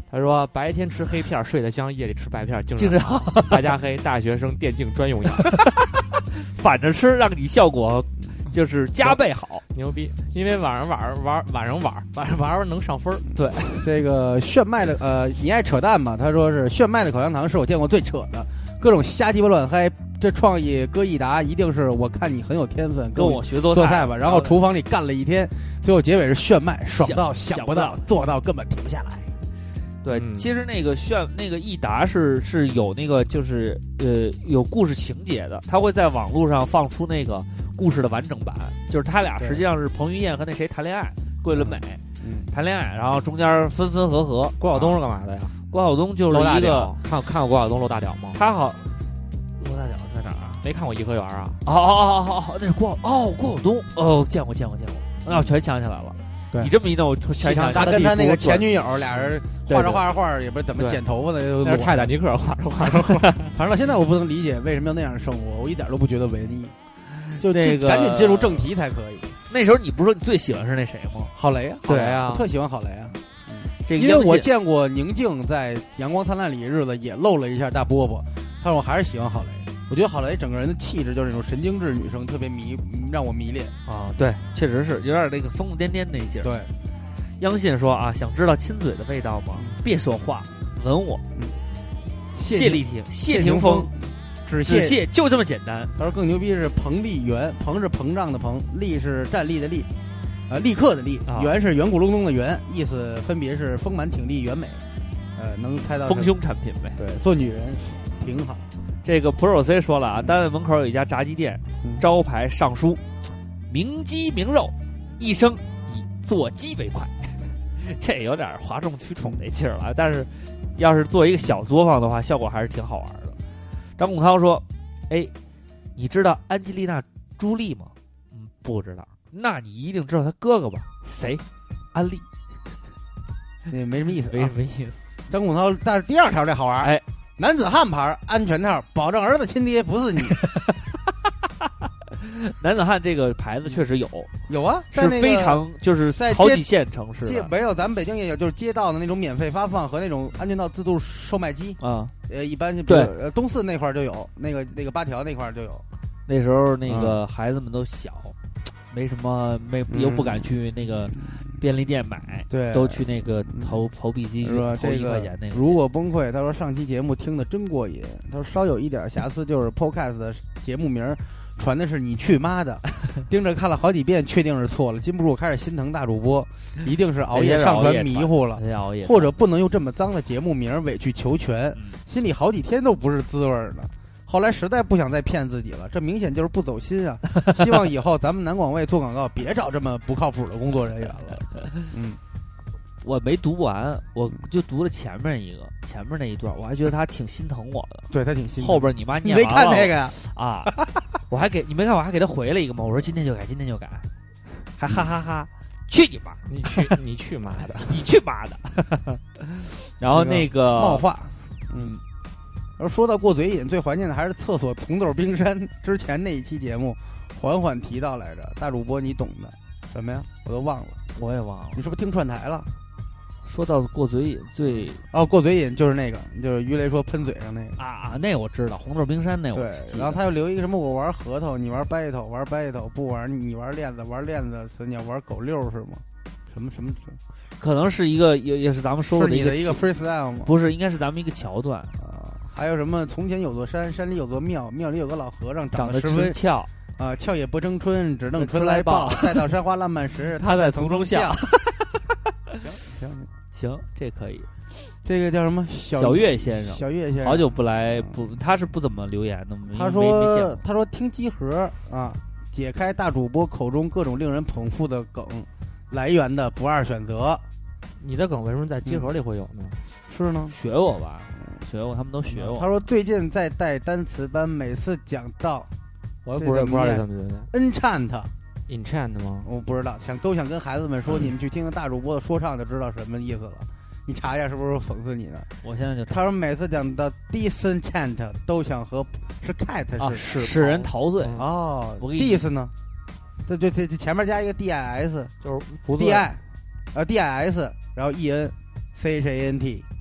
他说白天吃黑片睡得香，夜里吃白片精精神神好。大家黑，大学生电竞专用药， 反着吃，让你效果就是加倍好， 牛逼！因为晚上晚上玩晚上玩晚上玩能上分儿。 对， 这个炫迈的呃，你爱扯淡吧？他说是炫迈的口香糖是我见过最扯的，各种瞎鸡巴乱嗨。这创意搁益达一定是我看你很有天分， 跟我学做做菜吧。然后厨房里干了一天，最后结尾是炫迈，爽到想想不到，做到根本停不下来。 对， 嗯其实那个炫那个益达是是有那个就是呃有故事情节的，他会在网络上放出那个故事的完整版，就是他俩实际上是彭于晏和那谁谈恋爱，桂纶镁， 嗯， 谈恋爱，然后中间分分合合。 郭晓东是干嘛的呀？ 郭晓东就是露大一个屌，看看过郭晓东露大屌吗？ 他好，罗大屌在哪儿啊？ 没看过颐和园啊？ 哦哦哦哦哦，那是郭哦郭晓东哦，见过见过见过，那我全想起来了。 对你这么一弄，我全想起来了。 他跟他那个前女友俩人画着画着画，也不知道怎么对剪头发的， 那是泰坦尼克画着画着画。 反正到现在我不能理解为什么要那样生活，我一点都不觉得文艺。就那个赶紧进入正题才可以。 那时候你不是说你最喜欢是那谁吗？ 郝蕾啊， 对啊我特喜欢郝蕾啊。 这个因为我见见过宁静在《阳光灿烂里的日子》也露了一下大波波，但是我还是喜欢郝蕾。我觉得郝蕾整个人的气质就是那种神经质女生，特别迷，让我迷恋啊。对，确实是有点那个疯疯癫癫那劲儿。 对， 央信说啊，想知道亲嘴的味道吗？别说话，吻我。 嗯， 谢丽婷，谢霆锋， 只谢谢就这么简单。 他说更牛逼是彭丽媛，彭是膨胀的彭，丽是站立的立，呃，立刻的立， 啊圆是圆咕隆咚的圆，意思分别是丰满挺立圆美。呃，能猜到丰胸产品呗。 对，做女人挺好。 这个 Pro C 说了啊，单位门口有一家炸鸡店， 嗯、 招牌上书明鸡明肉，一生以做鸡为快。这有点哗众取宠那劲儿了，但是要是做一个小作坊的话，效果还是挺好玩的。张巩涛说：“哎，你知道安吉丽娜·朱莉吗？嗯，不知道。那你一定知道她哥哥吧？谁？安利。 那没什么意思、啊， 没什么意思。 张巩涛，但是第二条这好玩， 哎， 男子汉牌安全套，保证儿子亲爹不是你。 男子汉这个牌子确实有， 有啊， 是非常就是好几线城市的，没有，咱们北京也有，就是街道的那种免费发放和那种安全套自助售卖机啊。 呃，一般对， 呃，东四那块就有，那个那个八条那块就有。 那时候那个孩子们都小，嗯、没什么，没又不敢去那个便利店买， 对， 都去那个投投币机去投一块钱那个。 如果崩溃，他说上期节目听得真过瘾，他说稍有一点瑕疵就是 Podcast 的节目名传的是你去妈的，盯着看了好几遍，确定是错了，禁不住开始心疼大主播，一定是熬夜上传迷糊了，或者不能用这么脏的节目名委曲求全， 嗯、 心里好几天都不是滋味呢。后来实在不想再骗自己了，这明显就是不走心啊！希望以后咱们南广卫做广告别找这么不靠谱的工作人员了。嗯， 我没读完，我就读了前面一个，前面那一段，我还觉得他挺心疼我的。 对他挺心疼。 后边你妈念完了，没看那个呀？ 啊，我还给你没看，我还给他回了一个嘛。我说今天就改，今天就改，还哈哈哈，去你妈！ 你去你去妈的， 你去妈的！然后那个冒话，嗯。而说到过嘴瘾，最怀念的还是厕所红豆冰山之前那一期节目，缓缓提到来着。大主播你懂的，什么呀？我都忘了， 我也忘了。 你是不是听串台了？ 说到过嘴瘾最哦，过嘴瘾就是那个，就是于雷说喷嘴上那个啊啊，那我知道，红豆冰山那我对。然后他又留一个什么？我玩核桃，你玩 battle， 玩 battle 不玩，你玩链子，玩链子，你要玩狗六是吗？什么什么？ 可能是一个也也是咱们说的一个一个 freestyle 吗？ 不是，应该是咱们一个桥段啊。还有什么？从前有座山，山里有座庙，庙里有个老和尚， 长得十分俏啊，俏也不争春，只弄春来报。待到山花烂漫时，他在丛中笑。行行行，这可以。 这个叫什么？小小岳先生， 小岳先生， 好久不来，不，他是不怎么留言的。 他说，他说听集合啊，解开大主播口中各种令人捧腹的梗来源的不二选择。 你的梗为什么在集合里会有呢？ 嗯、是呢， 学我吧。学过，他们都学过。 他说最近在带单词班，每次讲到， 我也不是不知道这怎么读的。 enchant enchant 吗？ 我不知道，想都想跟孩子们说，嗯、你们去听听大主播的说唱就知道什么意思了。你查一下是不是讽刺你呢？ 我现在就他说每次讲到 disenchant 都想和是 cat 是、 啊、使使人陶醉哦。 我给你 dis 呢？这这这前面加一个 dis 就是不 di 啊 dis， 然后 en c h a n t。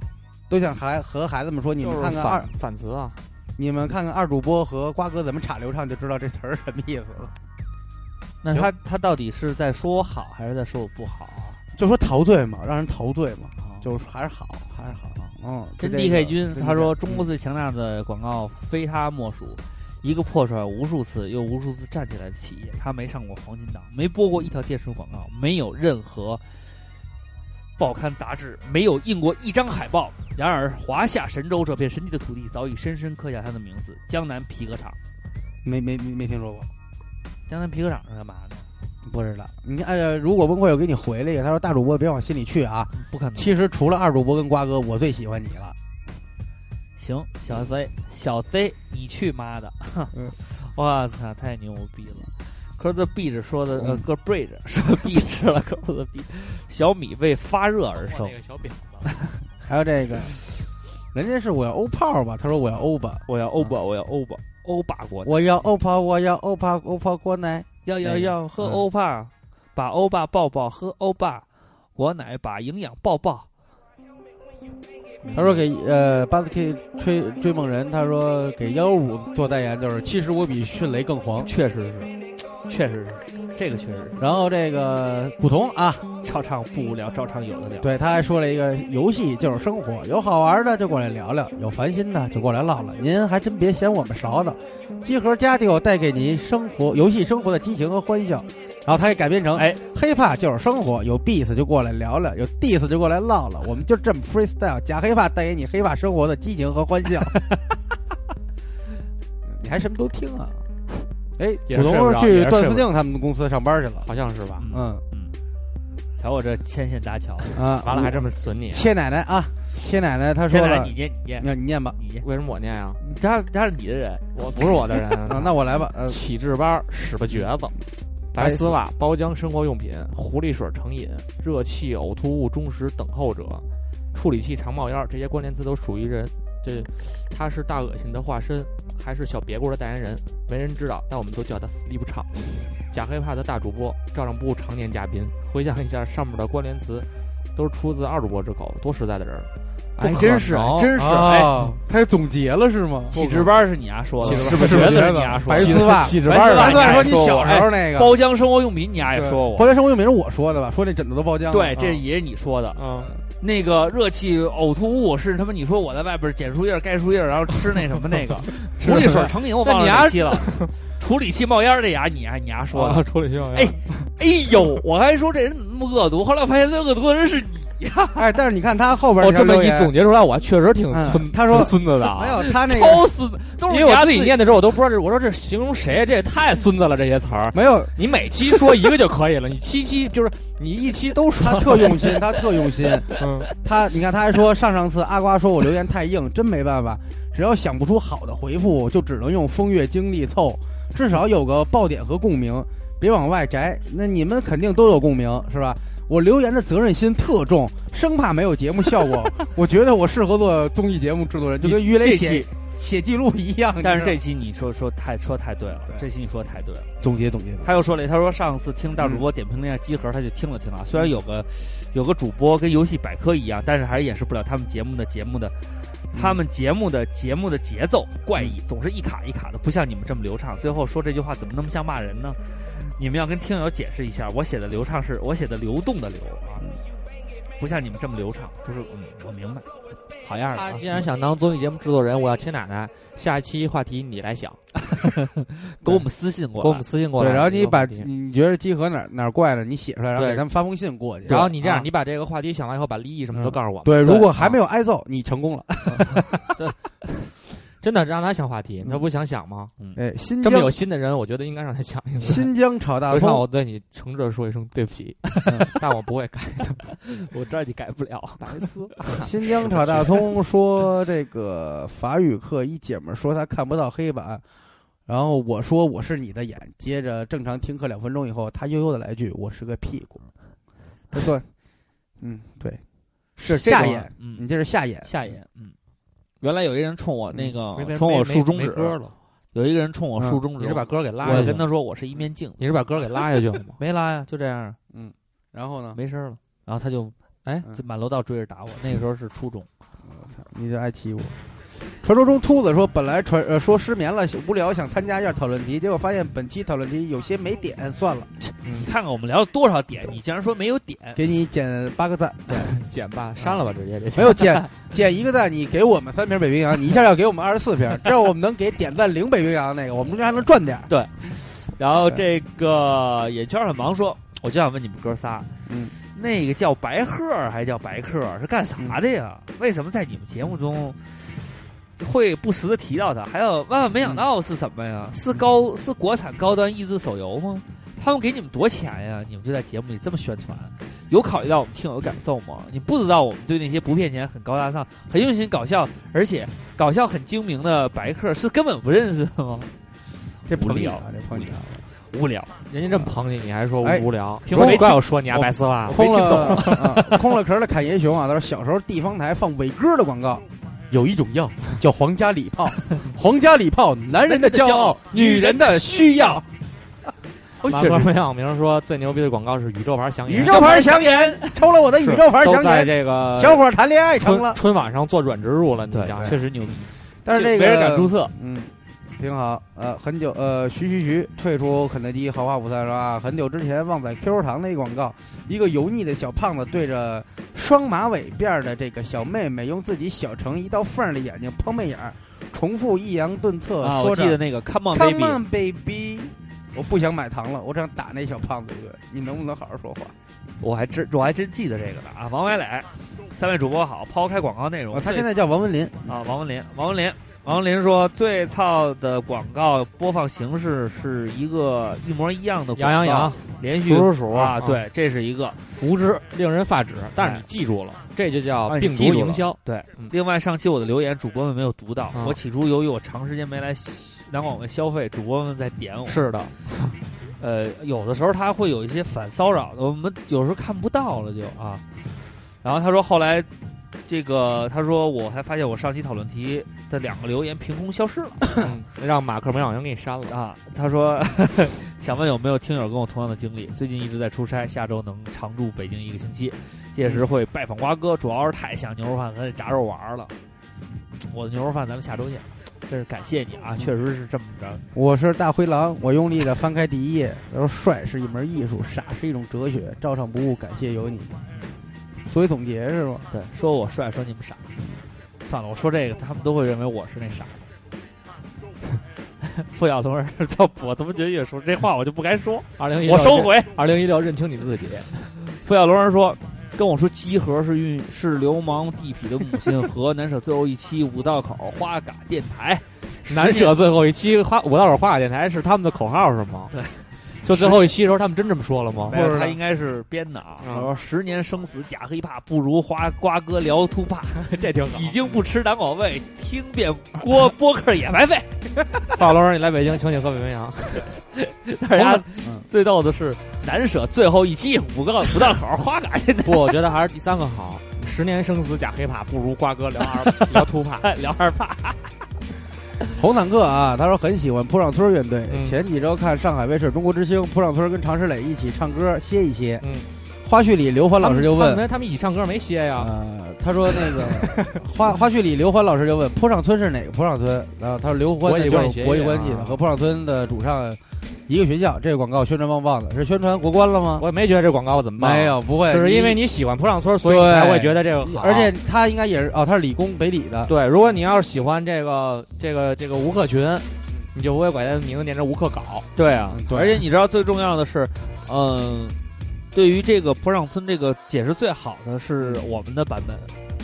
都想孩和孩子们说，你们看看二反反词啊， 你们看看二主播和瓜哥怎么插流畅，就知道这词儿什么意思了。 那他他到底是在说我好，还是在说我不好啊？ 就说陶醉嘛，让人陶醉嘛， 哦就是还是好，还是好。嗯， 真这 D K 个君真他说， 是中国最强大的广告非他莫属。一个破摔无数次又无数次站起来的企业，他没上过黄金档，没播过一条电视广告，没有任何报刊杂志，没有印过一张海报。然而，华夏神州这片神奇的土地早已深深刻下他的名字——江南皮革厂。 没没没没听说过。 江南皮革厂是干嘛的？ 不知道。你呃，如果崩溃，我给你回了一个，他说：“大主播别往心里去啊， 不可能。 其实除了二主播跟瓜哥，我最喜欢你了。” 行，小 Z， 小 Z， 你去妈的！ 嗯， 我操，太牛逼了！可是这 B 说的，呃， 嗯哥 Bridge 说 B 吃了，可是 B 小米为发热而生。 那个小婊子， 还有这个，人家是我要欧炮吧？他说我要欧吧， 我要欧巴，我要欧巴，欧巴国奶， 我要欧炮，我要欧炮，欧炮国奶， 要要要喝欧巴，把欧巴抱抱，喝欧巴国奶，把营养抱抱。 他说给呃巴斯 K 追追梦人，他说给幺幺五做代言，就是其实我比迅雷更黄， 确实是，确实是，这个确实是。 然后这个古潼啊， 照唱不无聊，照唱有的聊。 对，他还说了一个游戏就是生活，有好玩的就过来聊聊，有烦心的就过来唠唠。您还真别嫌我们勺的，集合家庭带给您生活游戏生活的激情和欢笑。然后他给改编成， 哎， 黑怕就是生活，有 beats 就过来聊聊，有 diss 就过来唠唠，我们就这么 freestyle， 假黑怕带给你黑怕生活的激情和欢笑。你还什么都听啊？哎，古潼去段思静他们公司上班去了， 好像是吧？ 嗯嗯，瞧我这牵线搭桥啊， 完了还这么损你， 切奶奶啊，切奶奶，他说了， 你念你念， 你念吧， 你念，为什么我念啊？ 他他是你的人， 我不是我的人啊，那我来吧。呃， 起治班屎巴橛子。白丝袜、包浆生活用品、狐狸水成瘾、热气、呕吐物忠实等候者、处理器常冒烟，这些关键词都属于人。这他是大恶心的化身，还是小别故的代言人？没人知道，但我们都叫他 Sleep 唱。假黑怕的大主播，照常部常年嘉宾。回想一下上面的关联词，都是出自二主播之口，多实在的人。 哎，真是，真是， 哎， 他也总结了是吗？ 起值班是你丫说的， 是不是觉得是你丫说的？白丝袜， 起值班， 白丝袜说你小时候那个包浆生活用品，你丫也说过。 包浆生活用品是我说的吧？说那枕头都包浆。 对，这也是你说的。 嗯， 那个热气呕吐物是他妈你说我在外边捡树叶、盖树叶，然后吃那什么那个狐狸水成瘾，我忘了哪期了。处理器冒烟这牙，你还你还说的？处理器冒烟。 哎哎呦，我还说这人怎么那么恶毒，后来我发现这恶毒的人是你呀！ 哎，但是你看他后边哦，这么一总结出来，我确实挺孙。 他说孙子的， 没有他那个超孙子，都是因为我自己念的时候，我都不知道这，我说这形容谁？这也太孙子了，这些词儿。 没有， 你每期说一个就可以了，你七期就是你一期都说。 他特用心，他特用心。嗯，他你看他还说上上次阿瓜说我留言太硬，真没办法，只要想不出好的回复，就只能用风月经历凑。至少有个爆点和共鸣，别往外摘。那你们肯定都有共鸣，是吧？我留言的责任心特重，生怕没有节目效果。我觉得我适合做综艺节目制作人，就跟于雷写写记录一样。 但是这期你说说太说太对了，对这期你说太对了。 总结总结。 他又说了，他说上次听大主播点评那机核，他就听了听啊。虽然有个有个主播跟游戏百科一样，但是还是掩饰不了他们节目的节目的。他们节目的节目的节奏怪异，总是一卡一卡的，不像你们这么流畅。最后说这句话怎么那么像骂人呢？你们要跟听友解释一下，我写的流畅是我写的流动的流啊，不像你们这么流畅。就是嗯，我明白，好样的。 他既然想当综艺节目制作人，我要亲奶奶。下一期话题你来想， 给我们私信过来， 给我们私信过来。 对，然后你把你觉得集合哪哪怪了，你写出来，然后给他们发封信过去。 然后你这样，你把这个话题想完以后，把利益什么都告诉我们。 对，如果还没有挨揍，你成功了。 对。真的让他想话题，他不想想吗？ 嗯，哎，新这么有心的人，我觉得应该让他想一想。 新疆炒大葱， 让我对你诚挚说一声对不起，嗯、但我不会改的， 我知道你改不了。 白丝。 新疆炒大葱说这个法语课一姐们说她看不到黑板，然后我说我是你的眼，接着正常听课两分钟以后，她悠悠的来句我是个屁股。这段，嗯，对，是下眼， 嗯， 你这是下眼， 下眼，嗯。原来有一个人冲我那个、 嗯、 冲我竖中指了， 有一个人冲我竖中指、 嗯，你是把歌给拉下去？ 我跟他说我是一面镜， 你是把歌给拉下去了吗？ 没拉呀，就这样。 嗯，然后呢？ 没事了。然后他就哎，满楼道追着打我。那个时候是初中， 操，你就爱欺负。传说中秃子说本来传呃说失眠了无聊想参加一下讨论题，结果发现本期讨论题有些没点，算了。 你看看我们聊了多少点，你竟然说没有点， 给你减八个赞， 减吧，删了吧，直接这没有减减一个赞，你给我们三瓶北冰洋，你一下要给我们二十四瓶，这样我们能给点赞零北冰洋那个，我们中间还能赚点。 对，然后这个眼圈很忙说，我就想问你们哥仨， 嗯。 那个叫白鹤还叫白客是干啥的呀？嗯、为什么在你们节目中会不时的提到它？还有万万没想到是什么呀？嗯、是高是国产高端益智手游吗？他们给你们多钱呀？你们就在节目里这么宣传，有考虑到我们听友的感受吗？你不知道我们对那些不骗钱、很高大上、很用心搞笑，而且搞笑很精明的白客是根本不认识的吗？ 这无聊，这碰你啊！ 无聊， 人家这么捧你，你还说无聊？ 哎、 听没怪我说你啊，白丝袜， 空了、啊、空了壳的侃爷熊啊，他说小时候地方台放伟哥的广告，有一种药叫皇家礼炮，皇家礼炮，男人的骄傲，女人的需要。 马哥没想明说最牛逼的广告是宇宙牌香烟， 宇宙牌香烟抽了我的宇宙牌香烟， 在这个小伙谈恋爱成了， 春晚上做软植入了，你讲确实牛逼， 但是这个没人敢注册， 嗯。挺好，呃，很久，呃，徐徐徐退出肯德基豪华午餐是吧？很久之前旺仔 Q Q 糖的一广告，一个油腻的小胖子对着双马尾辫的这个小妹妹，用自己小成一道缝的眼睛碰媚眼，重复抑扬顿挫， 啊， 说我记得那个 Come on baby，Come on baby， 我不想买糖了，我只想打那小胖子一顿，你能不能好好说话？ 我还真我还真记得这个呢啊，王伟磊，三位主播好，抛开广告内容， 啊、他现在叫王文林啊，王文林，王文林。王林说：“最操的广告播放形式是一个一模一样的广告， 羊羊羊， 连续数数数啊，对，这是一个无知，令人发指。但是你记住了，这就叫病毒营销。 对，另外上期我的留言主播们没有读到，我起初由于我长时间没来南广卫消费，主播们在点我。 是的， 呃，有的时候他会有一些反骚扰的，我们有时候看不到了就啊。然后他说后来。”这个他说，我还发现我上期讨论题的两个留言凭空消失了， 嗯、让马克梅小英给你删了啊。他说呵呵，想问有没有听友跟我同样的经历？最近一直在出差，下周能常驻北京一个星期，届时会拜访瓜哥，主要是太想牛肉饭和炸肉丸了。我的牛肉饭咱们下周见，真是感谢你啊，确实是这么着。 我是大灰狼，我用力的翻开第一页，他说帅是一门艺术，傻是一种哲学，照常不误，感谢有你。作为总结是吧？ 对，说我帅，说你们傻。算了，我说这个，他们都会认为我是那傻的。付小龙人叫我他妈觉得越说这话我就不该说。 二零一， 我收回。 二零一六认清你自己。 付小龙人说，跟我说集合是运是流氓地痞的母亲和南舍最后一期五道口花嘎电台。 南舍最后一期花五道口花嘎电台是他们的口号是吗？ 对。 就最后一期的时候，他们真这么说了吗？ 或者他应该是编的啊。他说：“十年生死假黑怕，不如花瓜哥聊突怕。” 这挺好。 已经不吃南广味，听遍播播客也白费。 大龙，你来北京，请你喝北冰洋。 大家最逗的是南舍最后一期五个五道口花嘎电台。 不，我觉得还是第三个好。十年生死假黑怕，不如瓜哥聊二聊突怕， 聊二怕。 红坦克啊，他说很喜欢扑上村乐队、 嗯。 前几周看上海卫视《中国之星》，扑上村跟常石磊一起唱歌歇一歇。 嗯， 花絮里刘欢老师就问：“ 他们, 他们一起唱歌没歇呀？” 呃，他说那个花花絮里刘欢老师就问：“扑上村是哪个扑上村？”然后他说：“刘欢就是国际关系的，和扑上村的主唱一个学校。”这个广告宣传棒棒的，是宣传国关了吗？ 我也没觉得这广告怎么办。 没有，不会， 只是因为你喜欢扑上村，所以你才会觉得这个好。 而且他应该也是哦，他是理工北理的。 对，如果你要是喜欢这个这个这个吴克群，你就不会把他的名字念成吴克稿。 对啊， 对。 而且你知道最重要的是，嗯、呃，对于这个坡上村这个解释最好的是我们的版本。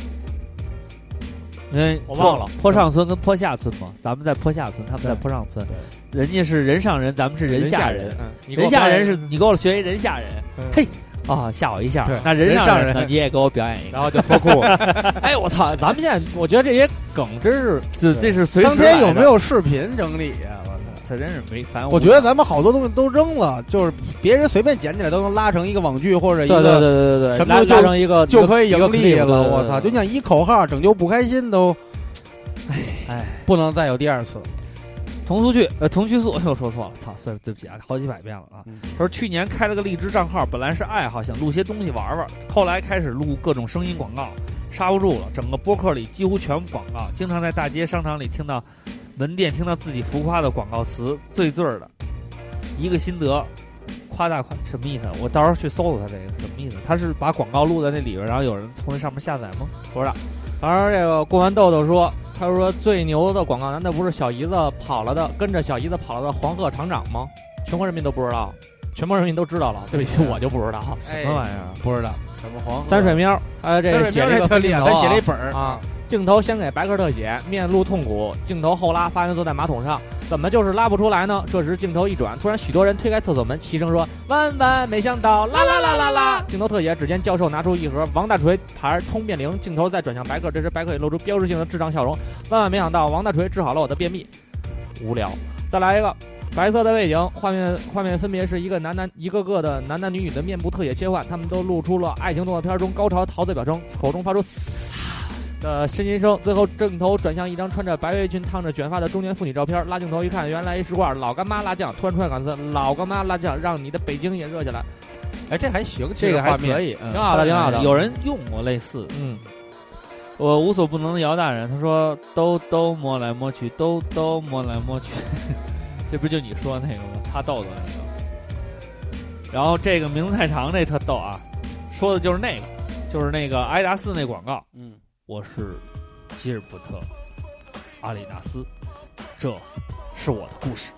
因为我忘了坡上村跟坡下村嘛，咱们在坡下村，他们在坡上村，人家是人上人，咱们是人下人。 人, 人下人是你给我学一人下人， 嗯、 嘿，啊、哦、吓我一下。那人上人呢，你也给我表演一个， 然后就脱裤。哎，我操！咱们现在我觉得这些梗真是， 这这是随时。 当天有没有视频整理呀、啊？我操， 这真是没烦。 我觉得咱们好多东西都扔了，就是别人随便捡起来都能拉成一个网剧或者一个对对对对对， 什么拉成一个就可以盈利了。我操， 就像一口号拯救不开心都。哎，不能再有第二次。 同出去，呃，同去素又说错了，操，对不起啊，好几百遍了啊。 嗯、 他说去年开了个荔枝账号，本来是爱好，想录些东西玩玩，后来开始录各种声音广告， 刹不住了。整个播客里几乎全部广告，经常在大街商场里听到门店听到自己浮夸的广告词，醉醉的。一个心得，夸大夸什么意思？我到时候去搜搜他这个什么意思？他是把广告录在那里边，然后有人从那上面下载吗？ 不知道。反正这个过完豆豆说，他说最牛的广告难道不是小姨子跑了的，跟着小姨子跑了的黄鹤厂长吗？全国人民都不知道，全国人民都知道了。对不起，我就不知道哎什么玩意儿， 不知道什么黄三水喵，还有这个写了一个特厉害，他写了一本啊。镜头先给白客特写，面露痛苦，镜头后拉发源坐在马桶上，怎么就是拉不出来呢？这时镜头一转，突然许多人推开厕所门，齐声说：“万万没想到！”啦啦啦啦啦！镜头特写，只见教授拿出一盒王大锤牌通便灵，镜头再转向白客，这时白客也露出标志性的智障笑容。万万没想到，王大锤治好了我的便秘。无聊，再来一个。白色的背景，画面画面分别是一个男男一个个的男男女女的面部特写切换，他们都露出了爱情动作片中高潮陶醉表征，口中发出的呻吟声。最后镜头转向一张穿着白围裙、烫着卷发的中年妇女照片，拉镜头一看，原来是罐老干妈辣酱。突然出来感词：老干妈辣酱，让你的北京也热起来。 哎，这还行， 这个还可以， 挺好的，挺好的。 有人用过类似， 嗯。 我无所不能的姚大人，他说：“兜兜摸来摸去，兜兜摸来摸去。”这不就你说那个吗？擦豆子那个。然后这个名字太长，这特逗啊，说的就是那个，就是那个阿迪达斯那广告。 嗯，我是吉尔伯特·阿里达斯，这是我的故事。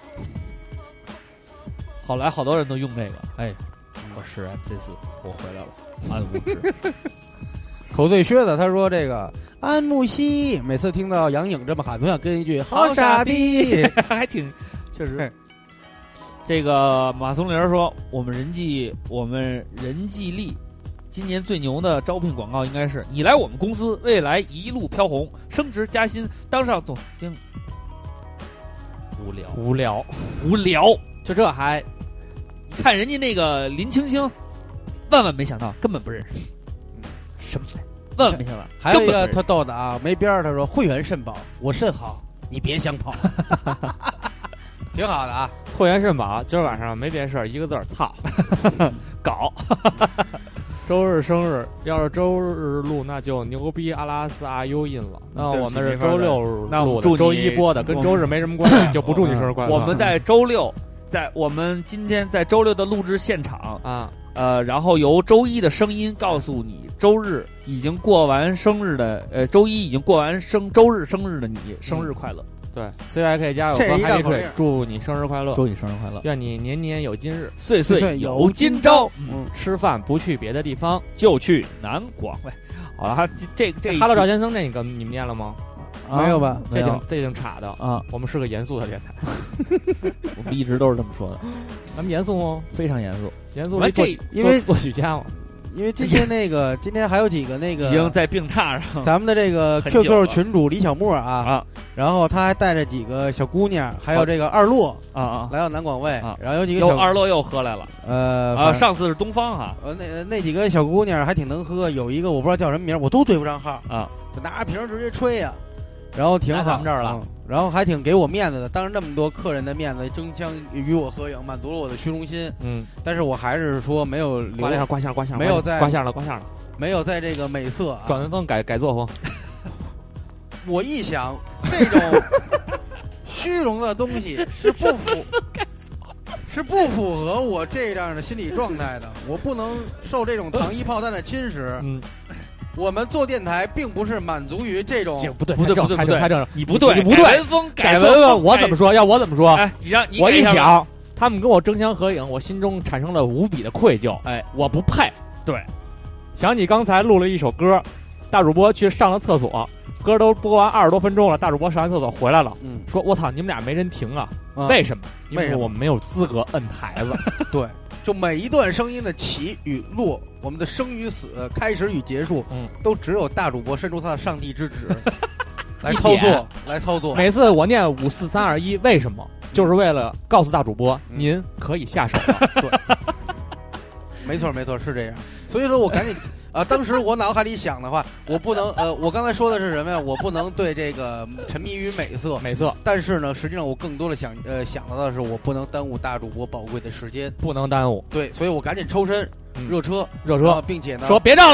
后来好多人都用这个，哎，我是 M C 四，我回来了，安无知。 口醉靴子他说这个安慕希，每次听到杨颖这么喊，总想跟一句好傻逼， 还挺确实。这个马松林说，我们人际我们人际力今年最牛的招聘广告应该是你来我们公司，未来一路飘红，升职加薪，当上总经理。无聊无聊无聊， 就这还看人家那个林青青，万万没想到根本不认识。什么？万万没想到！ 还有一个特逗的啊，没边儿。他说：“会员肾宝，我肾好，你别想跑。”挺好的啊， 会员肾宝。今儿晚上没别事儿，一个字儿操，搞。周日生日，要是周日录，那就牛逼阿拉斯阿 U 印了。那我们是周六录的，周一播的，跟周日没什么关系，就不祝你生日快乐。 我们在周六，在我们今天在周六的录制现场啊。 呃，然后由周一的声音告诉你，周日已经过完生日的，呃，周一已经过完生周日生日的你，生日快乐。 嗯、对 ，C Y K 加油和 Happy Tree， 祝你生日快乐， 祝你生日快乐， 愿你年年有今日， 岁岁有今朝。 嗯，吃饭不去别的地方， 就去南广。喂，好了，这这这哈喽赵先生这个你们念了吗？ 啊、没有吧？ 这挺这挺差的啊！ 我们是个严肃的电台， 我们一直都是这么说的。 咱们严肃吗？ 非常严肃， 严肃。 这因为作曲家嘛， 因为今天那个今天还有几个那个已经在病榻上， 咱们的这个 Q Q 群主李小沫啊啊，然后他还带着几个小姑娘，还有这个二洛啊啊， 来到南广卫啊， 然后有几个小二洛又喝来了， 呃啊，上次是东方哈， 呃那那几个小姑娘还挺能喝，有一个我不知道叫什么名，我都对不上号啊， 就拿着瓶直接吹呀。然后挺好， 咱们这儿了、 嗯，然后还挺给我面子的，当着那么多客人的面子，争相与我合影，满足了我的虚荣心。 嗯， 但是我还是说没有留挂相，挂相，挂相， 没有在挂相了，挂相了， 没有在这个美色、啊、 转文风改改作风。 我一想，这种虚荣的东西是不符，是不符合我这样的心理状态的，我不能受这种糖衣炮弹的侵蚀。 嗯。 我们做电台并不是满足于这种， 不对不对不对不对，太正， 你不对， 你不对， 改文风改文风，我怎么说？要我怎么说？ 哎，你让你我一想，他们跟我争相合影，我心中产生了无比的愧疚。 哎， 我不配。 对， 想起刚才录了一首歌，大主播去上了厕所，歌都播完二十多分钟了，大主播上完厕所回来了， 嗯， 说我操，你们俩没人停啊？ 嗯、 为什么？因为我们没有资格摁台子。 对。就每一段声音的起与落，我们的生与死，开始与结束， 嗯， 都只有大主播伸出他的上帝之指来操作，来操作。 每次我念五四三二一，为什么？就是为了告诉大主播，嗯、您可以下手了。 对，没错没错，是这样。所以说我赶紧啊、呃，当时我脑海里想的话，我不能呃，我刚才说的是什么呀？我不能对这个沉迷于美色， 美色。 但是呢，实际上我更多的想呃想到的是，我不能耽误大主播宝贵的时间， 不能耽误。 对，所以我赶紧抽身， 嗯、 热车， 热车， 并且呢， 说别照了，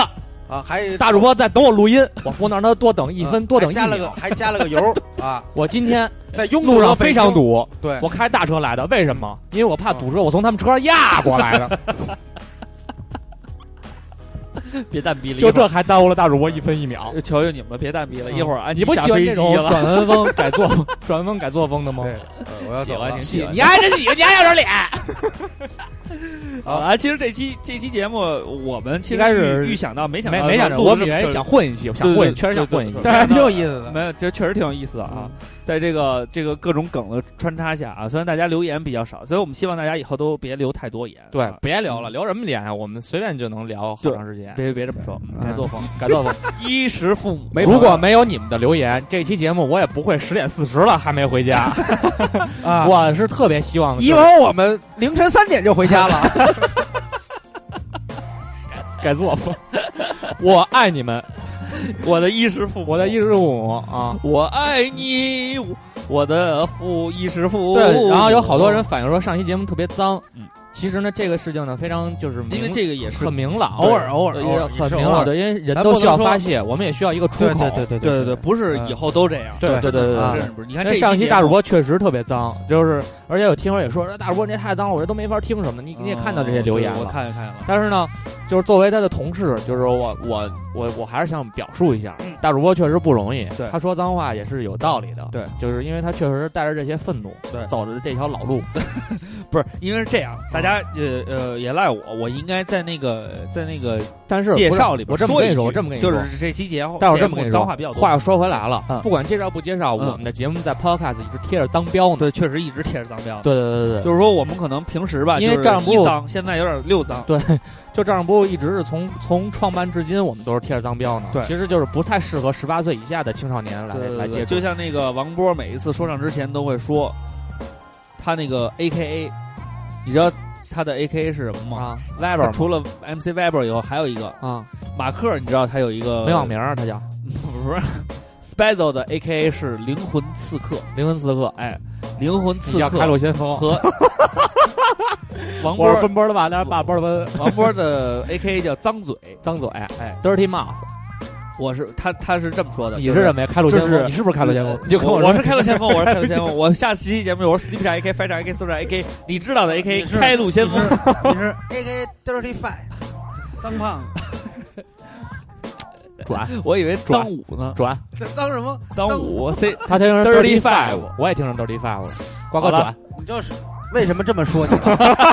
啊，还大主播在等我录音，我不能让他多等一分，多等一秒。 加了个还加了个油啊！ 我今天在拥路上非常堵， 对， 我开大车来的，为什么？因为我怕堵车，我从他们车上压过来的。 别蛋逼了， 就这还耽误了大主播一分一秒。 求求你们了，别蛋逼了，一会儿啊， 你不喜欢这种转文风改作转文风改作风的吗？ 对，我要喜欢你喜欢， 你还真喜欢，你还要点脸。 好啊，其实这期这期节目我们其实应该是预想到，没想到没没想到，我们也想混一期，想混，确实想混一期， 但还挺有意思的。 没有，这确实挺有意思的啊。在这个这个各种梗的穿插下啊，虽然大家留言比较少，所以我们希望大家以后都别留太多言。 对，别留了，留什么言啊？我们随便就能聊好长时间。 别别别这么说，改作风， 改作风。 衣食父母， 如果没有你们的留言，这期节目我也不会十点四十了还没回家。 啊， 我是特别希望， 以往我们凌晨三点就回家了。 改作风，我爱你们。 我的衣食父母， 我的衣食父母啊！ 我爱你，我的父衣食父母。 对，然后有好多人反映说上期节目特别脏， 嗯， 其实呢，这个事情呢非常就是因为这个也是很明朗， 偶尔偶尔很明朗，对，因为人都需要发泄，我们也需要一个出口， 对对对对对对，不是以后都这样， 对对对对对，不是。你看这上期大主播确实特别脏，就是而且有听友也说大主播你太脏了，我这都没法听什么的。你你也看到这些留言了， 我看看了。 但是呢，就是作为他的同事，就是我我我我还是想表述一下，大主播确实不容易， 对， 他说脏话也是有道理的， 对， 就是因为他确实带着这些愤怒， 对， 走着这条老路， 不是因为是这样，大家呃呃也赖我，我应该在那个在那个但是介绍里边我这么跟你说，我这么跟你说， 就是这期节目， 但我这么跟你说， 脏话比较多。 话又说回来了， 嗯， 不管介绍不介绍，我们的节目在 Podcast 一直贴着脏标呢， 对，确实一直贴着脏标， 对对对对， 就是说我们可能平时吧， 因为照样不脏，现在有点六脏， 对，就照样不一直是从从创办至今，我们都是贴着脏标呢， 对， 其实就是不太适合十八岁以下的青少年来来接触， 就像那个王波每一次说唱之前都会说，他那个 A K A， 你知道他的 A K A 是什么吗？ 啊 ，Weber， 除了 M C Weber 以后还有一个啊， 马克，你知道他有一个没网名啊，他叫不是 Spazzo 的 A K A 是灵魂刺客， 灵魂刺客， 哎，灵魂刺客开路先锋和王波分波的吧，那是八波的王波的 A K A 叫脏嘴， 脏嘴， 哎 ，Dirty Mouth。 我是他，他是这么说的。 你是什么呀？开路先锋？你是不是开路先锋？你就跟我说，我是开路先锋，我是开路先锋。我下期节目我是 Sleep 叉 A K、翻叉 A K、搜叉 A K， 你知道的 A K 开路先锋。 你是 A K Dirty Five， 脏胖子。 转， 我以为脏五呢。 转， 脏什么？ 脏五 C， 他听成 Dirty Five， 我也听成 Dirty Five 了。瓜哥转， 你就是为什么这么说你？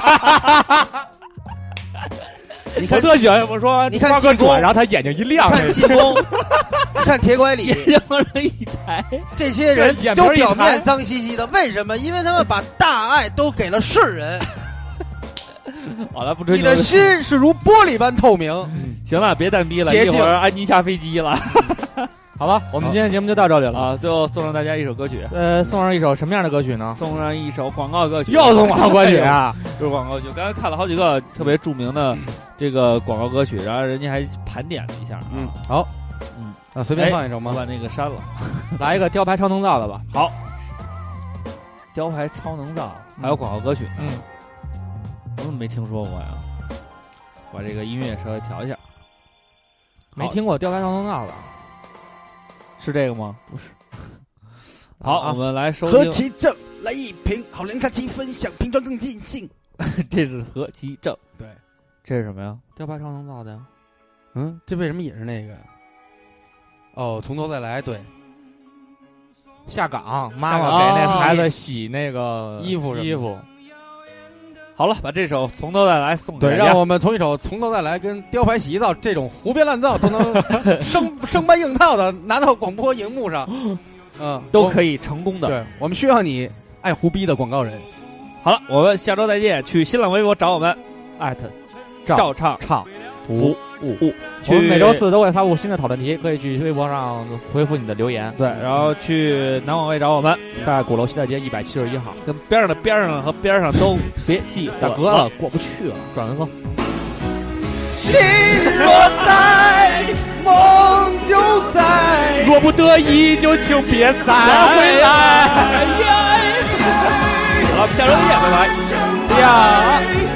你看我特喜欢我说， 你看瓜哥转，然后他眼睛一亮， 看进攻，你看铁拐李， 眼睛一抬， 这些人都表面脏兮兮的，为什么？因为他们把大爱都给了世人。 好了，不追究。你的心是如玻璃般透明。 行了，别蛋逼了，一会儿安妮下飞机了。 好吧，我们今天节目就到这里了啊！最后送上大家一首歌曲， 呃，送上一首什么样的歌曲呢？ 送上一首广告歌曲， 又送广告歌曲啊！ 就是广告歌曲。刚才看了好几个特别著名的这个广告歌曲，然后人家还盘点了一下。 嗯，好， 嗯， 啊，随便放一首吗？ 我把那个删了， 来一个雕牌超能造的吧。 好，雕牌超能造还有广告歌曲， 嗯， 我怎么没听说过呀？把这个音乐稍微调一下， 没听过雕牌超能造的。 是这个吗？ 不是。 好，啊、我们来收听。 何其正，来一瓶，好人看齐分享，瓶装更尽兴。 这是何其正， 对， 这是什么呀？ 雕牌超能造的呀。 嗯，这为什么也是那个？哦，从头再来，对。 下岗，妈妈给那孩子洗那个衣服衣服。 好了，把这首《从头再来》送给对，让我们从一首《从头再来》跟雕牌洗衣皂这种胡编乱造都能生生搬硬套的拿到广播荧幕上，嗯， 都可以成功的。 对，我们需要你爱胡逼的广告人。 好了，我们下周再见。去新浪微博找我们， 艾特照唱唱不误。 我们每周四都会发布新的讨论题，可以去微博上回复你的留言。 对，然后去南广卫找我们， 在鼓楼西大街一百七十一号， 跟边上的边上和边上都别记大哥了，过不去了，转文风。 心若在，梦就在， 若不得已就请别再回来。 好了，我们下周见，拜拜。 呀。